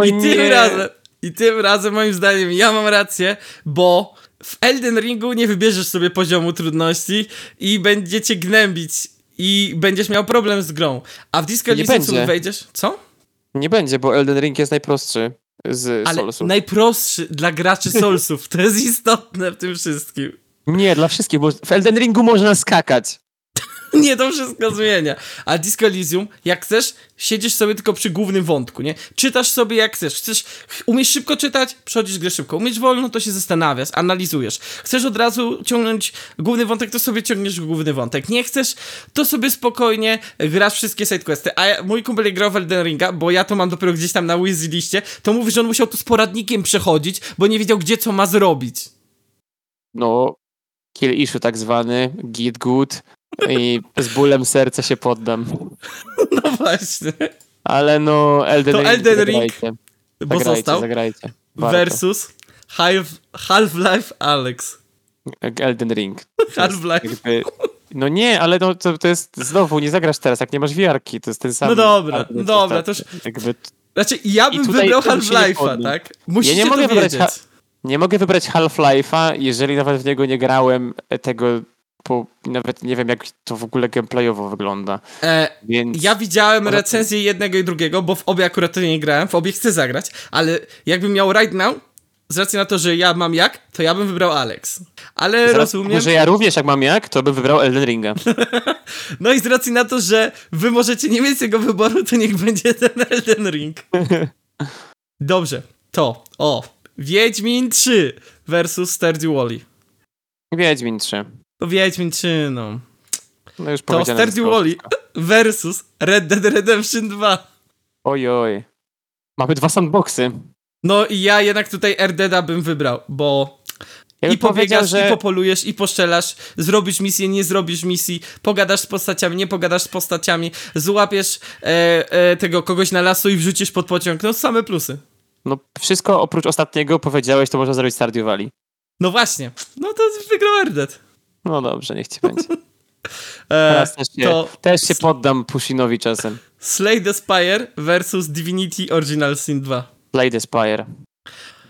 tym razem moim zdaniem ja mam rację, bo w Elden Ringu nie wybierzesz sobie poziomu trudności i będziecie gnębić i będziesz miał problem z grą. A w Disco Elysium sobie wejdziesz... Co? Nie będzie, bo Elden Ring jest najprostszy z Soulsów. Ale najprostszy dla graczy Soulsów. To jest istotne w tym wszystkim. Nie, dla wszystkich, bo w Elden Ringu można skakać. Nie, to wszystko zmienia. A Disco Elysium, jak chcesz, siedzisz sobie tylko przy głównym wątku, nie? Czytasz sobie jak chcesz. Umiesz szybko czytać? Przechodzisz grę szybko. Umiesz wolno? To się zastanawiasz, analizujesz. Chcesz od razu ciągnąć główny wątek? To sobie ciągniesz główny wątek. Nie chcesz? To sobie spokojnie grasz wszystkie sidequesty. A mój kumpel grał w Elden Ringa, bo ja to mam dopiero gdzieś tam na wishliste, to mówi, że on musiał tu z poradnikiem przechodzić, bo nie wiedział, gdzie co ma zrobić. No, kill issue tak zwany, git good i z bólem serca się poddam. No właśnie. Ale no, Elden Ring, bo został, zagrajcie. Versus Half-Life Alyx. Elden Ring. Half-Life. No nie, ale no, to jest znowu, nie zagrasz teraz, jak nie masz wiarki, to jest ten sam... No dobra, to już... Znaczy, ja bym wybrał Half-Life'a, tak? Musicie ja nie mogę wiedzieć. Nie mogę wybrać Half-Life'a, jeżeli nawet w niego nie grałem tego, nawet nie wiem, jak to w ogóle gameplayowo wygląda. Więc... Ja widziałem recenzję jednego i drugiego, bo w obie akurat to nie grałem, w obie chcę zagrać, ale jakbym miał right now, z racji na to, że ja mam to ja bym wybrał Alyx. Ale rozumiem... że ja również jak mam to bym wybrał Elden Ringa. No i z racji na to, że wy możecie nie mieć tego wyboru, to niech będzie ten Elden Ring. Dobrze, Wiedźmin 3 versus Stardew Valley. Wiedźmin 3. To Wiedźmin 3, no. No już to Stardew Valley versus Red Dead Redemption 2. Ojoj. Mamy 2 sandboxy. No i ja jednak tutaj RDD bym wybrał, bo i pobiegasz, i popolujesz, i poszczelasz, zrobisz misję, nie zrobisz misji, pogadasz z postaciami, nie pogadasz z postaciami, złapiesz tego kogoś na lasu i wrzucisz pod pociąg. No same plusy. No wszystko oprócz ostatniego powiedziałeś, to można zrobić Stardew Valley. No właśnie. No to wygrał RDD. No dobrze, niech ci będzie. Teraz też się poddam Pushinowi czasem. Slay the Spire versus Divinity Original Sin 2. Slay the Spire.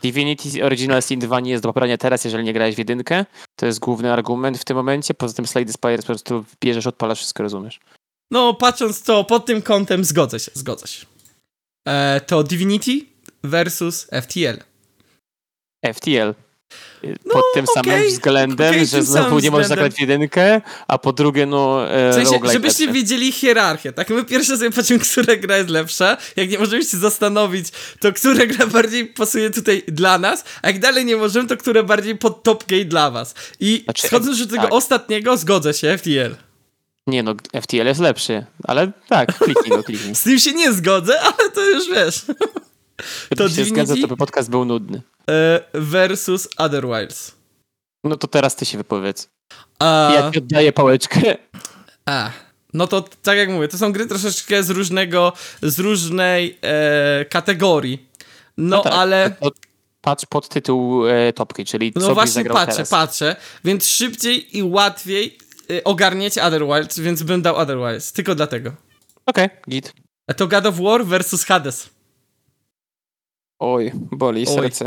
Divinity Original Sin 2 nie jest do pobrania teraz, jeżeli nie grałeś w jedynkę. To jest główny argument w tym momencie. Poza tym Slay the Spire po prostu bierzesz, odpalasz, wszystko rozumiesz. No, patrząc to pod tym kątem, zgodzę się. To Divinity versus FTL. FTL. Pod tym samym względem, że znowu nie możesz zagrać w jedynkę, a po drugie, w sensie, roguelike żebyście lepsze. wiedzieli hierarchię, tak? My pierwsze sobie patrzymy, która gra jest lepsza. Jak nie możemy się zastanowić, to która gra bardziej pasuje tutaj dla nas, a jak dalej nie możemy, to które bardziej pod top gate dla was. I Znaczy, schodząc do tego ostatniego, zgodzę się, FTL. Nie no, FTL jest lepszy, ale tak, kliknij. Z tym się nie zgodzę, ale to już wiesz. To się Divinity? zgadza, to by podcast był nudny. Versus Other Wilds. No to teraz ty się wypowiedz. Ja ci oddaję pałeczkę. No to tak jak mówię, to są gry troszeczkę z różnej kategorii. No tak, ale... Patrz pod tytuł topki, czyli co No byś właśnie zagrał teraz. patrzę, więc szybciej i łatwiej ogarniecie Other Wilds, więc bym dał Other Wilds, tylko dlatego. Okej, git. A to God of War versus Hades. Oj, boli serce.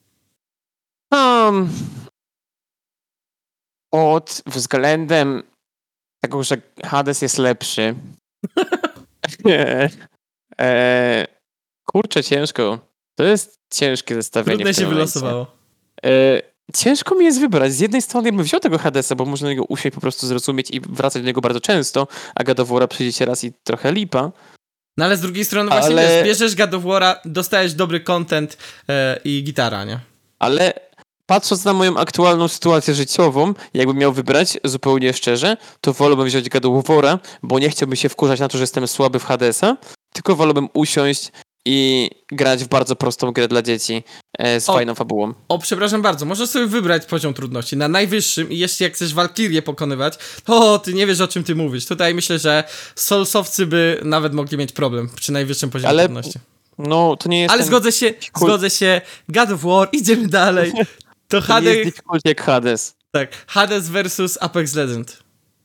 Pod względem tego, że Hades jest lepszy. Kurczę, ciężko. To jest ciężkie zestawienie. Trudne w tym się momencie. wylosowało. Ciężko mi jest wybrać. Z jednej strony bym wziął tego Hadesa, bo można go usiąść, po prostu zrozumieć i wracać do niego bardzo często, a God of War'a przyjdziecie raz i trochę lipa. No ale z drugiej strony właśnie wiesz, bierzesz God of War'a, dostajesz dobry content i gitara, nie? Ale patrząc na moją aktualną sytuację życiową, jakbym miał wybrać, zupełnie szczerze, to wolałbym wziąć God of War'a, bo nie chciałbym się wkurzać na to, że jestem słaby w Hadesa, tylko wolałbym usiąść i grać w bardzo prostą grę dla dzieci z fajną fabułą. Przepraszam bardzo, możesz sobie wybrać poziom trudności na najwyższym i jeszcze jak chcesz Valkyrię pokonywać, to ty nie wiesz, o czym ty mówisz. Tutaj myślę, że Soulsowcy by nawet mogli mieć problem przy najwyższym poziomie trudności. No, to nie jest. Ale zgodzę się, God of War, idziemy dalej. To Hades. Nie jest difficult jak Hades. Tak, Hades versus Apex Legends.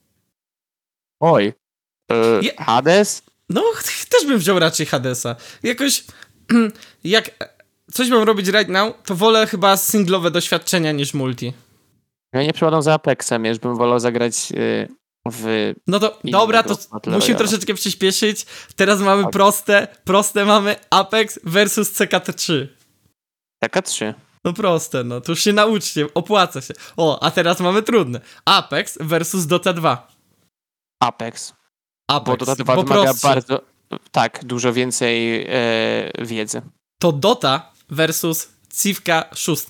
Oj. Hades? No, też bym wziął raczej Hadesa. Jakoś, jak coś mam robić right now, to wolę chyba singlowe doświadczenia niż multi. Ja nie przepadam za Apexem, już bym wolał zagrać w... No to, dobra, to musimy troszeczkę przyspieszyć. Teraz mamy proste mamy Apex versus CKT3. CK3. No proste, no, to już się nauczcie, opłaca się. A teraz mamy trudne. Apex versus Dota 2. Apex. Bo Dota 2 wymaga bardzo, dużo więcej wiedzy. To Dota versus Civka 6.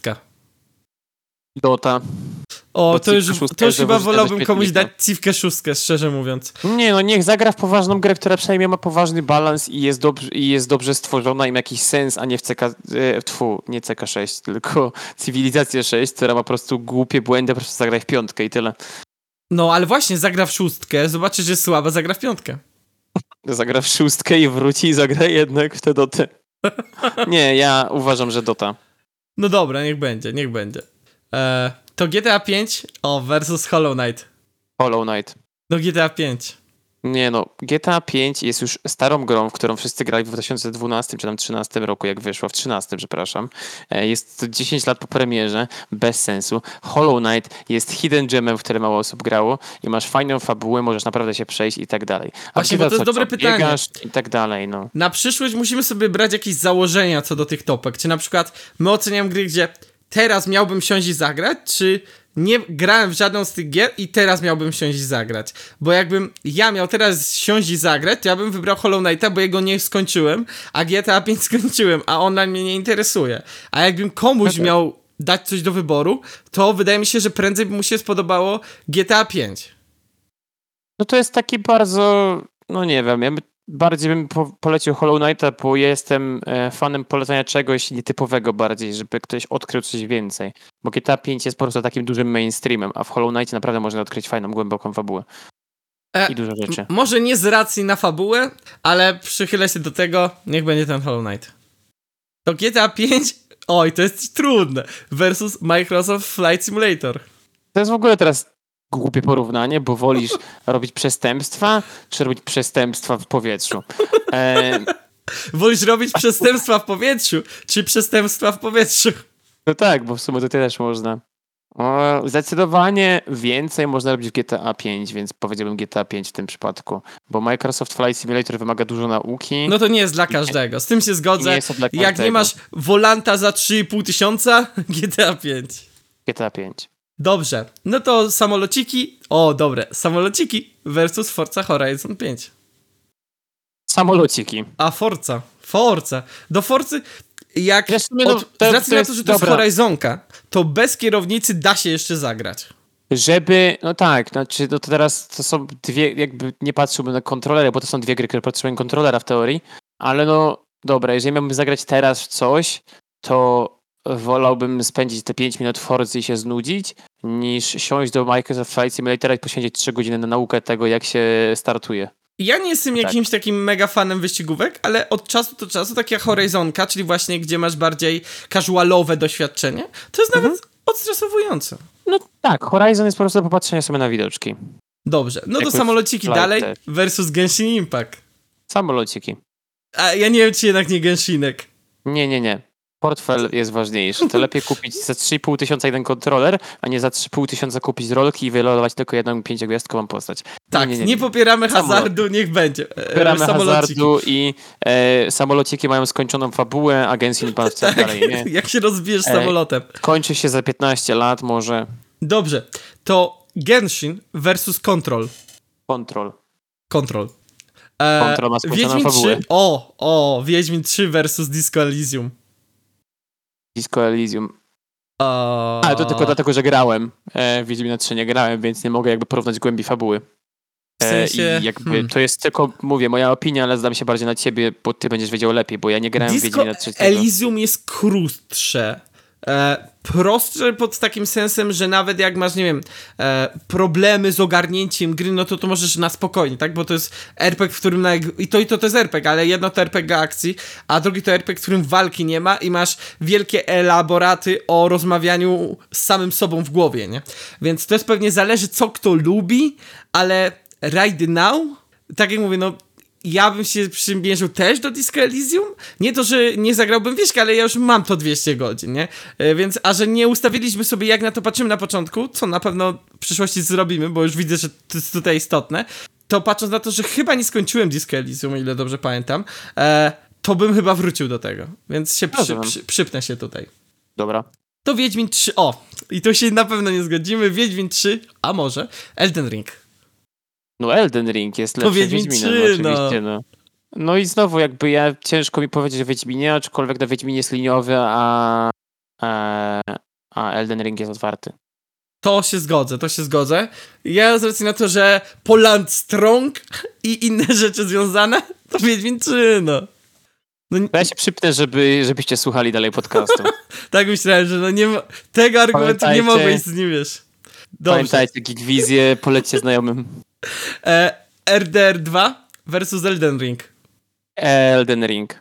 Dota. To już chyba wolałbym komuś dać Civkę 6, szczerze mówiąc. Nie, no niech zagra w poważną grę, która przynajmniej ma poważny balans i jest dobrze stworzona i ma jakiś sens, a nie w nie CK6, tylko Cywilizacja 6, która ma po prostu głupie błędy, po prostu zagraj w 5 i tyle. No, ale właśnie, zagra w 6, zobaczysz, że jest słaba, zagra w 5. Zagra w 6 i wróci i zagra jednak w tę Dotę. Nie, ja uważam, że Dota. No dobra, niech będzie. To GTA 5 versus Hollow Knight. Hollow Knight. No GTA 5. Nie no, GTA 5 jest już starą grą, w którą wszyscy grali w 2012 czy tam 2013 roku, jak wyszła, w 2013, przepraszam. Jest to 10 lat po premierze, bez sensu. Hollow Knight jest hidden gemem, w które mało osób grało i masz fajną fabułę, możesz naprawdę się przejść i tak dalej. Właśnie, bo to jest dobre pytanie. Biegasz i tak dalej, no. Na przyszłość musimy sobie brać jakieś założenia co do tych topek. Czy na przykład my oceniamy gry, gdzie teraz miałbym siąść i zagrać, czy nie grałem w żadną z tych gier i teraz miałbym siąść i zagrać. Bo jakbym ja miał teraz siąść i zagrać, to ja bym wybrał Hollow Knighta, bo jego nie skończyłem, a GTA 5 skończyłem, a online mnie nie interesuje. A jakbym komuś miał dać coś do wyboru, to wydaje mi się, że prędzej by mu się spodobało GTA 5. No to jest taki bardzo, no nie wiem, ja bardziej bym polecił Hollow Knighta, bo ja jestem fanem polecania czegoś nietypowego bardziej, żeby ktoś odkrył coś więcej. Bo GTA 5 jest po prostu takim dużym mainstreamem, a w Hollow Knightie naprawdę można odkryć fajną, głęboką fabułę. I dużo rzeczy. Może nie z racji na fabułę, ale przychylę się do tego, niech będzie ten Hollow Knight. To GTA 5, to jest trudne, versus Microsoft Flight Simulator. To jest w ogóle teraz głupie porównanie, bo wolisz robić przestępstwa, czy robić przestępstwa w powietrzu? Wolisz robić przestępstwa w powietrzu, czy przestępstwa w powietrzu? No tak, bo w sumie to też można. Zdecydowanie więcej można robić w GTA 5, więc powiedziałbym GTA 5 w tym przypadku, bo Microsoft Flight Simulator wymaga dużo nauki. No to nie jest dla każdego, z tym się zgodzę. Nie jest to dla Jak nie każdego. masz volanta za 3,5 tysiąca, GTA 5. GTA 5. Dobrze, no to samolociki. O, dobre, samolociki versus Forza Horizon 5. Samolociki. A Forza. Do Forcy, jak Wiesz, w sumie, no, z racji na to, że to jest dobra. Horizonka, to bez kierownicy da się jeszcze zagrać. No tak, znaczy no to teraz to są dwie, jakby nie patrzyłbym na kontrolery, bo to są dwie gry, które potrzebują kontrolera w teorii, ale no dobra, jeżeli miałbym zagrać teraz w coś, to wolałbym spędzić te 5 minut w Forcy i się znudzić, niż siąść do Microsoft Flight Simulatora i poświęcić 3 godziny na naukę tego, jak się startuje. Ja nie jestem jakimś takim mega fanem wyścigówek, ale od czasu do czasu, tak jak Horizonka, czyli właśnie gdzie masz bardziej casualowe doświadczenie, to jest nawet odstresowujące. No tak, Horizon jest po prostu do popatrzenia sobie na widoczki. Dobrze, no to Jakby samolociki Flight dalej też. versus Genshin Impact. Samolociki. A ja nie wiem, czy jednak nie Genshinek. Nie. Portfel jest ważniejszy. To lepiej kupić za 3,5 tysiąca jeden kontroler, a nie za 3,5 tysiąca kupić rolki i wylodować tylko jedną 5-gwiazdkową postać. Tak, nie popieramy Samolot. hazardu, niech będzie. Popieramy Samolociki. hazardu i samolociki mają skończoną fabułę, a Genshin Impact tak dalej, nie? Jak się rozbijesz samolotem. Kończy się za 15 lat może. Dobrze, to Genshin versus Control. Control Control ma skończoną Wiedźmin fabułę. 3. Wiedźmin 3 versus Disco Elysium. Disco Elysium. Ale to tylko dlatego, że grałem. Wiedźmina 3 nie grałem, więc nie mogę jakby porównać głębi fabuły. W sensie... I jakby to jest tylko, mówię, moja opinia, ale zdam się bardziej na ciebie, bo ty będziesz wiedział lepiej, bo ja nie grałem w Disco Wiedźmina 3. Elysium jest krótsze. Prostsze pod takim sensem, że nawet jak masz, nie wiem, problemy z ogarnięciem gry, no to możesz na spokojnie, tak? Bo to jest RPG, w którym i to jest RPG, ale jedno to RPG akcji, a drugi to RPG, w którym walki nie ma i masz wielkie elaboraty o rozmawianiu z samym sobą w głowie, nie? Więc to jest pewnie zależy, co kto lubi, ale right now, tak jak mówię, no ja bym się przymierzył też do Disco Elysium. Nie to, że nie zagrałbym wieśka, ale ja już mam to 200 godzin, nie? Więc, a że nie ustawiliśmy sobie, jak na to patrzymy na początku, co na pewno w przyszłości zrobimy, bo już widzę, że to jest tutaj istotne, to patrząc na to, że chyba nie skończyłem Disco Elysium, o ile dobrze pamiętam, to bym chyba wrócił do tego. Więc się przypnę się tutaj. Dobra. To Wiedźmin 3, i tu się na pewno nie zgodzimy, Wiedźmin 3, a może Elden Ring. No Elden Ring jest lepszy Wiedźmin Wiedźminem, 3, oczywiście, no. No i znowu jakby ciężko mi powiedzieć o Wiedźminie, aczkolwiek na Wiedźminie jest liniowy, a Elden Ring jest otwarty. To się zgodzę. Ja z racji na to, że Poland Strong i inne rzeczy związane, to Wiedźmin 3, no. Ja się przypnę, żebyście słuchali dalej podcastu. Tak myślałem, że tego argumentu nie mogłeś z nim, wiesz. Dobrze. Pamiętajcie, Geekwizję, polećcie znajomym. RDR 2 versus Elden Ring. Elden Ring.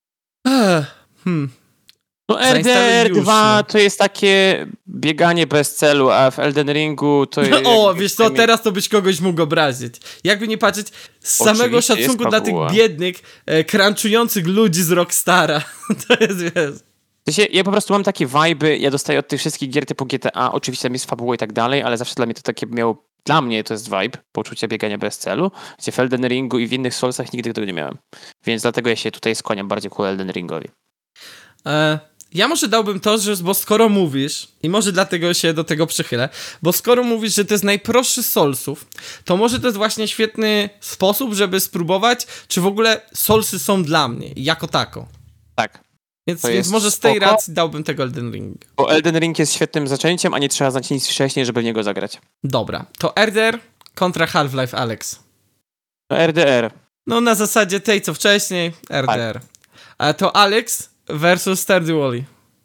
No Zainstaluj RDR 2 już, no. to jest takie bieganie bez celu, a w Elden Ringu to jest... Wiesz co, teraz to byś kogoś mógł obrazić. Jakby nie patrzeć, z samego Oczywiście szacunku dla tych fabuła. biednych, crunchujących ludzi z Rockstara. To jest, wiesz... Ja po prostu mam takie vibe'y, ja dostaję od tych wszystkich gier typu GTA, oczywiście tam jest fabuła i tak dalej, ale zawsze dla mnie to takie miało, dla mnie to jest vibe, poczucie biegania bez celu, gdzie w Elden Ringu i w innych Soulsach nigdy tego nie miałem. Więc dlatego ja się tutaj skłaniam bardziej ku Elden Ringowi. Ja może dałbym to, bo skoro mówisz, i może dlatego się do tego przychylę, bo skoro mówisz, że to jest najprostszy z Soulsów, to może to jest właśnie świetny sposób, żeby spróbować, czy w ogóle Soulsy są dla mnie, jako tako. Tak. Więc może z tej racji dałbym tego Elden Ring. Bo Elden Ring jest świetnym zaczęciem, a nie trzeba znać nic wcześniej, żeby w niego zagrać. Dobra, to RDR kontra Half-Life Alyx. No RDR. No na zasadzie tej, co wcześniej, RDR. A to Alyx versus Stardew Valley.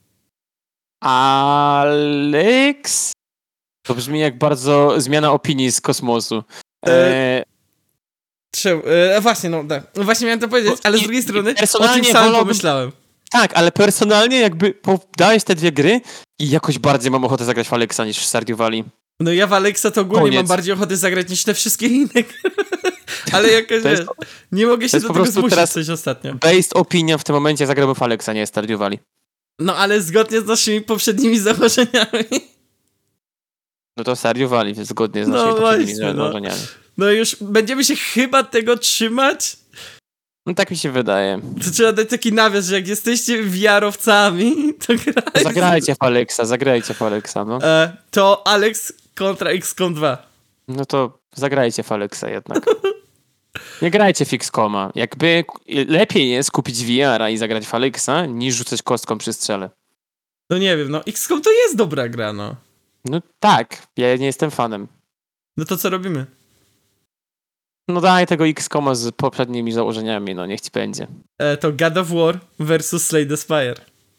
Alex? To brzmi jak bardzo zmiana opinii z kosmosu. Właśnie, właśnie miałem to powiedzieć, ale z drugiej strony o tym samym pomyślałem. Tak, ale personalnie jakby dałeś te dwie gry i jakoś bardziej mam ochotę zagrać w Alexa niż w Stardew Valley. No ja w Alexa to ogólnie mam bardziej ochotę zagrać niż te wszystkie inne. Ale jakoś, wiesz, nie mogę się do tego zmusić coś ostatnio. Based opinia w tym momencie zagrałbym w Alexa, nie Stardew Valley. No ale zgodnie z naszymi poprzednimi założeniami. No to Stardew Valley zgodnie z No naszymi poprzednimi właśnie, no. założeniami. No już będziemy się chyba tego trzymać. No tak mi się wydaje. To trzeba dać taki nawias, że jak jesteście VR-owcami, to grajcie. Zagrajcie w Alexa, no. To Alex kontra XCOM 2. No to zagrajcie w Alexa jednak. Nie grajcie w XCOMa. Jakby lepiej jest kupić VR-a i zagrać w Alexa, niż rzucać kostką przy strzele. No nie wiem, no XCOM to jest dobra gra, no. No tak, ja nie jestem fanem. No to co robimy? No daj tego XCOMa z poprzednimi założeniami, no niech ci będzie. To God of War versus Slay the Spire.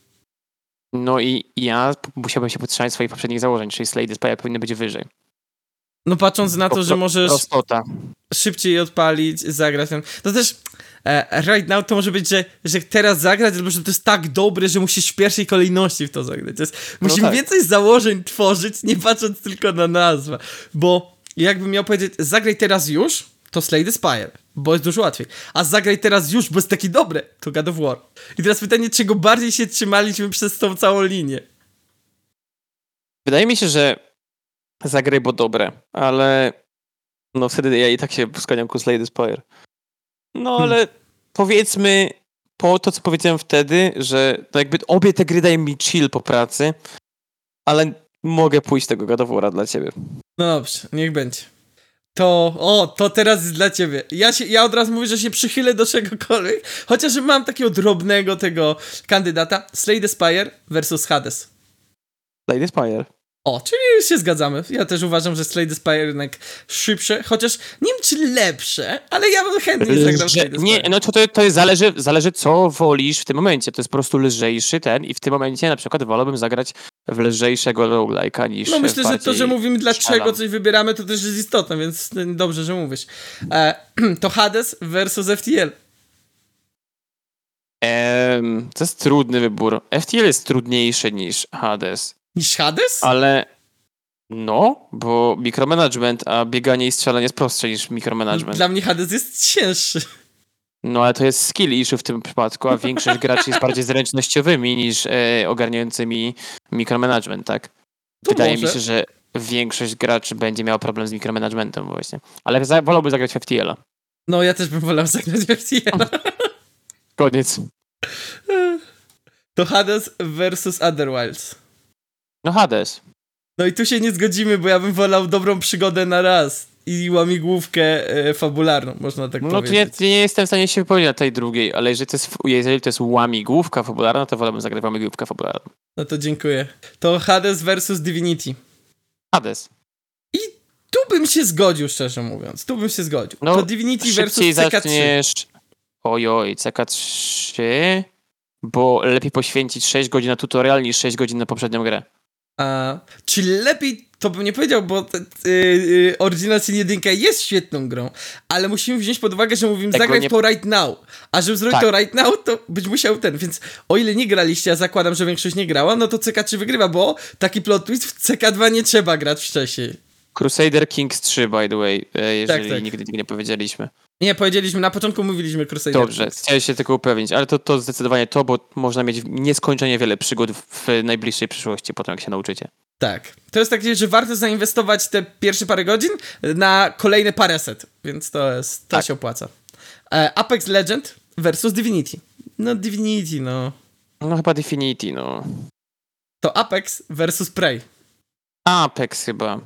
No i ja musiałbym się podtrzymać swoich poprzednich założeń, czyli Slay the Spire powinny być wyżej. No patrząc na to, że możesz Prostota. szybciej odpalić, zagrać ten. To też right now to może być, że teraz zagrać, albo że to jest tak dobre, że musisz w pierwszej kolejności w to zagrać. Musimy tak. więcej założeń tworzyć, nie patrząc tylko na nazwę. Bo jakbym miał powiedzieć, zagraj teraz już, to Slay the Spire, bo jest dużo łatwiej. A zagraj teraz już, bo jest taki dobre, to God of War. I teraz pytanie, czego bardziej się trzymaliśmy przez tą całą linię? Wydaje mi się, że zagraj, bo dobre, ale no wtedy ja i tak się skłaniam ku Slay the Spire. No ale powiedzmy, po to co powiedziałem wtedy, że no jakby obie te gry dają mi chill po pracy, ale mogę pójść tego God of War'a dla ciebie. No dobrze, niech będzie. To teraz jest dla ciebie. Ja od razu mówię, że się przychylę do czegokolwiek, chociaż mam takiego drobnego tego kandydata. Slay the Spire versus Hades. Slay the Spire. Czyli się zgadzamy. Ja też uważam, że Slay the Spire jednak szybsze, chociaż nie wiem, czy lepsze, ale ja bym chętnie zagrał Slay the Spire. Nie, no to jest zależy co wolisz w tym momencie. To jest po prostu lżejszy ten i w tym momencie na przykład wolałbym zagrać w lżejszego roguelike'a niż No myślę, że to, że mówimy dlaczego strzelam. coś wybieramy, to też jest istotne, więc dobrze, że mówisz. To Hades versus FTL. To jest trudny wybór. FTL jest trudniejszy niż Hades. Niż Hades? Ale no, bo mikromanagement, a bieganie i strzelanie jest prostsze niż mikromanagement. Dla mnie Hades jest cięższy. No ale to jest skill issue w tym przypadku, a większość graczy jest bardziej zręcznościowymi niż ogarniającymi mikromanagement, tak? To Wydaje może. mi się, że większość graczy będzie miała problem z mikromanagementem właśnie. Ale wolałby zagrać w FTL-a. No ja też bym wolał zagrać w FTL. Koniec. To Hades versus Other Wilds. No Hades. No i tu się nie zgodzimy, bo ja bym wolał dobrą przygodę na raz i łamigłówkę fabularną, można tak No to powiedzieć. ja nie jestem w stanie się wypowiedzieć na tej drugiej, ale jeżeli to jest łamigłówka fabularna, to wolałbym zagrać w łamigłówkę fabularną. No to dziękuję. To Hades versus Divinity. Hades. Tu bym się zgodził, szczerze mówiąc. Tu bym się zgodził. No, To Divinity versus szybciej CK3. zaczniesz... Ojoj, CK3... Bo lepiej poświęcić 6 godzin na tutorial niż 6 godzin na poprzednią grę. Czy lepiej, to bym nie powiedział, bo Original Sin 1 jest świetną grą, ale musimy wziąć pod uwagę, że mówimy Tego zagrać nie- to right now, a żeby zrobić Tak. to right now, to być musiał ten, więc o ile nie graliście, a zakładam, że większość nie grała, no to CK3 wygrywa, bo taki plot twist w CK2 nie trzeba grać wcześniej. Crusader Kings 3, by the way, jeżeli tak. nigdy nie powiedzieliśmy. Nie, powiedzieliśmy, na początku mówiliśmy Crusader. Dobrze, chciałem się tylko upewnić, ale to zdecydowanie to, bo można mieć nieskończenie wiele przygód w najbliższej przyszłości, potem jak się nauczycie. Tak. To jest takie, że warto zainwestować te pierwsze parę godzin na kolejne paręset, więc to Tak. się opłaca. Apex Legend versus Divinity. No Divinity, no. No chyba Definity, no. To Apex versus Prey. Apex chyba.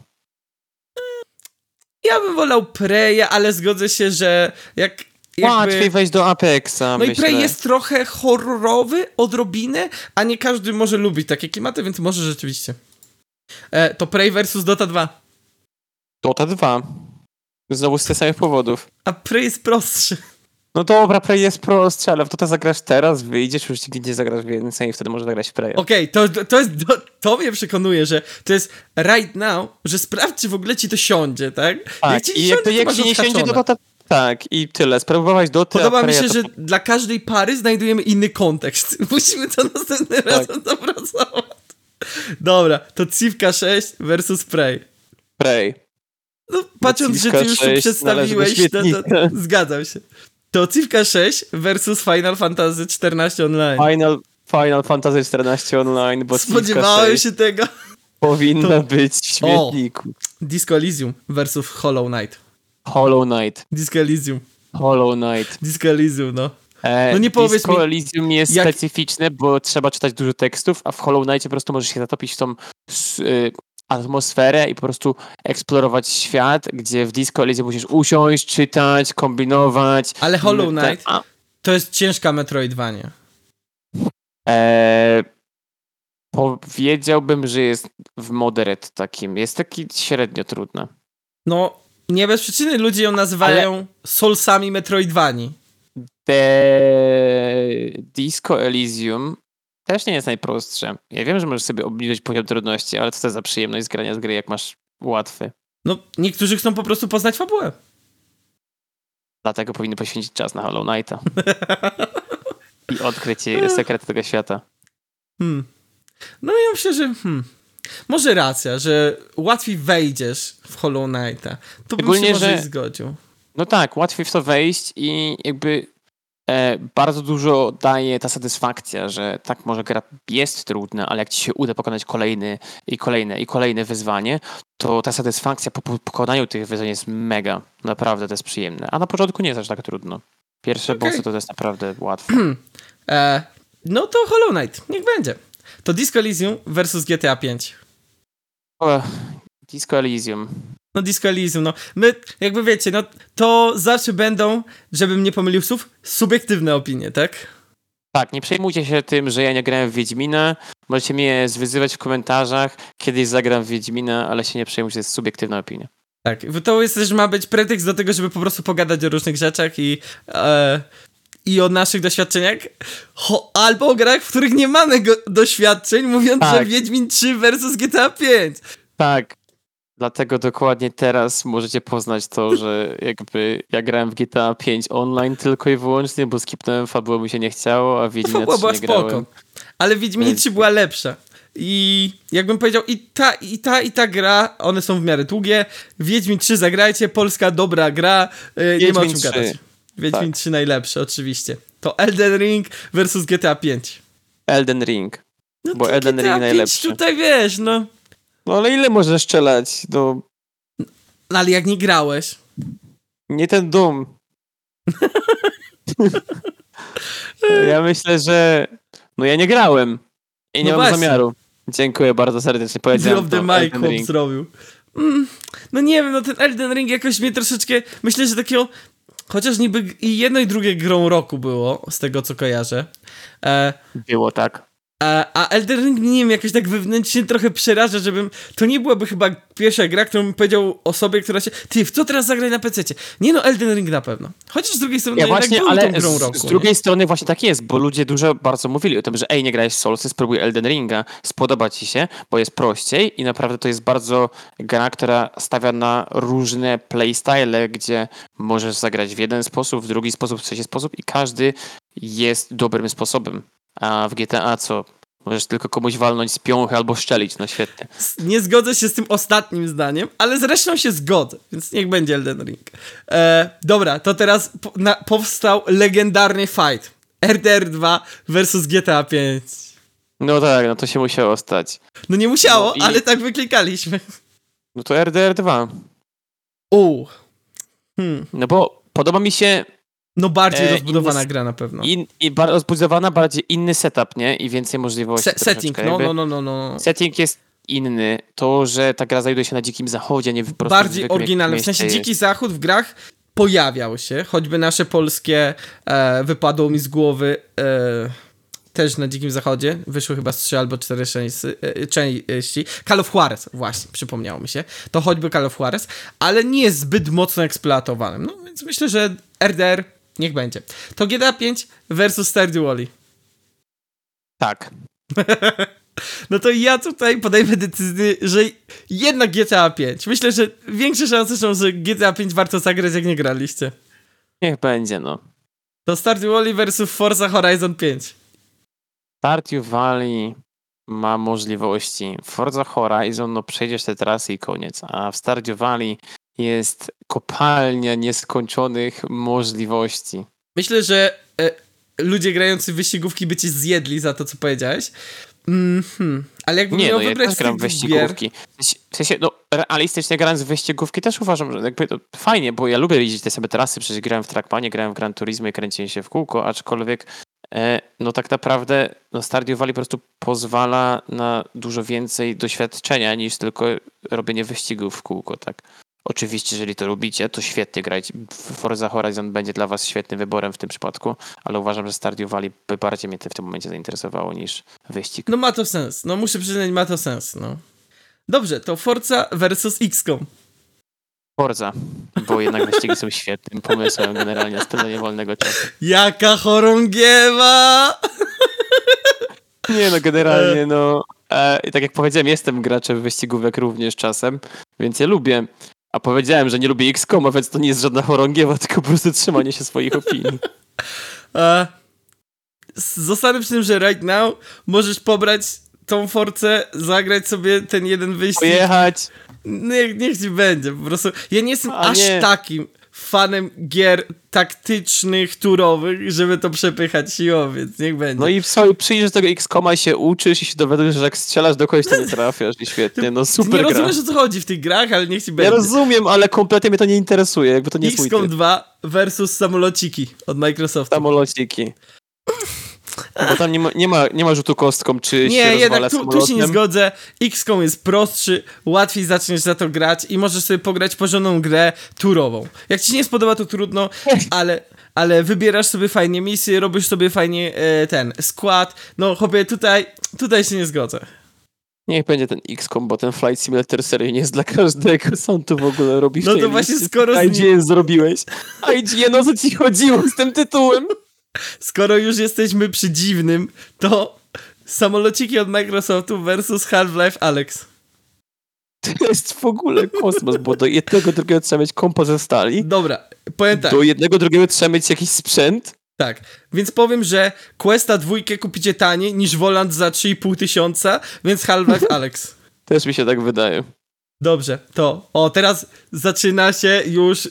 Ja bym wolał Preya, ale zgodzę się, że Łatwiej wejść do Apexa, No myślę. i Prey jest trochę horrorowy, odrobinę, a nie każdy może lubić takie klimaty, więc może rzeczywiście. To Prey versus Dota 2. Dota 2. Znowu z tych samych powodów. A Prey jest prostszy. No dobra, Prey jest prostszy, ale w Dota zagrasz teraz, wyjdziesz, już nigdy nie zagrasz więcej i wtedy może zagrać w Preya. Okej, to mnie przekonuje, że to jest right now, że sprawdź, czy w ogóle ci to siądzie, tak? Tak, ci i jak masz ci nie siądzie, odhaczone. to Dota... Tak, i tyle. Spróbować Dota, Podoba mi Preya się, to... że dla każdej pary znajdujemy inny kontekst. Musimy to następnym razem dopracować. Dobra, to Civka 6 versus Prey. Prey. No, patrząc, że ty już tu 6 przedstawiłeś, należy do śmietnika. zgadzam się. To Civka 6 versus Final Fantasy XIV Online. Final Fantasy XIV Online, bo Spodziewałem się tego. powinna być w śmietniku. Disco Elysium versus Hollow Knight. Hollow Knight. Disco Elysium. Hollow Knight. Disco Elysium, no. No nie powiedz Disco mi, Elysium jest jak- specyficzne, bo trzeba czytać dużo tekstów, a w Hollow Knightie po prostu możesz się zatopić w tą atmosferę i po prostu eksplorować świat, gdzie w Disco Elysium musisz usiąść, czytać, kombinować. Ale Hollow Knight to jest ciężka Metroidvania. Powiedziałbym, że jest w moderate takim. Jest taki średnio trudna. No, nie bez przyczyny ludzie ją nazywają Soulsami Metroidvanii. Disco Elysium też nie jest najprostsze. Ja wiem, że możesz sobie obniżyć poziom trudności, ale co to za przyjemność z grania z gry, jak masz łatwy. No, niektórzy chcą po prostu poznać fabułę. Dlatego powinny poświęcić czas na Hollow Knighta. I odkryć sekrety tego świata. No ja myślę, że może racja, że łatwiej wejdziesz w Hollow Knighta. To bym się może zgodził. No tak, łatwiej w to wejść i jakby bardzo dużo daje ta satysfakcja, że tak może gra jest trudna, ale jak ci się uda pokonać kolejne wyzwanie, to ta satysfakcja po pokonaniu tych wyzwań jest mega. Naprawdę to jest przyjemne. A na początku nie jest aż tak trudno. Pierwsze bossy to jest naprawdę łatwe. No to Hollow Knight, niech będzie. To Disco Elysium versus GTA 5. Disco Elysium. No Disco Elysium, no. My, jakby wiecie, no to zawsze będą, żebym nie pomylił słów, subiektywne opinie, tak? Tak, nie przejmujcie się tym, że ja nie grałem w Wiedźmina. Możecie mnie zwyzywać w komentarzach. Kiedyś zagram w Wiedźmina, ale się nie przejmujcie, to jest subiektywna opinia. Tak, to jest też ma być pretekst do tego, żeby po prostu pogadać o różnych rzeczach i o naszych doświadczeniach, albo o grach, w których nie mamy doświadczeń, mówiąc, że Wiedźmin 3 versus GTA 5. Tak, dlatego dokładnie teraz możecie poznać to, że jakby ja grałem w GTA 5 online tylko i wyłącznie, bo skipnąłem fabułę, mi się nie chciało, a Wiedźmina 3 nie grałem. Ale Wiedźmin 3 była lepsza. I jakbym powiedział, i ta gra, one są w miarę długie. Wiedźmin 3 zagrajcie, polska dobra gra, nie ma o czym gadać. Wiedźmin 3 najlepsze, oczywiście. To Elden Ring versus GTA 5. Elden Ring. No bo to Elden GTA Ring najlepszy. 5 tutaj wiesz, no. No ale ile możesz strzelać? No ale jak nie grałeś? Nie ten Doom. Ja myślę, że no ja nie grałem. I nie mam zamiaru. Dziękuję bardzo serdecznie. Powiedziałem to. Drop the mic zrobił. No nie wiem, no ten Elden Ring jakoś mnie troszeczkę... Myślę, że takiego... Chociaż niby i jedno i drugie grą roku było, z tego co kojarzę. Było, tak. A Elden Ring, nie wiem, jakoś tak wewnętrznie trochę przeraża, żebym... To nie byłaby chyba pierwsza gra, którą bym powiedział osobie, która się... Ty, w co teraz zagrać na PC-cie? Nie no, Elden Ring na pewno. Chociaż z drugiej strony właśnie, był ale tą grą roku. Z drugiej strony właśnie tak jest, bo ludzie dużo bardzo mówili o tym, że nie grałeś w Soulsy, spróbuj Elden Ringa, spodoba ci się, bo jest prościej i naprawdę to jest bardzo gra, która stawia na różne playstyle, gdzie możesz zagrać w jeden sposób, w drugi sposób, w trzeci sposób i każdy jest dobrym sposobem. A w GTA co? Możesz tylko komuś walnąć z piąchy albo szczelić, no świetnie. Nie zgodzę się z tym ostatnim zdaniem, ale zresztą się zgodzę, więc niech będzie Elden Ring. Dobra, to teraz powstał legendarny fight. RDR 2 versus GTA 5. No tak, no to się musiało stać. No nie musiało, ale tak wyklikaliśmy. No to RDR 2. No bo podoba mi się... No bardziej rozbudowana gra na pewno. Rozbudowana, bardziej inny setup, nie? I więcej możliwości. Setting, no. Setting jest inny. To, że ta gra znajduje się na Dzikim Zachodzie, nie po prostu bardziej oryginalny. W sensie Dziki Zachód w grach pojawiał się, choćby nasze polskie wypadło mi z głowy też na Dzikim Zachodzie. Wyszły chyba z 3 albo 4 części. Call of Juarez, właśnie, przypomniało mi się. To choćby Call of Juarez, ale nie jest zbyt mocno eksploatowanym. No więc myślę, że RDR niech będzie. To GTA 5 versus Stardew Valley. Tak. No to ja tutaj podejmę decyzję, że jednak GTA 5. Myślę, że większe szanse są, że GTA 5 warto zagrać, jak nie graliście. Niech będzie, no. To Stardew Valley versus Forza Horizon 5. Stardew Valley ma możliwości. Forza Horizon, no przejdziesz te trasy i koniec. A w Stardew Valley jest kopalnia nieskończonych możliwości. Myślę, że ludzie grający w wyścigówki by cię zjedli za to, co powiedziałeś. Ale jakbym Nie, miał no ja wybrać też z gram w tych wyścigówki. W sensie, no realistycznie grając w wyścigówki też uważam, że jakby to fajnie, bo ja lubię jeździć te same trasy, przecież grałem w Trackmanie, grałem w Gran Turismo i kręciłem się w kółko, aczkolwiek no tak naprawdę no Stardew Valley po prostu pozwala na dużo więcej doświadczenia niż tylko robienie wyścigów w kółko, tak? Oczywiście, jeżeli to lubicie, to świetnie grać. Forza Horizon będzie dla was świetnym wyborem w tym przypadku, ale uważam, że Stardew Valley by bardziej mnie w tym momencie zainteresowało niż wyścig. No ma to sens. No muszę przyznać, ma to sens, no. Dobrze, to Forza versus XCOM. Forza, bo jednak wyścigi są świetnym pomysłem generalnie na spędzanie wolnego czasu. Jaka chorągiewa! Nie no, generalnie no, tak jak powiedziałem, jestem graczem wyścigówek również czasem, więc ja lubię. A powiedziałem, że nie lubię XCOM, więc to nie jest żadna chorągiewa, tylko po prostu trzymanie się swoich opinii. Zostanę przy tym, że right now możesz pobrać tą Forcę, zagrać sobie ten jeden wyścig. Pojechać. Niech ci będzie, po prostu. Ja nie jestem nie. takim fanem gier taktycznych, turowych, żeby to przepychać siłą, więc niech będzie. No i przyjdziesz do tego XCOMa i się uczysz i się dowiadujesz, że jak strzelasz do kogoś, to nie trafiasz i świetnie, no super nie gra. rozumiesz, o co chodzi w tych grach, ale niech ci będzie. Ja rozumiem, ale kompletnie mnie to nie interesuje, jakby to nie jest mój XCOM typ. 2 versus samolociki od Microsoftu. Samolociki. Bo tam nie ma rzutu kostką, czy się Nie, rozwala jednak tu się nie zgodzę. XCOM jest prostszy, łatwiej zaczniesz za to grać i możesz sobie pograć porządną grę turową. Jak ci się nie spodoba, to trudno, ale wybierasz sobie fajnie misje, robisz sobie fajnie ten skład. No chłopie, tutaj się nie zgodzę. Niech będzie ten XCOM, bo ten Flight Simulator serio nie jest dla każdego. Co on tu w ogóle robi w No tej to właśnie liście? skoro IGN zrobiłeś. IGN, o co ci chodziło z tym tytułem? Skoro już jesteśmy przy dziwnym, to samolociki od Microsoftu versus Half-Life Alyx. To jest w ogóle kosmos, bo do jednego drugiego trzeba mieć kompo ze stali. Dobra, powiem tak. Do jednego drugiego trzeba mieć jakiś sprzęt. Tak, więc powiem, że Questa 2 kupicie taniej niż Volant za 3,5 tysiąca, więc Half-Life Alyx. Też mi się tak wydaje. Dobrze, to teraz zaczyna się już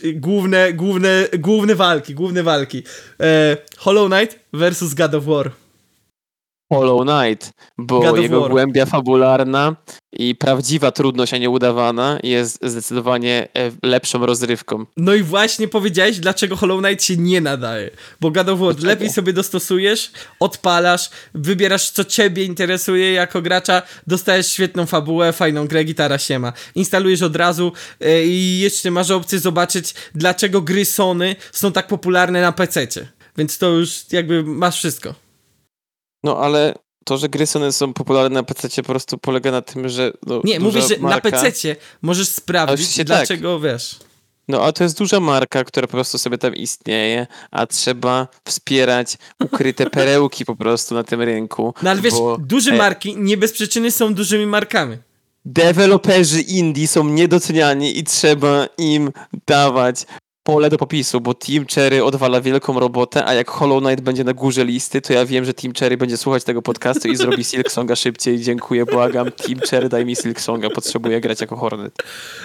główne walki. Hollow Knight versus God of War. Hollow Knight, bo jego głębia fabularna i prawdziwa trudność, a nie udawana, jest zdecydowanie lepszą rozrywką. No i właśnie powiedziałeś, dlaczego Hollow Knight się nie nadaje. Bo God of War lepiej sobie dostosujesz, odpalasz, wybierasz, co ciebie interesuje jako gracza, dostajesz świetną fabułę, fajną grę, gitara siema. Instalujesz od razu i jeszcze masz opcję zobaczyć, dlaczego gry Sony są tak popularne na PC-cie. Więc to już jakby masz wszystko. No ale to, że gry Sony są popularne na PC po prostu polega na tym, że no, nie, mówię, że marka, na PC-cie możesz sprawdzić, dlaczego wiesz. No a to jest duża marka, która po prostu sobie tam istnieje, a trzeba wspierać ukryte perełki po prostu na tym rynku. No ale wiesz, duże marki nie bez przyczyny są dużymi markami. Deweloperzy indie są niedoceniani i trzeba im dawać pole do popisu, bo Team Cherry odwala wielką robotę, a jak Hollow Knight będzie na górze listy, to ja wiem, że Team Cherry będzie słuchać tego podcastu i zrobi Silksonga szybciej. Dziękuję, błagam. Team Cherry, daj mi Silksonga, potrzebuję grać jako Hornet.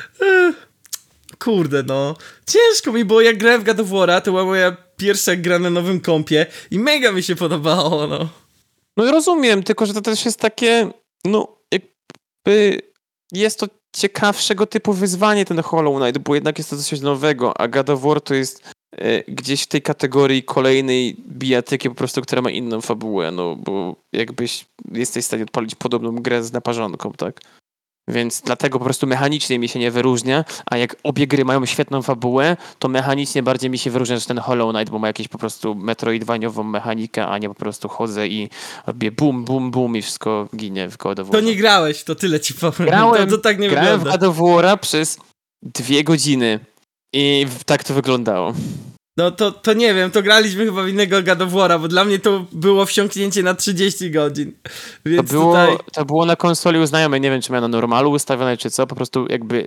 Kurde, no. Ciężko mi, bo jak grałem w God of War'a, to była moja pierwsza gra na nowym kompie i mega mi się podobało, no. No rozumiem, tylko że to też jest takie, no jakby jest to ciekawszego typu wyzwanie ten Hollow Knight, bo jednak jest to coś nowego, a God of War to jest gdzieś w tej kategorii kolejnej bijatyki po prostu, która ma inną fabułę, no bo jakbyś jesteś w stanie odpalić podobną grę z naparzonką, tak? Więc dlatego po prostu mechanicznie mi się nie wyróżnia, a jak obie gry mają świetną fabułę, to mechanicznie bardziej mi się wyróżnia niż ten Hollow Knight, bo ma jakieś po prostu metroidvaniową mechanikę, a nie po prostu chodzę i robię bum, bum, bum i wszystko ginie w God of War. To nie grałeś, to tyle ci powiem. To tak nie grałem wygląda. w God of War'a przez 2 godziny i tak to wyglądało. No to nie wiem, to graliśmy chyba w innego God of War'a, bo dla mnie to było wsiąknięcie na 30 godzin. Więc to było na konsoli u znajomej, nie wiem czy miałem na normalu ustawione czy co, po prostu jakby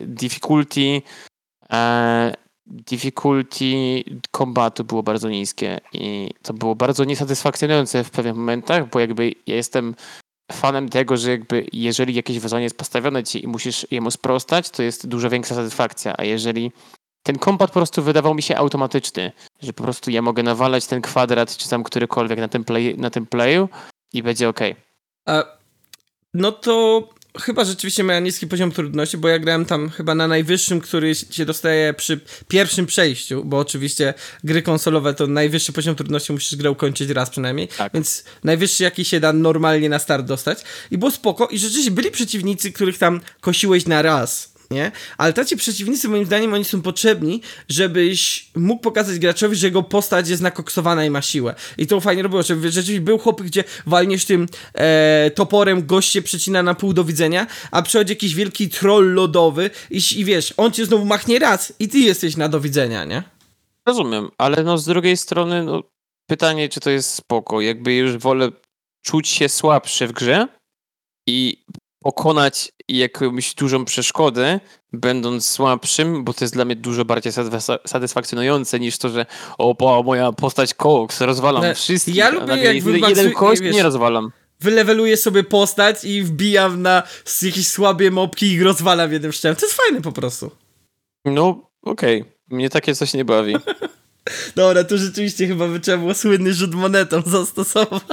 difficulty kombatu było bardzo niskie i to było bardzo niesatysfakcjonujące w pewnych momentach, bo jakby ja jestem fanem tego, że jakby jeżeli jakieś wyzwanie jest postawione ci i musisz jemu sprostać, to jest dużo większa satysfakcja, a jeżeli ten kompat po prostu wydawał mi się automatyczny, że po prostu ja mogę nawalać ten kwadrat, czy tam którykolwiek na tym playu i będzie okej. No to chyba rzeczywiście miała niski poziom trudności, bo ja grałem tam chyba na najwyższym, który się dostaje przy pierwszym przejściu, bo oczywiście gry konsolowe to najwyższy poziom trudności musisz grę ukończyć raz przynajmniej, Tak. więc najwyższy jaki się da normalnie na start dostać i było spoko i rzeczywiście byli przeciwnicy, których tam kosiłeś na raz, nie? Ale tacy przeciwnicy moim zdaniem oni są potrzebni, żebyś mógł pokazać graczowi, że jego postać jest nakoksowana i ma siłę. I to fajnie robiło, że rzeczywiście był chłop, gdzie walniesz tym toporem, gość się przecina na pół do widzenia, a przychodzi jakiś wielki troll lodowy i wiesz, on cię znowu machnie raz i ty jesteś na do widzenia, nie? Rozumiem, ale no z drugiej strony pytanie, czy to jest spoko. Jakby już wolę czuć się słabszy w grze i pokonać jakąś dużą przeszkodę, będąc słabszym, bo to jest dla mnie dużo bardziej satysfakcjonujące niż to, że moja postać koks, rozwalam wszystkich. Ja lubię, jak jeden kość nie rozwalam. Wyleweluję sobie postać i wbijam na jakieś słabie mopki i ich rozwalam jednym szczem. To jest fajne po prostu. No, okej. Mnie takie coś nie bawi. Dobra, to rzeczywiście chyba trzeba było słynny rzut monetą zastosować.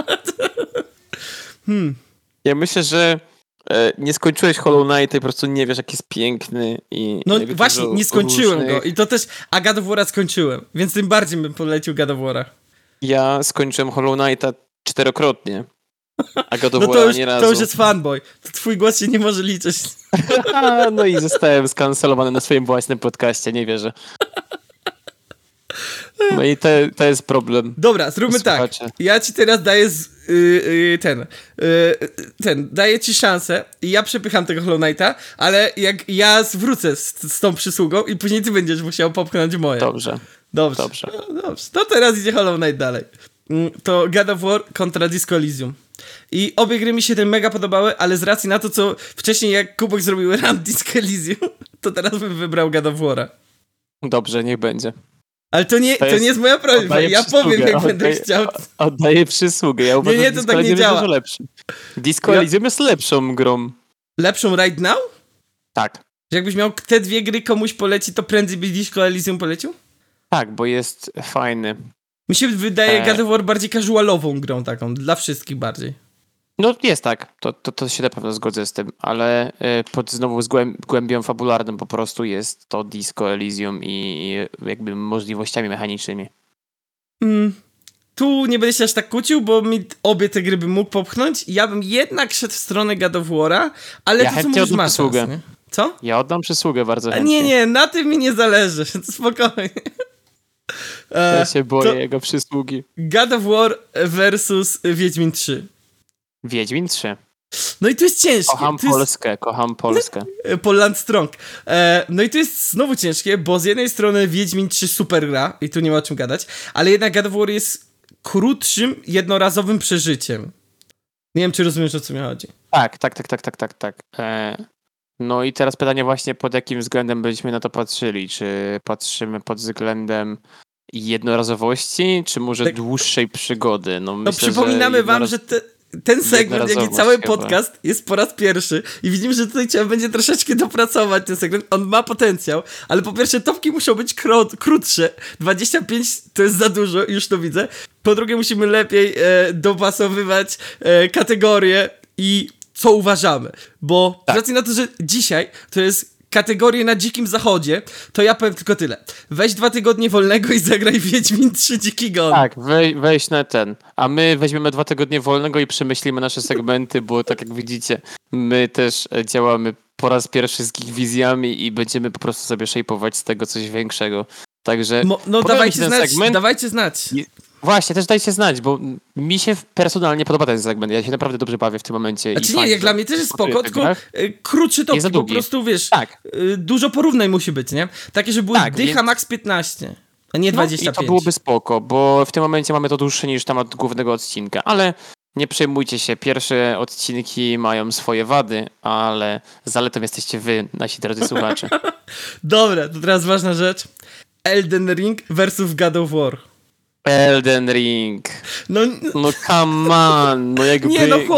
Ja myślę, że nie skończyłeś Hollow Knighta i po prostu nie wiesz, jak jest piękny. No właśnie, nie skończyłem go i to też, a God of War'a skończyłem, więc tym bardziej bym polecił God of War'a. Ja skończyłem Hollow Knighta 4-krotnie, a God of No War'a nie razu. to już jest fanboy, to twój głos się nie może liczyć. No i zostałem skancelowany na swoim własnym podcaście, nie wierzę. No i to jest problem. Dobra, zróbmy tak. Ja ci teraz daję daję ci szansę i ja przepycham tego Hollow Knighta, ale jak ja zwrócę z tą przysługą i później ty będziesz musiał popchnąć moje. Dobrze. Dobrze. To teraz idzie Hollow Knight dalej. To God of War kontra Disco Elysium. I obie gry mi się mega podobały, ale z racji na to, co wcześniej jak Kubek zrobił run Disco Elysium, to teraz bym wybrał God of War'a. Dobrze, niech będzie. Ale to nie jest moja prośba. Ja powiem, jak będę chciał. Oddaję przysługę. Ja uważam, nie, to tak nie działa. Lepszy. Disco Elysium jest lepszą grą. Lepszą right now? Tak. Że jakbyś miał te dwie gry komuś polecić, to prędzej by Disco Elysium polecił? Tak, bo jest fajny. Mi się wydaje God of War bardziej casualową grą taką, dla wszystkich bardziej. No jest tak, to się na pewno zgodzę z tym, ale pod znowu głębią fabularną po prostu jest to Disco Elysium i jakby możliwościami mechanicznymi. Tu nie będę się aż tak kłócił, bo mi obie te gry bym mógł popchnąć. Ja bym jednak szedł w stronę God of War'a, ale ja to co mówisz masz przysługę. nie? Co? Ja oddam przysługę bardzo chętnie. Nie, na tym mi nie zależy, spokojnie. Ja się boję jego przysługi. God of War versus Wiedźmin 3. Wiedźmin 3. No i to jest ciężkie. Kocham Polskę. Poland Strong. No i to jest znowu ciężkie, bo z jednej strony Wiedźmin 3 super gra i tu nie ma o czym gadać, ale jednak God of War jest krótszym, jednorazowym przeżyciem. Nie wiem, czy rozumiesz, o co mi chodzi. Tak. No i teraz pytanie właśnie, pod jakim względem byśmy na to patrzyli? Czy patrzymy pod względem jednorazowości, czy może dłuższej przygody? No myślę, przypominamy wam, że ten segment, jak i cały podcast jest po raz pierwszy i widzimy, że tutaj trzeba będzie troszeczkę dopracować ten segment. On ma potencjał, ale po pierwsze topki muszą być krótsze. 25 to jest za dużo, już to widzę. Po drugie musimy lepiej dopasowywać kategorie i co uważamy. Bo z racji na to, że dzisiaj to jest kategorie na Dzikim Zachodzie, to ja powiem tylko tyle. Weź 2 tygodnie wolnego i zagraj Wiedźmin 3 Dziki Gon. Tak, weź na ten. A my weźmiemy 2 tygodnie wolnego i przemyślimy nasze segmenty, bo tak jak widzicie, my też działamy po raz pierwszy z Geekwizjami i będziemy po prostu sobie szejpować z tego coś większego. Także dawajcie znać. Właśnie, też dajcie znać, bo mi się personalnie podoba ten segment. Ja się naprawdę dobrze bawię w tym momencie. Znaczy nie, jak dla mnie też jest spoko, tylko krótszy topki, po prostu wiesz, dużo porównań musi być, nie? Takie, że były dycha max 15, a nie 25. I to byłoby spoko, bo w tym momencie mamy to dłuższe niż temat głównego odcinka, ale nie przejmujcie się, pierwsze odcinki mają swoje wady, ale zaletą jesteście wy, nasi drodzy słuchacze. Dobra, to teraz ważna rzecz. Elden Ring versus God of War. Elden Ring. No come on. No jakby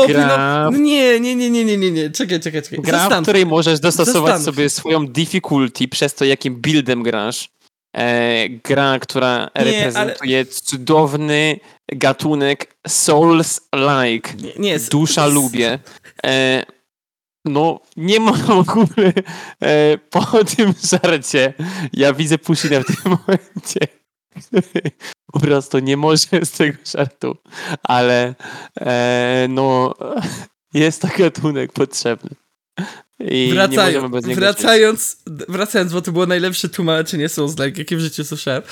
nie. Czekaj. Gra, w której możesz dostosować sobie swoją difficulty przez to, jakim buildem grasz. gra, która reprezentuje cudowny gatunek Souls-like. Nie, Dusza lubię. No, nie ma w ogóle po tym żarcie. Ja widzę Pushina w tym momencie, który po prostu nie może z tego żartu, ale no, jest to gatunek potrzebny. I nie możemy bez niego wracając, bo to było najlepsze tłumaczenie Souls-like, jakie w życiu słyszałem.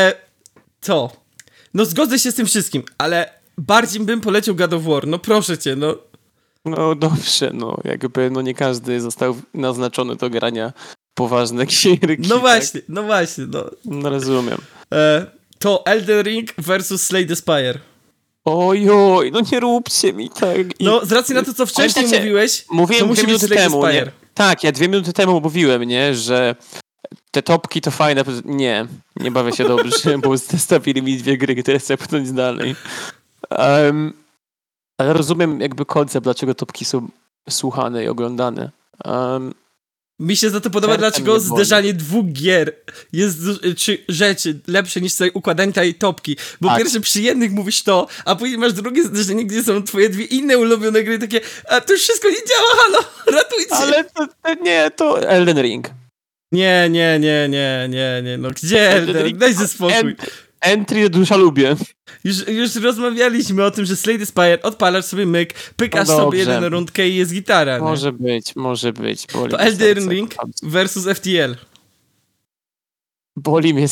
No zgodzę się z tym wszystkim, ale bardziej bym poleciał God of War, no proszę cię, no. No dobrze, no jakby nie każdy został naznaczony do grania poważne gierki. No właśnie, tak? no. No rozumiem. To Elden Ring versus Slay the Spire. Ojoj, no nie róbcie mi tak. No z racji na to, co wcześniej mówiłeś, mówiłem to musi 2 być minuty Slay temu, the Spire. nie? Tak, ja 2 minuty temu mówiłem, nie, że te topki to fajne. Nie bawię się dobrze, bo zestawili mi 2 gry, które chcę pchnąć dalej. Ale rozumiem jakby koncept, dlaczego topki są słuchane i oglądane. Mi się za to podoba, dlaczego zderzanie 2 gier jest czy rzeczy lepsze niż sobie układanie tej topki. Bo pierwsze przy jednych mówisz to, a później masz drugie zderzenie, gdzie są twoje 2 inne ulubione gry, takie, a to już wszystko nie działa, halo, ratujcie. Ale to Elden Ring. Nie, no gdzie Elden Ring? Daj ze spokój. Entry dusza lubię. Już rozmawialiśmy o tym, że Slay the Spire, odpalasz sobie myk, pykasz sobie jeden rundkę i jest gitara. Może być. To Elden Ring versus FTL. Boli mnie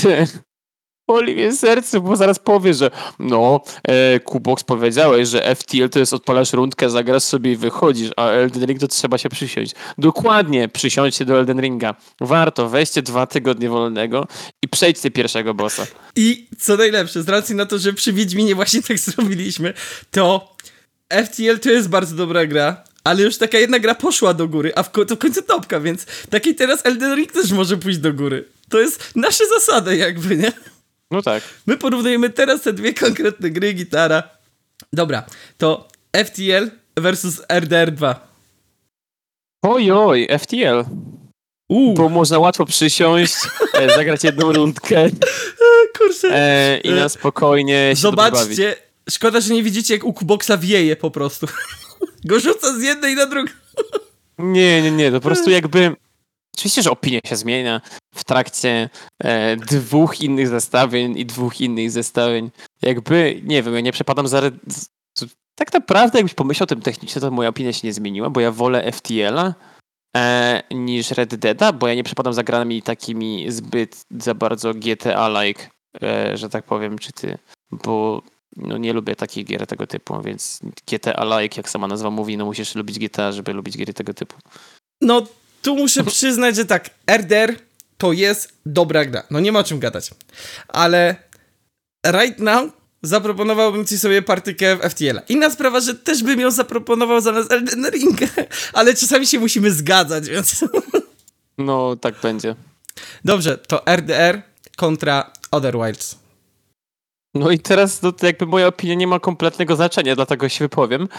serce, bo zaraz powie, że Kubox powiedziałeś, że FTL to jest odpalasz rundkę, zagrasz sobie i wychodzisz, a Elden Ring to trzeba się przysiąść. Dokładnie, przysiądźcie do Elden Ringa. Warto, weźcie 2 tygodnie wolnego i przejdźcie pierwszego bossa. I co najlepsze, z racji na to, że przy Wiedźminie właśnie tak zrobiliśmy, to FTL to jest bardzo dobra gra, ale już taka jedna gra poszła do góry, a to w końcu topka, więc taki teraz Elden Ring też może pójść do góry. To jest nasza zasada jakby, nie? No tak. My porównujemy teraz te 2 konkretne gry, gitara. Dobra, to FTL versus RDR 2. Ojoj, FTL. Bo można łatwo przysiąść, zagrać jedną rundkę kurczę. I na spokojnie się zobaczcie, szkoda, że nie widzicie, jak u Kuboxa wieje po prostu. Go rzuca z jednej na drugą. Nie, to po prostu jakby... Oczywiście, że opinia się zmienia w trakcie 2 innych zestawień i 2 innych zestawień. Jakby, nie wiem, ja nie przepadam za... Tak naprawdę, jakbyś pomyślał o tym technicznie, to moja opinia się nie zmieniła, bo ja wolę FTL-a niż Red Deada, bo ja nie przepadam za grami takimi zbyt za bardzo GTA-like, że tak powiem, czy ty, bo nie lubię takich gier tego typu, więc GTA-like, jak sama nazwa mówi, musisz lubić GTA, żeby lubić gry tego typu. No, tu muszę przyznać, że tak, RDR to jest dobra gra. No nie ma o czym gadać. Ale right now zaproponowałbym ci sobie partykę w FTL-a. Inna sprawa, że też bym ją zaproponował zamiast Elden Ringa, ale czasami się musimy zgadzać, więc... No, tak będzie. Dobrze, to RDR kontra Other Wilds. No i teraz to jakby moja opinia nie ma kompletnego znaczenia, dlatego się wypowiem,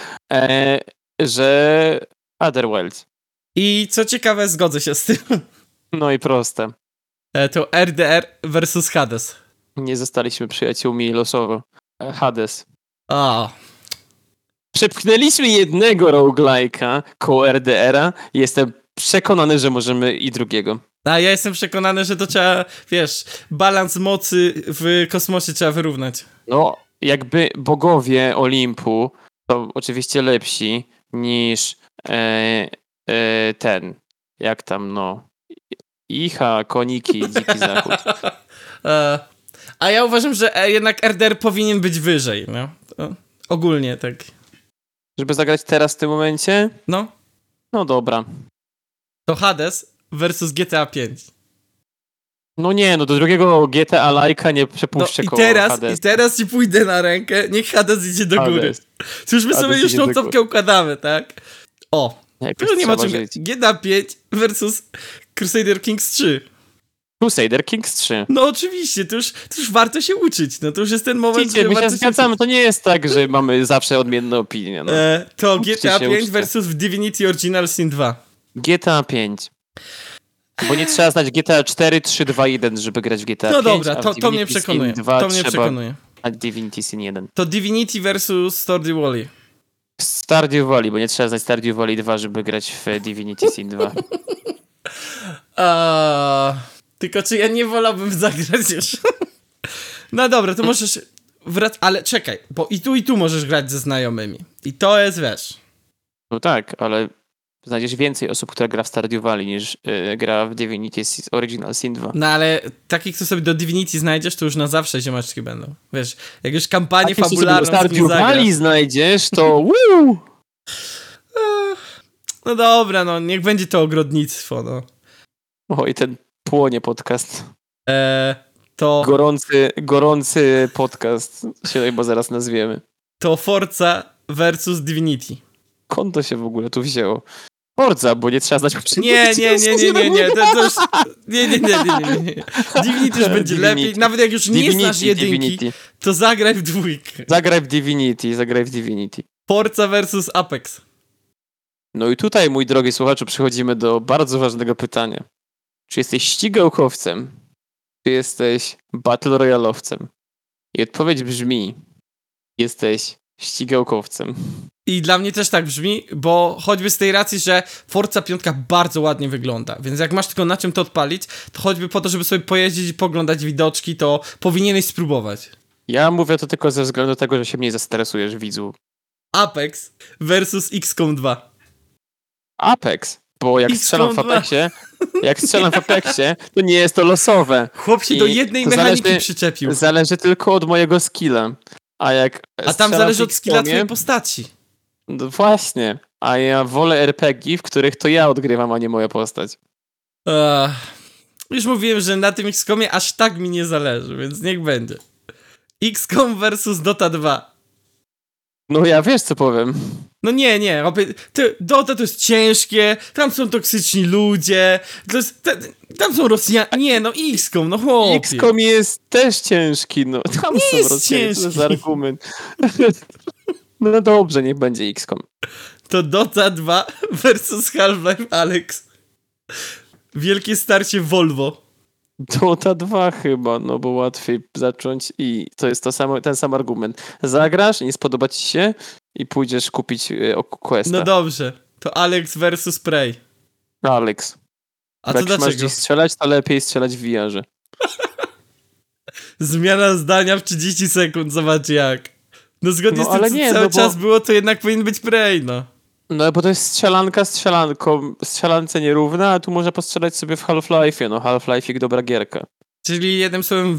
że Other Wilds. I co ciekawe, zgodzę się z tym. No i proste. To RDR versus Hades. Nie zostaliśmy przyjaciółmi losowo. Hades. Przepchnęliśmy jednego roguelike'a koło RDR-a i jestem przekonany, że możemy i drugiego. A ja jestem przekonany, że to trzeba, wiesz, balans mocy w kosmosie trzeba wyrównać. No, jakby bogowie Olimpu są oczywiście lepsi niż ten, jak tam, Icha, koniki, dziki zachód. A ja uważam, że jednak RDR powinien być wyżej, no. Ogólnie tak. Żeby zagrać teraz w tym momencie? No. No dobra. To Hades versus GTA 5. No nie, do drugiego GTA lajka nie przepuszczę koło Hadesa. I teraz ci pójdę na rękę, niech Hades idzie do góry. Cóż my sobie już tą topkę układamy, tak? Tu nie ma czym. GTA 5 versus Crusader Kings 3. Crusader Kings 3. No oczywiście, to już warto się uczyć. No to już jest ten moment, gdzie my się zgadzamy. To nie jest tak, że mamy zawsze odmienne opinie. No. To GTA 5 versus Divinity Original Sin 2. GTA 5. Bo nie trzeba znać GTA 4, 3, 2, 1, żeby grać w GTA 5. No dobra, a w to mnie Divinity przekonuje. Sin 2 To mnie trzeba przekonuje. A Divinity Sin 1. To Divinity versus Stardew Valley. Stardew Valley, bo nie trzeba znać Stardew Valley 2, żeby grać w Divinity Sin 2. Tylko czy ja nie wolałbym zagrać już? No dobra, to możesz ale czekaj, bo i tu możesz grać ze znajomymi. I to jest, wiesz... No tak, ale znajdziesz więcej osób, która gra w Stardew Valley niż gra w Divinity Original Sin 2. No ale takich, co sobie do Divinity znajdziesz, to już na zawsze ziomeczki będą. Wiesz, jak już kampanię fabularną z nim Stardew zagrasz... Valley znajdziesz, to woo! No dobra, no niech będzie to ogrodnictwo, no. Oj, ten płonie podcast. To... Gorący podcast się chyba zaraz nazwiemy. To Forza versus Divinity. Skąd to się w ogóle tu wzięło? Forza, bo nie trzeba znać poprzedniego. Nie. To już... Nie. Divinity już będzie lepiej. Nawet jak już nie znasz jedynki, to zagraj w dwójkę. Zagraj w Divinity. Forza versus Apex. No i tutaj, mój drogi słuchaczu, przechodzimy do bardzo ważnego pytania. Czy jesteś ścigałkowcem? Czy jesteś battle royalowcem? I odpowiedź brzmi: jesteś ścigałkowcem. I dla mnie też tak brzmi, bo choćby z tej racji, że Forza 5 bardzo ładnie wygląda, więc jak masz tylko na czym to odpalić, to choćby po to, żeby sobie pojeździć i poglądać widoczki, to powinieneś spróbować. Ja mówię to tylko ze względu na to, że się mniej zestresujesz, widzu. Apex versus XCOM 2. Apex, bo jak strzelam w Apexie, to nie jest to losowe. Chłop się do jednej mechaniki przyczepił. Zależy tylko od mojego skilla. A tam zależy od skilla twojej postaci. No właśnie. A ja wolę RPG, w których to ja odgrywam, a nie moja postać. Już mówiłem, że na tym XCOMie aż tak mi nie zależy, więc niech będzie. XCOM versus Dota 2. No ja wiesz co powiem. No nie. Dota to jest ciężkie, tam są toksyczni ludzie, tam są Rosjanie. Nie, no XCOM, no chłopie. XCOM jest też ciężki, no. Tam nie są jest Rosjanie, ciężki. to jest argument. No dobrze, niech będzie XCOM. To Dota 2 versus Half-Life Alyx. Wielkie starcie Volvo. Dota 2 chyba, no bo łatwiej zacząć i to jest ten sam argument. Zagrasz, nie spodoba ci się i pójdziesz kupić Questa. No dobrze, to Alyx versus Prey. Alex. A to jak masz dlaczego? gdzieś strzelać, to lepiej strzelać w VR-ze. Zmiana zdania w 30 sekund, zobacz jak. No zgodnie No, z tym, ale co nie, cały no bo- czas było, to jednak powinien być Prey, no. No bo to jest strzelanka strzelanką, strzelance nierówna, a tu można postrzelać sobie w Half-Life'ie, no Half-Life dobra gierka. Czyli jednym słowem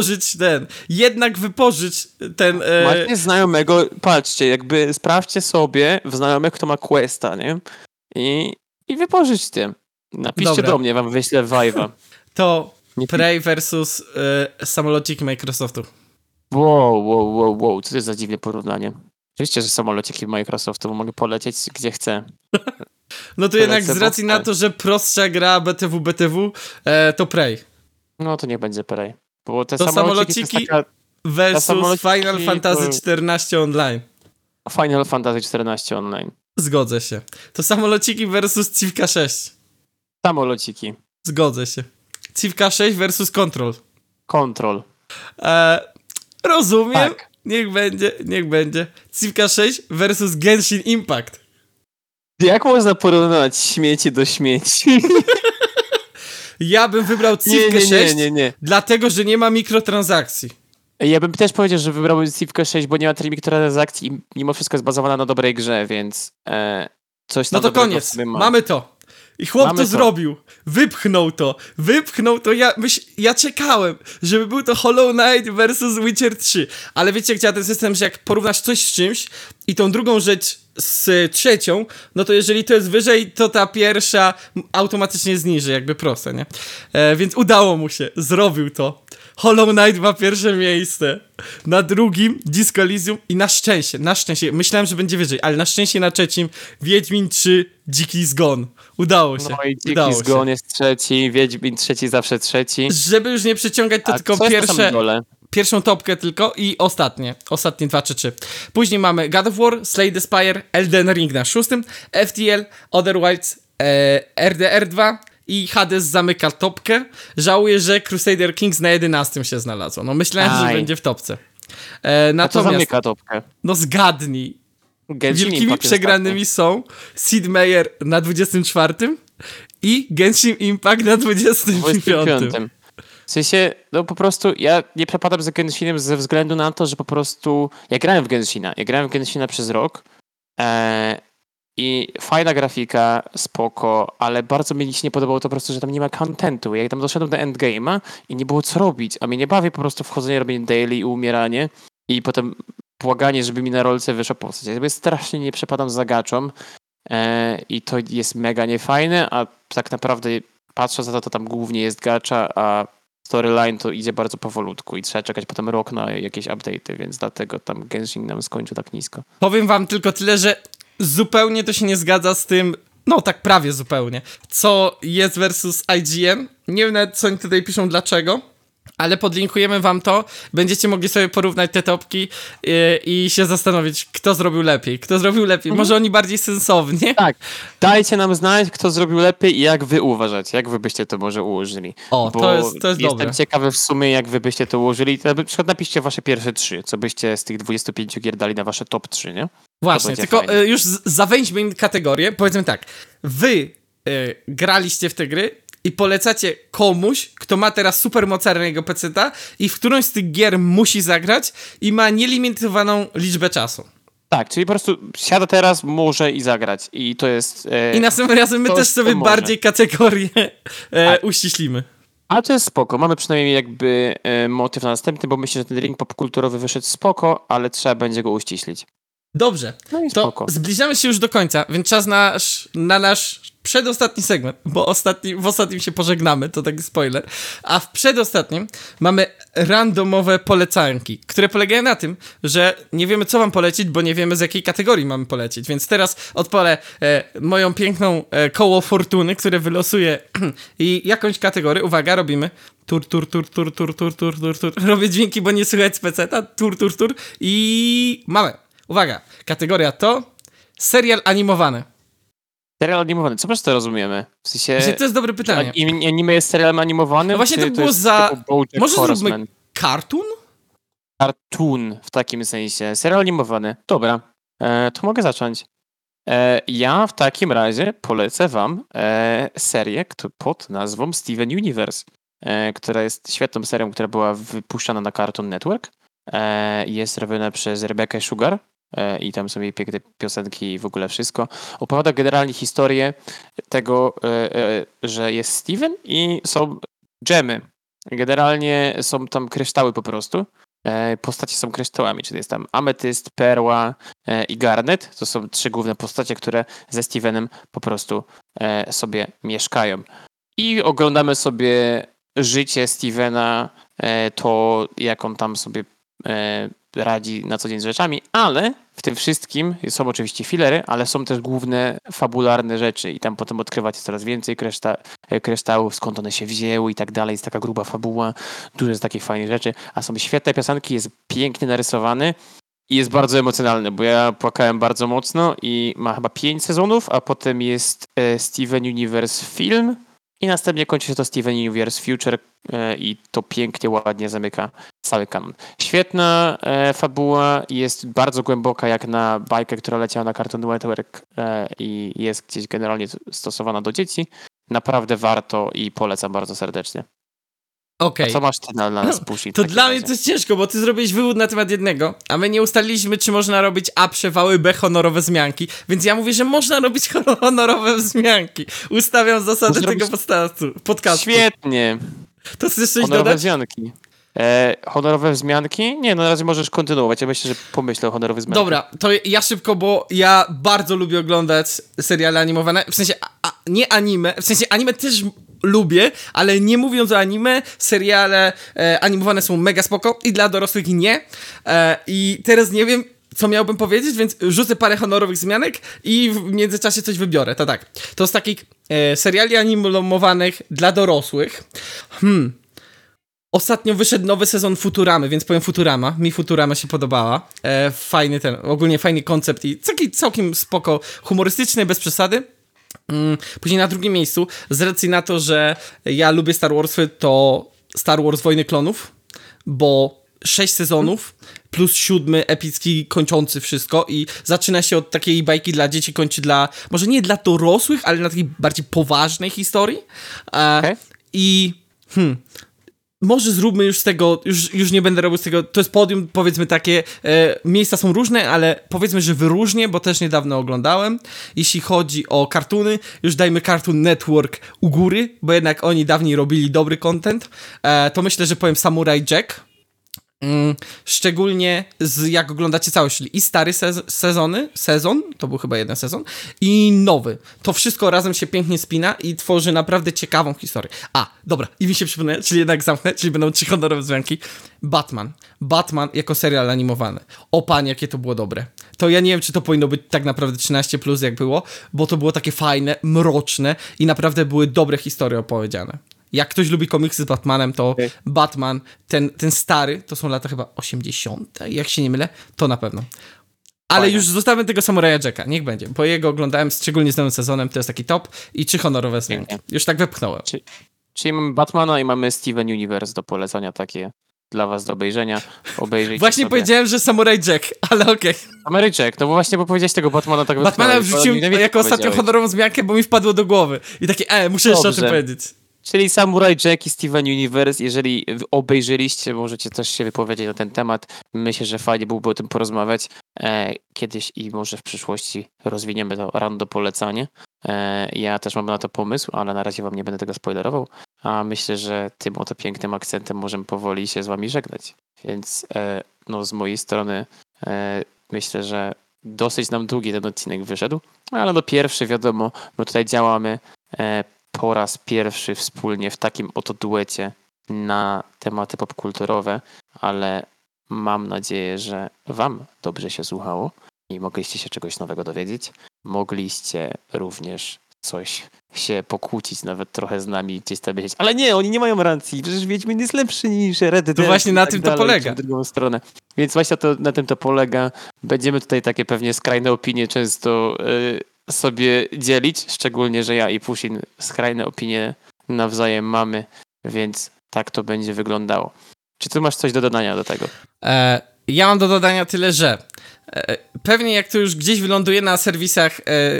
jednak wypożycz ten... Macie znajomego, patrzcie, jakby sprawdźcie sobie w znajomych, kto ma Questa, nie? I wypożyczcie. Napiszcie Dobra. do mnie, wam wyślę Vive'a. To Nie- Prey versus samolociki Microsoftu. Wow, co to jest za dziwne porównanie? Oczywiście, że samolociki Microsoftu, bo mogę polecieć gdzie chcę. No to jednak z racji na to, że prostsza gra BTW, to Prey. No to niech będzie Prey. Bo te To samolociki to jest taka versus samolociki Final Fantasy to- XIV Online. Final Fantasy XIV Online. Zgodzę się. To samolociki versus Civka 6. Samolociki. Zgodzę się. Civka 6 versus Control. Control. Rozumiem. Tak. Niech będzie. Civka 6 versus Genshin Impact. Jak można porównywać śmieci do śmieci? Ja bym wybrał Civkę 6, Nie. dlatego, że nie ma mikrotransakcji. Ja bym też powiedział, że wybrałbym Civkę 6, bo nie ma mikrotransakcji i mimo wszystko jest bazowana na dobrej grze, więc coś tam No to dobrego koniec. w sobie ma. Mamy to. I chłop Mamy to to. zrobił. Wypchnął to. Ja czekałem, żeby był to Hollow Knight versus Witcher 3. Ale wiecie, jak działa ten system, że jak porównasz coś z czymś i tą drugą rzecz z trzecią, no to jeżeli to jest wyżej, to ta pierwsza automatycznie jest niżej, jakby proste, nie? Więc udało mu się. Zrobił to. Hollow Knight ma pierwsze miejsce. Na drugim Disco Elysium i na szczęście, myślałem, że będzie wyżej, ale na szczęście na trzecim Wiedźmin 3 Dziki Zgon. Udało się. No i udało Dziki się. Zgon jest trzeci, Wiedźmin trzeci zawsze trzeci. Żeby już nie przeciągać, to A tylko co jest na samym dole? pierwszą topkę tylko i ostatnie 2 czy 3. Później mamy God of War, Slay the Spire, Elden Ring na 6, FTL, Other Wilds, RDR 2, i Hades zamyka topkę. Żałuję, że Crusader Kings na 11 się znalazło. No myślałem, że będzie w topce. A to zamyka topkę. No zgadnij. Genshin Wielkimi Impact przegranymi są Sid Meier na 24 i Genshin Impact na 25. W sensie, no po prostu ja nie przepadam za Genshinem ze względu na to, że po prostu ja grałem w Genshina. Ja grałem w Genshina przez rok i fajna grafika, spoko, ale bardzo mi się nie podobało to po prostu, że tam nie ma contentu. Ja tam doszedłem do endgame'a i nie było co robić, a mnie nie bawi po prostu wchodzenie, robienie daily i umieranie i potem błaganie, żeby mi na rolce wyszła postać. Ja strasznie nie przepadam za gaczom i to jest mega niefajne, a tak naprawdę patrząc na to tam głównie jest gacza, a storyline to idzie bardzo powolutku i trzeba czekać potem rok na jakieś update'y, więc dlatego tam Genshin nam skończył tak nisko. Powiem wam tylko tyle, że zupełnie to się nie zgadza z tym, no tak prawie zupełnie, co jest versus IGN. Nie wiem nawet, co oni tutaj piszą, dlaczego, ale podlinkujemy wam to. Będziecie mogli sobie porównać te topki i się zastanowić, kto zrobił lepiej. Kto zrobił lepiej. Może oni bardziej sensownie. Tak. Dajcie nam znać, kto zrobił lepiej i jak wy uważacie. Jak wy byście to może ułożyli. O, bo to jest dobre. Jestem ciekawy w sumie, jak wy byście to ułożyli. Na przykład napiszcie wasze pierwsze 3, co byście z tych 25 gier dali na wasze top 3, nie? Właśnie, tylko już zawęźmy kategorię. Powiedzmy tak. Wy graliście w te gry i polecacie komuś, kto ma teraz super mocarnego peceta i w którąś z tych gier musi zagrać i ma nielimitowaną liczbę czasu. Tak, czyli po prostu siada teraz, może i zagrać. I to jest... I następnym razem my też sobie bardziej kategorię uściślimy. Ale to jest spoko. Mamy przynajmniej jakby motyw na następny, bo myślę, że ten ring popkulturowy wyszedł spoko, ale trzeba będzie go uściślić. Dobrze, no i to spoko. Zbliżamy się już do końca, więc czas na nasz przedostatni segment, bo w ostatnim się pożegnamy, to taki spoiler, a w przedostatnim mamy randomowe polecanki, które polegają na tym, że nie wiemy, co wam polecić, bo nie wiemy, z jakiej kategorii mamy polecić, więc teraz odpalę moją piękną koło fortuny, które wylosuje i jakąś kategorię, uwaga, robimy tur. Robię dźwięki, bo nie słychać z peceta, tur i mamy. Uwaga, kategoria to serial animowany. Serial animowany, co przez to rozumiemy? W sensie, to jest dobre pytanie. Anime jest serialem animowanym? No właśnie to było może zróbmy cartoon? Cartoon w takim sensie. Serial animowany. Dobra, to mogę zacząć. Ja w takim razie polecę wam serię pod nazwą Steven Universe, która jest świetną serią, która była wypuszczana na Cartoon Network. Jest robiona przez Rebecca Sugar i tam są jej piękne piosenki i w ogóle wszystko. Opowiada generalnie historię tego, że jest Steven i są dżemy. Generalnie są tam kryształy po prostu. Postacie są kryształami, czyli jest tam ametyst, perła i garnet. To są 3 główne postacie, które ze Stevenem po prostu sobie mieszkają. I oglądamy sobie życie Stevena, to jak on tam sobie radzi na co dzień z rzeczami, ale w tym wszystkim są oczywiście filery, ale są też główne fabularne rzeczy i tam potem odkrywacie coraz więcej kryształów, skąd one się wzięły i tak dalej. Jest taka gruba fabuła, dużo jest takich fajnych rzeczy, a są świetne piosenki, jest pięknie narysowany i jest bardzo emocjonalny, bo ja płakałem bardzo mocno i ma chyba 5 sezonów, a potem jest Steven Universe film i następnie kończy się to Steven Universe Future i to pięknie, ładnie zamyka cały kanon. Świetna fabuła, jest bardzo głęboka jak na bajkę, która leciała na Cartoon Network i jest gdzieś generalnie stosowana do dzieci. Naprawdę warto i polecam bardzo serdecznie. Okay. A co masz ty na nas puścić? To dla mnie to jest ciężko, bo ty zrobiłeś wywód na temat jednego, a my nie ustaliliśmy, czy można robić A przewały, B honorowe wzmianki, więc ja mówię, że można robić honorowe wzmianki. Ustawiam zasady tego podcastu. Świetnie. To chcesz coś honorowe dodać? Wzmianki. Honorowe wzmianki? Nie, no na razie możesz kontynuować. Ja myślę, że pomyślę o honorowych wzmiankach. Dobra, to ja szybko, bo ja bardzo lubię oglądać seriale animowane. W sensie nie anime, w sensie anime też lubię, ale nie mówiąc o anime, seriale animowane są mega spoko i dla dorosłych nie. I teraz nie wiem, co miałbym powiedzieć, więc rzucę parę honorowych zmianek i w międzyczasie coś wybiorę. To tak, to z takich seriali animowanych dla dorosłych. Ostatnio wyszedł nowy sezon Futuramy, więc powiem Futurama. Mi Futurama się podobała. Fajny ogólnie fajny koncept i całkiem spoko, humorystyczny, bez przesady. Później na drugim miejscu, z racji na to, że ja lubię Star Warsy, to Star Wars Wojny Klonów, bo 6 sezonów plus 7 epicki kończący wszystko i zaczyna się od takiej bajki dla dzieci, kończy dla, może nie dla dorosłych, ale na takiej bardziej poważnej historii. Okay. I może zróbmy już z tego, już nie będę robił z tego, to jest podium, powiedzmy takie, miejsca są różne, ale powiedzmy, że wyróżnię, bo też niedawno oglądałem. Jeśli chodzi o kartuny, już dajmy Cartoon Network u góry, bo jednak oni dawniej robili dobry content, to myślę, że powiem Samurai Jack. Szczególnie jak oglądacie całość, czyli i stary sezon, to był chyba jeden sezon, i nowy. To wszystko razem się pięknie spina i tworzy naprawdę ciekawą historię. Dobra, i mi się przypomina, czyli jednak zamknę, czyli będą 3 honorowe wzmianki. Batman jako serial animowany. O panie, jakie to było dobre. To ja nie wiem, czy to powinno być tak naprawdę 13+, jak było, bo to było takie fajne, mroczne i naprawdę były dobre historie opowiedziane. Jak ktoś lubi komiksy z Batmanem, to Batman, ten stary, to są lata chyba 80., jak się nie mylę, to na pewno. Ale już zostawmy tego Samuraja Jacka, niech będzie, bo jego oglądałem szczególnie z nowym sezonem, to jest taki top i 3 honorowe zmianki. Już tak wepchnąłem. Czyli mamy Batmana i mamy Steven Universe do polecenia takie dla was do obejrzenia. Obejrzyjcie właśnie sobie. Powiedziałem, że Samurai Jack, ale okej. Samurai Jack, no bo właśnie, bo powiedziałeś tego Batmana tak Batmana wrzuciłem jako ostatnią honorową zmiankę, bo mi wpadło do głowy. I takie, muszę jeszcze o tym powiedzieć. Czyli Samurai Jack i Steven Universe, jeżeli obejrzyliście, możecie też się wypowiedzieć na ten temat. Myślę, że fajnie byłoby o tym porozmawiać kiedyś i może w przyszłości rozwiniemy to rando polecanie. Ja też mam na to pomysł, ale na razie wam nie będę tego spoilerował, a myślę, że tym oto pięknym akcentem możemy powoli się z wami żegnać. Więc no z mojej strony myślę, że dosyć nam długi ten odcinek wyszedł, ale no pierwszy wiadomo, my tutaj działamy po raz pierwszy wspólnie w takim oto duecie na tematy popkulturowe, ale mam nadzieję, że wam dobrze się słuchało i mogliście się czegoś nowego dowiedzieć. Mogliście również coś się pokłócić nawet trochę z nami, gdzieś tam wiedzieć. Ale nie, oni nie mają racji, przecież Wiedźmin jest lepszy niż Red Dead. To właśnie na tym to polega. W drugą stronę. Więc właśnie na tym to polega. Będziemy tutaj takie pewnie skrajne opinie często sobie dzielić, szczególnie, że ja i Pusin skrajne opinie nawzajem mamy, więc tak to będzie wyglądało. Czy ty masz coś do dodania do tego? Ja mam do dodania tyle, że pewnie jak to już gdzieś wyląduje na serwisach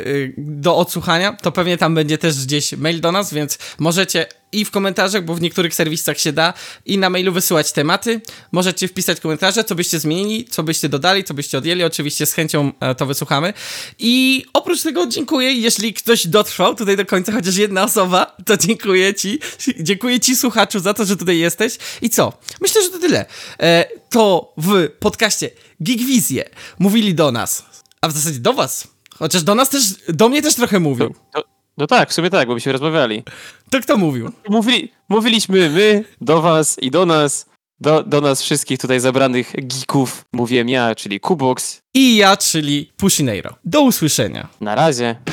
do odsłuchania, to pewnie tam będzie też gdzieś mail do nas, więc możecie i w komentarzach, bo w niektórych serwisach się da, i na mailu wysyłać tematy. Możecie wpisać komentarze, co byście zmienili, co byście dodali, co byście odjęli. Oczywiście z chęcią to wysłuchamy. I oprócz tego dziękuję, jeśli ktoś dotrwał tutaj do końca, chociaż jedna osoba, to dziękuję ci. Dziękuję ci, słuchaczu, za to, że tutaj jesteś. I co? Myślę, że to tyle. To w podcaście Geekwizje mówili do nas, a w zasadzie do was, chociaż do mnie też trochę mówił. No tak, w sumie tak, bo byśmy rozmawiali. To kto mówił? Mówiliśmy my, do was i do nas, do nas wszystkich tutaj zebranych geeków. Mówiłem ja, czyli Kubox. I ja, czyli Pusineiro. Do usłyszenia. Na razie.